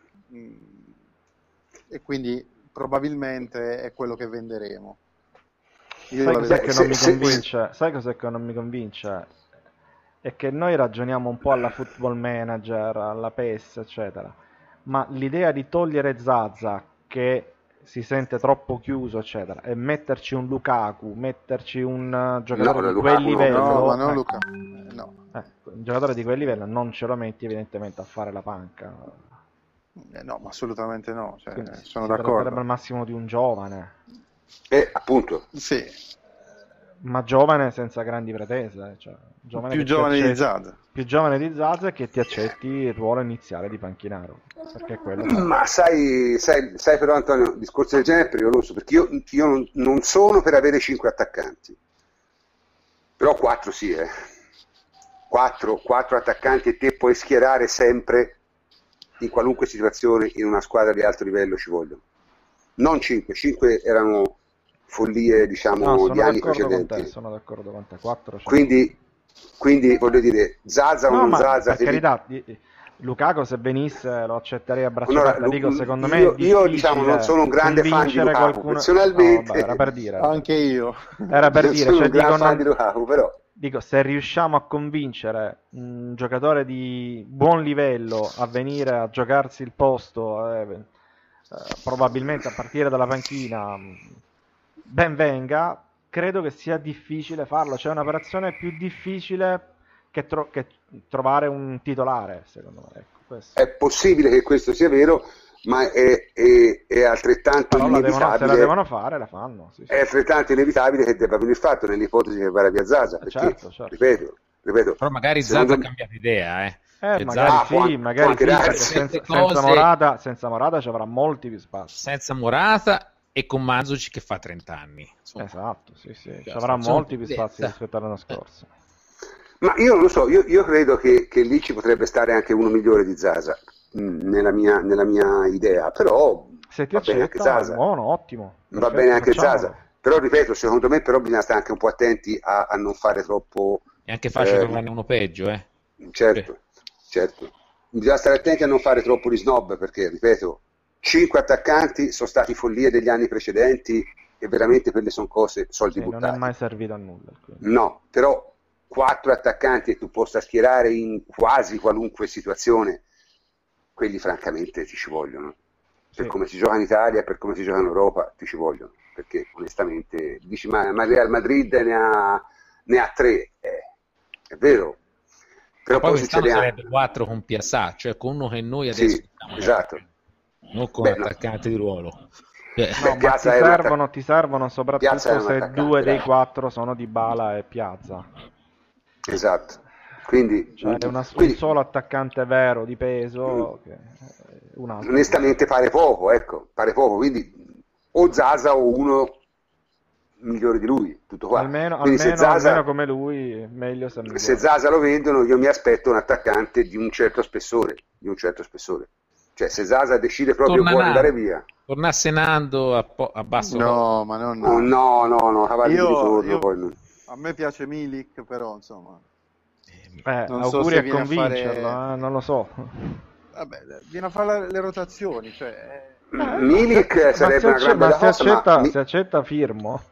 e quindi probabilmente è quello che venderemo. Io sai cos'è vedo... che non mi convince? Sai cos'è che non mi convince? È che noi ragioniamo un po' alla Football Manager, alla P E S, eccetera, ma l'idea di togliere Zaza, che si sente troppo chiuso, eccetera, e metterci un Lukaku, metterci un uh, giocatore no, di quel livello, no, ma non ecco, Lukaku, no. Eh, un giocatore di quel livello non ce lo metti evidentemente a fare la panca. Eh, no, ma assolutamente no, cioè, Quindi sono si d'accordo. sarebbe al massimo di un giovane, Eh, appunto. Sì, ma giovane senza grandi pretese, cioè, giovane più che ti giovane di accetti- Zaza. più giovane di Zaza, e che ti accetti il ruolo iniziale di panchinaro, perché è quello che- Ma sai, sai, sai però Antonio, un discorso del genere è pericoloso, perché io, io non, non sono per avere cinque attaccanti, però quattro sì, eh. Quattro, quattro attaccanti, e te puoi schierare sempre in qualunque situazione in una squadra di alto livello ci vogliono. Non cinque, cinque erano follie, diciamo, No, sono di anni d'accordo con precedenti. te, sono d'accordo con te. quattro, cioè. Quindi, quindi voglio dire, Zaza o No, non ma Zaza, per carità, di- di- Lukaku se venisse lo accetterei a braccia Allora, aperte. Lu- Dico, secondo me io- è io, difficile diciamo, non sono un grande fan di convincere Lukaku, qualcuno. personalmente. No, vabbè, era per dire. Anche io. Era per non dire, sono cioè, un gran dico, fan non- di Lukaku, però dico, se riusciamo a convincere un giocatore di buon livello a venire a giocarsi il posto, eh, eh, probabilmente a partire dalla panchina, ben venga. Credo che sia difficile farlo, cioè è un'operazione più difficile che, tro- che trovare un titolare, secondo me. Ecco, questo. è possibile che questo sia vero, ma è, è- è altrettanto Però la devono, se la inevitabile. devono fare, la fanno. Sì, sì. È altrettanto inevitabile che debba venire fatto nell'ipotesi che vada via Zaza, perché, certo, certo. ripeto, ripeto, Però magari secondo Zaza ha me- cambiato idea, eh. Eh, Cioè, magari Zaza- sì, Ah, può- magari può sì, anche perché darsi. senza, Certe senza cose- Morata, senza Morata ci avrà molti più spazi. senza Morata e con Mandzukic che fa trenta anni. Insomma, Esatto, sì, sì, ci Cioè, avrà sono molti più tendenza. spazi rispetto all'anno scorso. Ma io non lo so, io, io credo che, che lì ci potrebbe stare anche uno migliore di Zaza, mh, nella mia, nella mia idea, però Se ti va bene anche accetta, è Zaza. buono, ottimo. Va Perfetto, bene anche facciamolo. Zaza, però ripeto, secondo me però bisogna stare anche un po' attenti a, a non fare troppo, è anche facile Eh, trovarne uno peggio, eh. certo, certo, bisogna stare attenti a non fare troppo di snob, perché ripeto, cinque attaccanti sono stati follie degli anni precedenti, e veramente quelle sono cose, soldi Sì, non buttati. è mai servito a nulla. quindi. No, però quattro attaccanti che tu possa schierare in quasi qualunque situazione, quelli francamente ti ci vogliono. Per Sì. come si gioca in Italia e per come si gioca in Europa ti ci vogliono, perché onestamente dici ma, ma Real Madrid ne ha, ne ha tre, eh, è vero, però Poi poi quest'anno succede anche... sarebbe quattro con Piazzà, cioè con uno che noi adesso Sì, stiamo esatto. giocando, non con Beh, no. attaccante di ruolo. Cioè, No, ma ti Piazza è un servono, attac- ti servono soprattutto Piazza è un se attaccante, due dei dai. quattro sono Dybala e Piazza. Esatto. Quindi, Cioè è una- quindi un solo attaccante vero di peso, che, eh, un altro. onestamente pare poco, ecco, pare poco, quindi o Zaza o uno migliore di lui, tutto qua. Almeno, Quindi almeno, se Zaza, almeno come lui, meglio se migliore. se Zaza lo vendono, io mi aspetto un attaccante di un certo spessore, di un certo spessore. Cioè se Zaza decide proprio Torna vuole Nando. andare via, tornasse Nando a, po- a basso No, ma non... oh, no, no, no, cavalli Io- di ritorno, io- poi non- A me piace Milik, però insomma... Eh, Non so auguri se a viene a convincerlo, fare- eh, non lo so. Vabbè, viene a fare la- le rotazioni, cioè... Milik Ma sarebbe se una acce- gran ma bella se cosa, accetta, ma mi- se accetta firmo.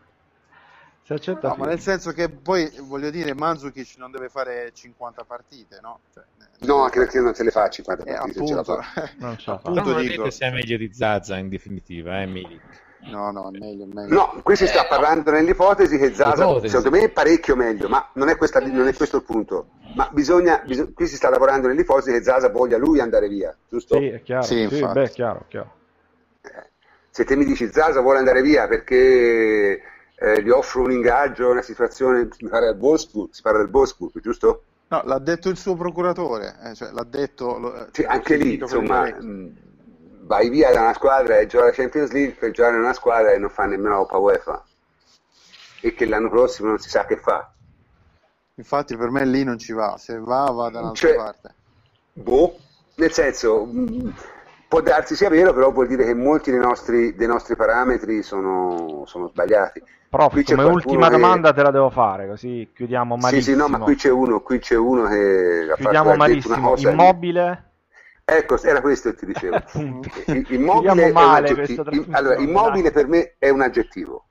Se accetta No, firmo. ma nel senso che poi, voglio dire, Mandzukic non deve fare cinquanta partite, no? Cioè, no, anche perché non se le facci quante eh, partite ce la appunto, fa. Non ce la fa. Però appunto non ho dico... detto sia meglio di Zaza in definitiva, eh, Milik. No, no, è meglio, è meglio. No, qui si sta parlando nell'ipotesi che Zaza, Ipotesi. secondo me, è parecchio meglio, ma non è, questa, non è questo il punto. Ma bisogna, bisog- qui si sta lavorando nell'ipotesi che Zaza voglia lui andare via, giusto? Sì, è chiaro. Sì, Sì, infatti. beh, è chiaro, chiaro. Eh, Se te mi dici Zaza vuole andare via perché eh, gli offro un ingaggio, una situazione, mi pare del Wolfsburg, si parla del Wolfsburg, giusto? No, l'ha detto il suo procuratore, eh, cioè, l'ha detto... Lo, Sì, l'ho anche lì, sentito con i insomma, miei orecchi. mh, vai via da una squadra e gioca la Champions League per giocare in una squadra e non fa nemmeno la Coppa UEFA e che l'anno prossimo non si sa che fa. Infatti per me lì non ci va, se va va da un'altra Cioè, parte. boh, nel senso, mh, può darsi sia vero, però vuol dire che molti dei nostri, dei nostri parametri sono, sono sbagliati. Prof, Qui c'è come qualcuno ultima che- domanda te la devo fare, così chiudiamo Sì, malissimo. sì, no, ma qui c'è uno, qui c'è uno che ha Chiudiamo fatto, ha detto una malissimo. cosa. Immobile? Ecco, era questo che ti dicevo. Appunto. I- Chiudiamo Immobile è un male aggettivo. questa I- trasmissione, allora, immobile dai. per me è un aggettivo,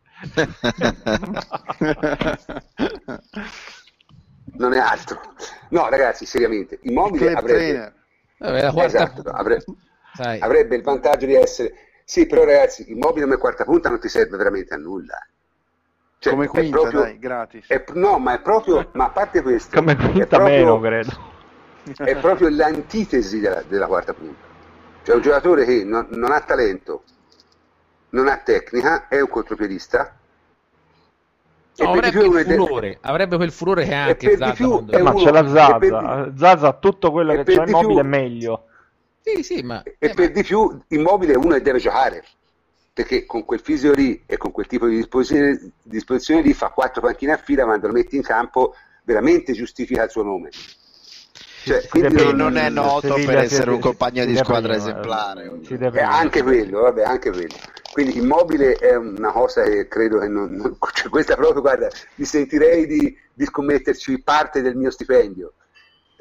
non è altro. No, ragazzi, seriamente, immobile Club avrebbe, trainer. Vabbè, la quarta esatto, avre- sai, avrebbe il vantaggio di essere, sì, però ragazzi, immobile come quarta punta non ti serve veramente a nulla. Cioè, Come è quinta, proprio- dai, gratis. è- no, ma è proprio, ma a parte questo, Come è quinta proprio- meno, credo. è proprio l'antitesi della, della quarta punta. Cioè un giocatore che non, non ha talento, non ha tecnica, è un contropiedista. E no, per di avrebbe più è il uno dei- furore, avrebbe quel furore che ha E anche per di Zaza più quando è Ma uno- c'è la e per Zaza. Zaza, tutto quello e che per c'è di Immobile più- è meglio. Sì, sì, ma, e eh, per ma- di più Immobile è uno che deve giocare, perché con quel fisio lì e con quel tipo di disposizione, disposizione lì fa quattro panchine a fila, quando lo metti in campo veramente giustifica il suo nome. Cioè, Si quindi deprime. non è noto Sevilla per si- essere un si- compagno si di squadra deprime, esemplare. si è deprime. anche quello, vabbè, anche quello. Quindi Immobile è una cosa che credo che non, non- cioè questa proprio, guarda, mi sentirei di, di scommetterci parte del mio stipendio. Eh,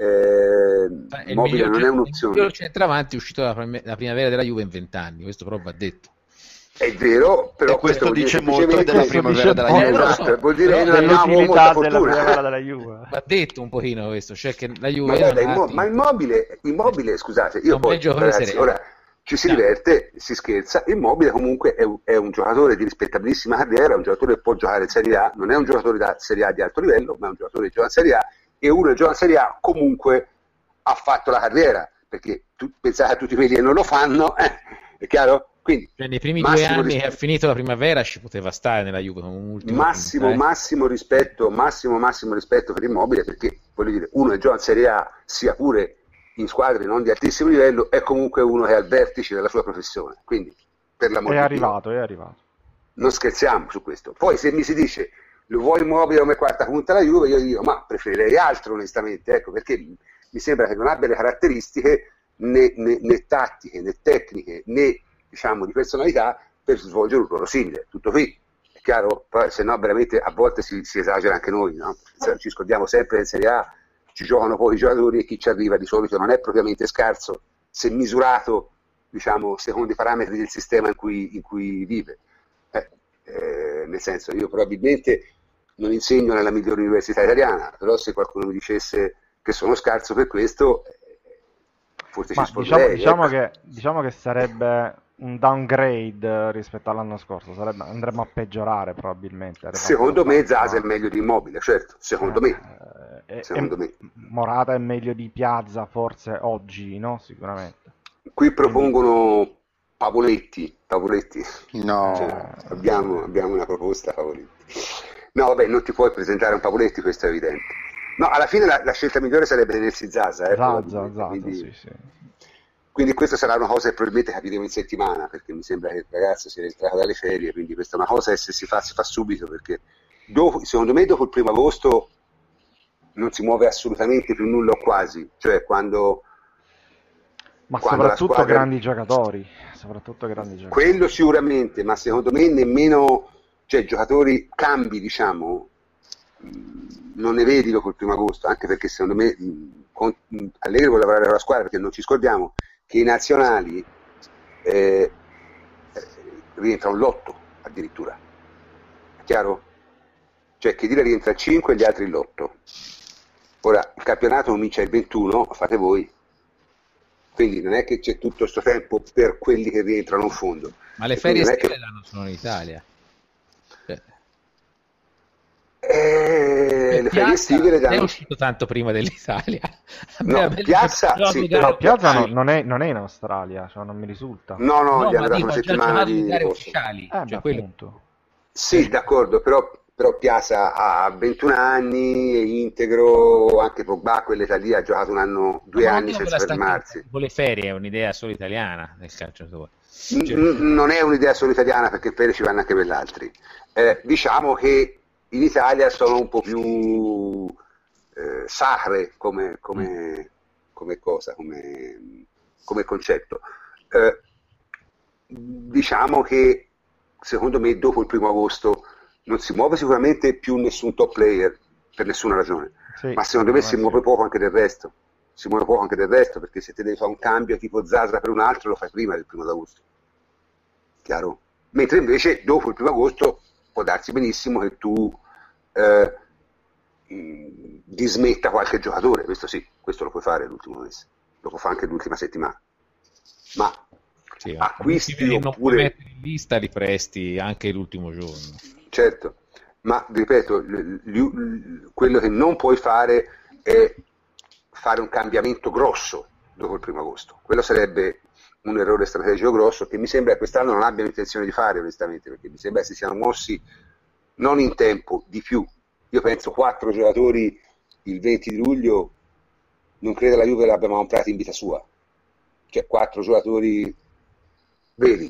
è il Immobile miglior, non è il un'opzione. miglior centravanti uscito dalla, prim- la primavera della Juve in vent'anni, questo però va detto. È vero, però E questo vuol dire dice molto semplicemente- della Questo primavera dice della molto. Juve. Eh, lo Esatto, so, vuol dire però che non abbiamo molta dell'utilità della fortuna. primavera della Juve. Va detto un pochino questo, cioè che la Juve Ma, guarda, non ha immo- altri- ma immobile, immobile, scusate, io Non poi, bel giocatore ragazzi, sereno. ora ci si No. diverte, si scherza. Immobile comunque è un, è un giocatore di rispettabilissima carriera, un giocatore che può giocare in Serie A, non è un giocatore da Serie A di alto livello, ma è un giocatore che gioca in Serie A, e uno che gioca in Serie A comunque ha fatto la carriera, perché tu, pensate a tutti quelli che non lo fanno, eh, è chiaro? Quindi Cioè, nei primi massimo due anni rispetto. che ha finito la primavera ci poteva stare nella Juve come un ultimo massimo, punta, eh. massimo rispetto, massimo, massimo rispetto per Immobile, perché voglio dire, uno che gioca in Serie A, sia pure in squadre non di altissimo livello, è comunque uno che è al vertice della sua professione. Quindi, per l'amor È di Dio, arrivato, è arrivato. non scherziamo su questo. Poi se mi si dice lo vuoi Immobile come quarta punta la Juve, io dico ma preferirei altro onestamente, ecco, perché mi sembra che non abbia le caratteristiche né, né, né tattiche, né tecniche, né diciamo di personalità per svolgere un ruolo simile. Tutto qui, è chiaro? Poi, se no veramente a volte si, si esagera anche noi, no? Ci scordiamo sempre che in Serie A ci giocano pochi giocatori e chi ci arriva di solito non è propriamente scarso se misurato, diciamo, secondo i parametri del sistema in cui, in cui vive. Eh, eh, nel senso, io probabilmente non insegno nella migliore università italiana, però se qualcuno mi dicesse che sono scarso per questo, eh, forse Ma ci diciamo, sposerei. diciamo, ecco. che, diciamo che sarebbe un downgrade rispetto all'anno scorso, sarebbe- andremmo a peggiorare probabilmente. Secondo me Zaza è ma- meglio di Immobile, certo, secondo me. Eh, e- Secondo e me. Morata è meglio di Piazza forse oggi, no? Sicuramente. Qui propongono Pavoletti, Pavoletti. No. Cioè, abbiamo, abbiamo una proposta, Pavoletti. No, vabbè, non ti puoi presentare un Pavoletti, questo è evidente. No, alla fine la, la scelta migliore sarebbe tenersi Zaza. Eh, Zaza, probabilmente, Zaza, quindi, sì, sì. quindi questa sarà una cosa che probabilmente capiremo in settimana, perché mi sembra che il ragazzo sia rientrato dalle ferie, quindi questa è una cosa che se si fa, si fa subito, perché dopo, secondo me dopo il primo agosto non si muove assolutamente più nulla o quasi, cioè quando... Ma quando la soprattutto squadra- grandi giocatori, soprattutto grandi giocatori. Quello sicuramente, ma secondo me nemmeno, cioè giocatori cambi, diciamo, mh, non ne vedi dopo il primo agosto, anche perché secondo me mh, con, mh, Allegri vuole lavorare con la squadra, perché non ci scordiamo che i nazionali eh, eh, rientra un lotto addirittura, è chiaro? Cioè che dire rientra il cinque e gli altri il lotto. Ora il campionato comincia il ventuno, fate voi. Quindi non è che c'è tutto questo tempo per quelli che rientrano in fondo. Ma le E ferie quindi non è estive che- l'hanno sono in Italia. Cioè, Eh, le ferie estive le non è danno. uscito tanto prima dell'Italia. No, Piazza, sì, No, però Piazza sì. no- non, è, non è in Australia, cioè non mi risulta. No, no, No, gli ma hanno dato dico, una ha già settimana giocato le di gare riposo. ufficiali. Eh, Cioè, beh, quello- appunto. Sì, d'accordo, però, però Piazza ha ventuno anni, è integro, anche Pogba, quell'età lì, ha giocato un anno, due Ma non anni dico senza per la fermarsi. stanchezza, con le ferie è un'idea solo italiana del calciatore. N- Cioè, n- non è un'idea solo italiana, perché in ferie ci vanno anche per gli altri. Eh, diciamo che in Italia sono un po' più eh, sacre come, come, come cosa, come, come concetto. Eh, diciamo che secondo me dopo il primo agosto non si muove sicuramente più nessun top player per nessuna ragione, Sì, ma secondo me si sì. muove poco anche del resto. Si muove poco anche del resto, perché se te devi fare un cambio tipo Zaza per un altro lo fai prima del primo d'agosto. Chiaro? Mentre invece dopo il primo agosto può darsi benissimo che tu eh, mh, dismetta qualche giocatore, questo sì, questo lo puoi fare l'ultimo mese, lo può fare anche l'ultima settimana. Ma sì, ma acquisti che non puoi oppure mettere in lista li presti anche l'ultimo giorno. certo, ma ripeto, l- l- quello che non puoi fare è fare un cambiamento grosso dopo il primo agosto. Quello sarebbe un errore strategico grosso che mi sembra che quest'anno non abbiano intenzione di fare, onestamente, perché mi sembra che si siano mossi non in tempo, di più. Io penso quattro giocatori il venti di luglio, non credo la Juve l'abbiamo comprati in vita sua, cioè quattro giocatori veri.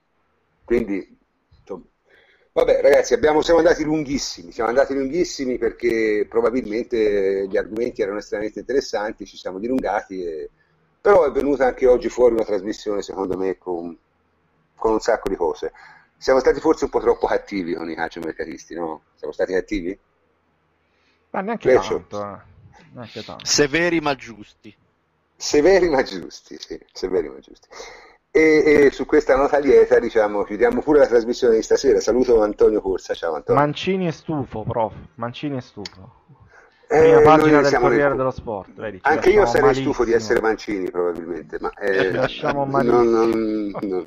Quindi, insomma, vabbè ragazzi, abbiamo, siamo andati lunghissimi, siamo andati lunghissimi perché probabilmente gli argomenti erano estremamente interessanti, ci siamo dilungati, e... però è venuta anche oggi fuori una trasmissione secondo me con, con un sacco di cose. Siamo stati forse un po' troppo cattivi con i calciomercatisti, no? Siamo stati cattivi? Ma neanche Freccio. tanto, eh. Neanche tanto. Severi ma giusti. Severi ma giusti, sì, severi ma giusti. E, e su questa nota lieta, diciamo, chiudiamo pure la trasmissione di stasera. Saluto Antonio Corsa, ciao Antonio. Mancini è stufo, prof. Mancini è stufo. Eh, Prima noi pagina del siamo Corriere nel- dello Sport. Vedi, ci Anche io lasciamo sarei stufo di malissimo. essere Mancini probabilmente, ma eh, Ci lasciamo non, malissimo. non- non-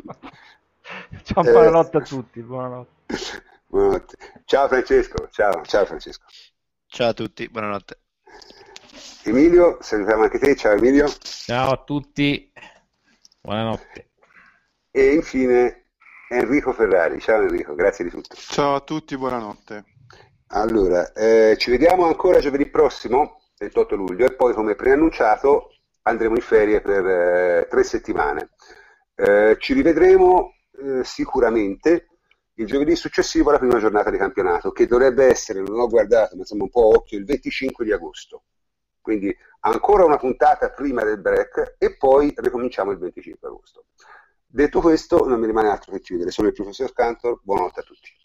Ciao, Eh. buonanotte a tutti, buonanotte. buonanotte. Ciao Francesco, ciao, ciao Francesco. Ciao a tutti, buonanotte. Emilio, salutiamo anche te, ciao Emilio. Ciao a tutti, buonanotte. E infine Enrico Ferrari, ciao Enrico, grazie di tutto. Ciao a tutti, buonanotte. Allora, eh, ci vediamo ancora giovedì prossimo, ventotto luglio, e poi come preannunciato andremo in ferie per eh, tre settimane. Eh, ci rivedremo eh, sicuramente il giovedì successivo alla prima giornata di campionato, che dovrebbe essere, non ho guardato, ma insomma un po' a occhio, il venticinque di agosto. Quindi ancora una puntata prima del break e poi ricominciamo il venticinque agosto. Detto questo, non mi rimane altro che chiudere. Sono il professor Cantor, buonanotte a tutti.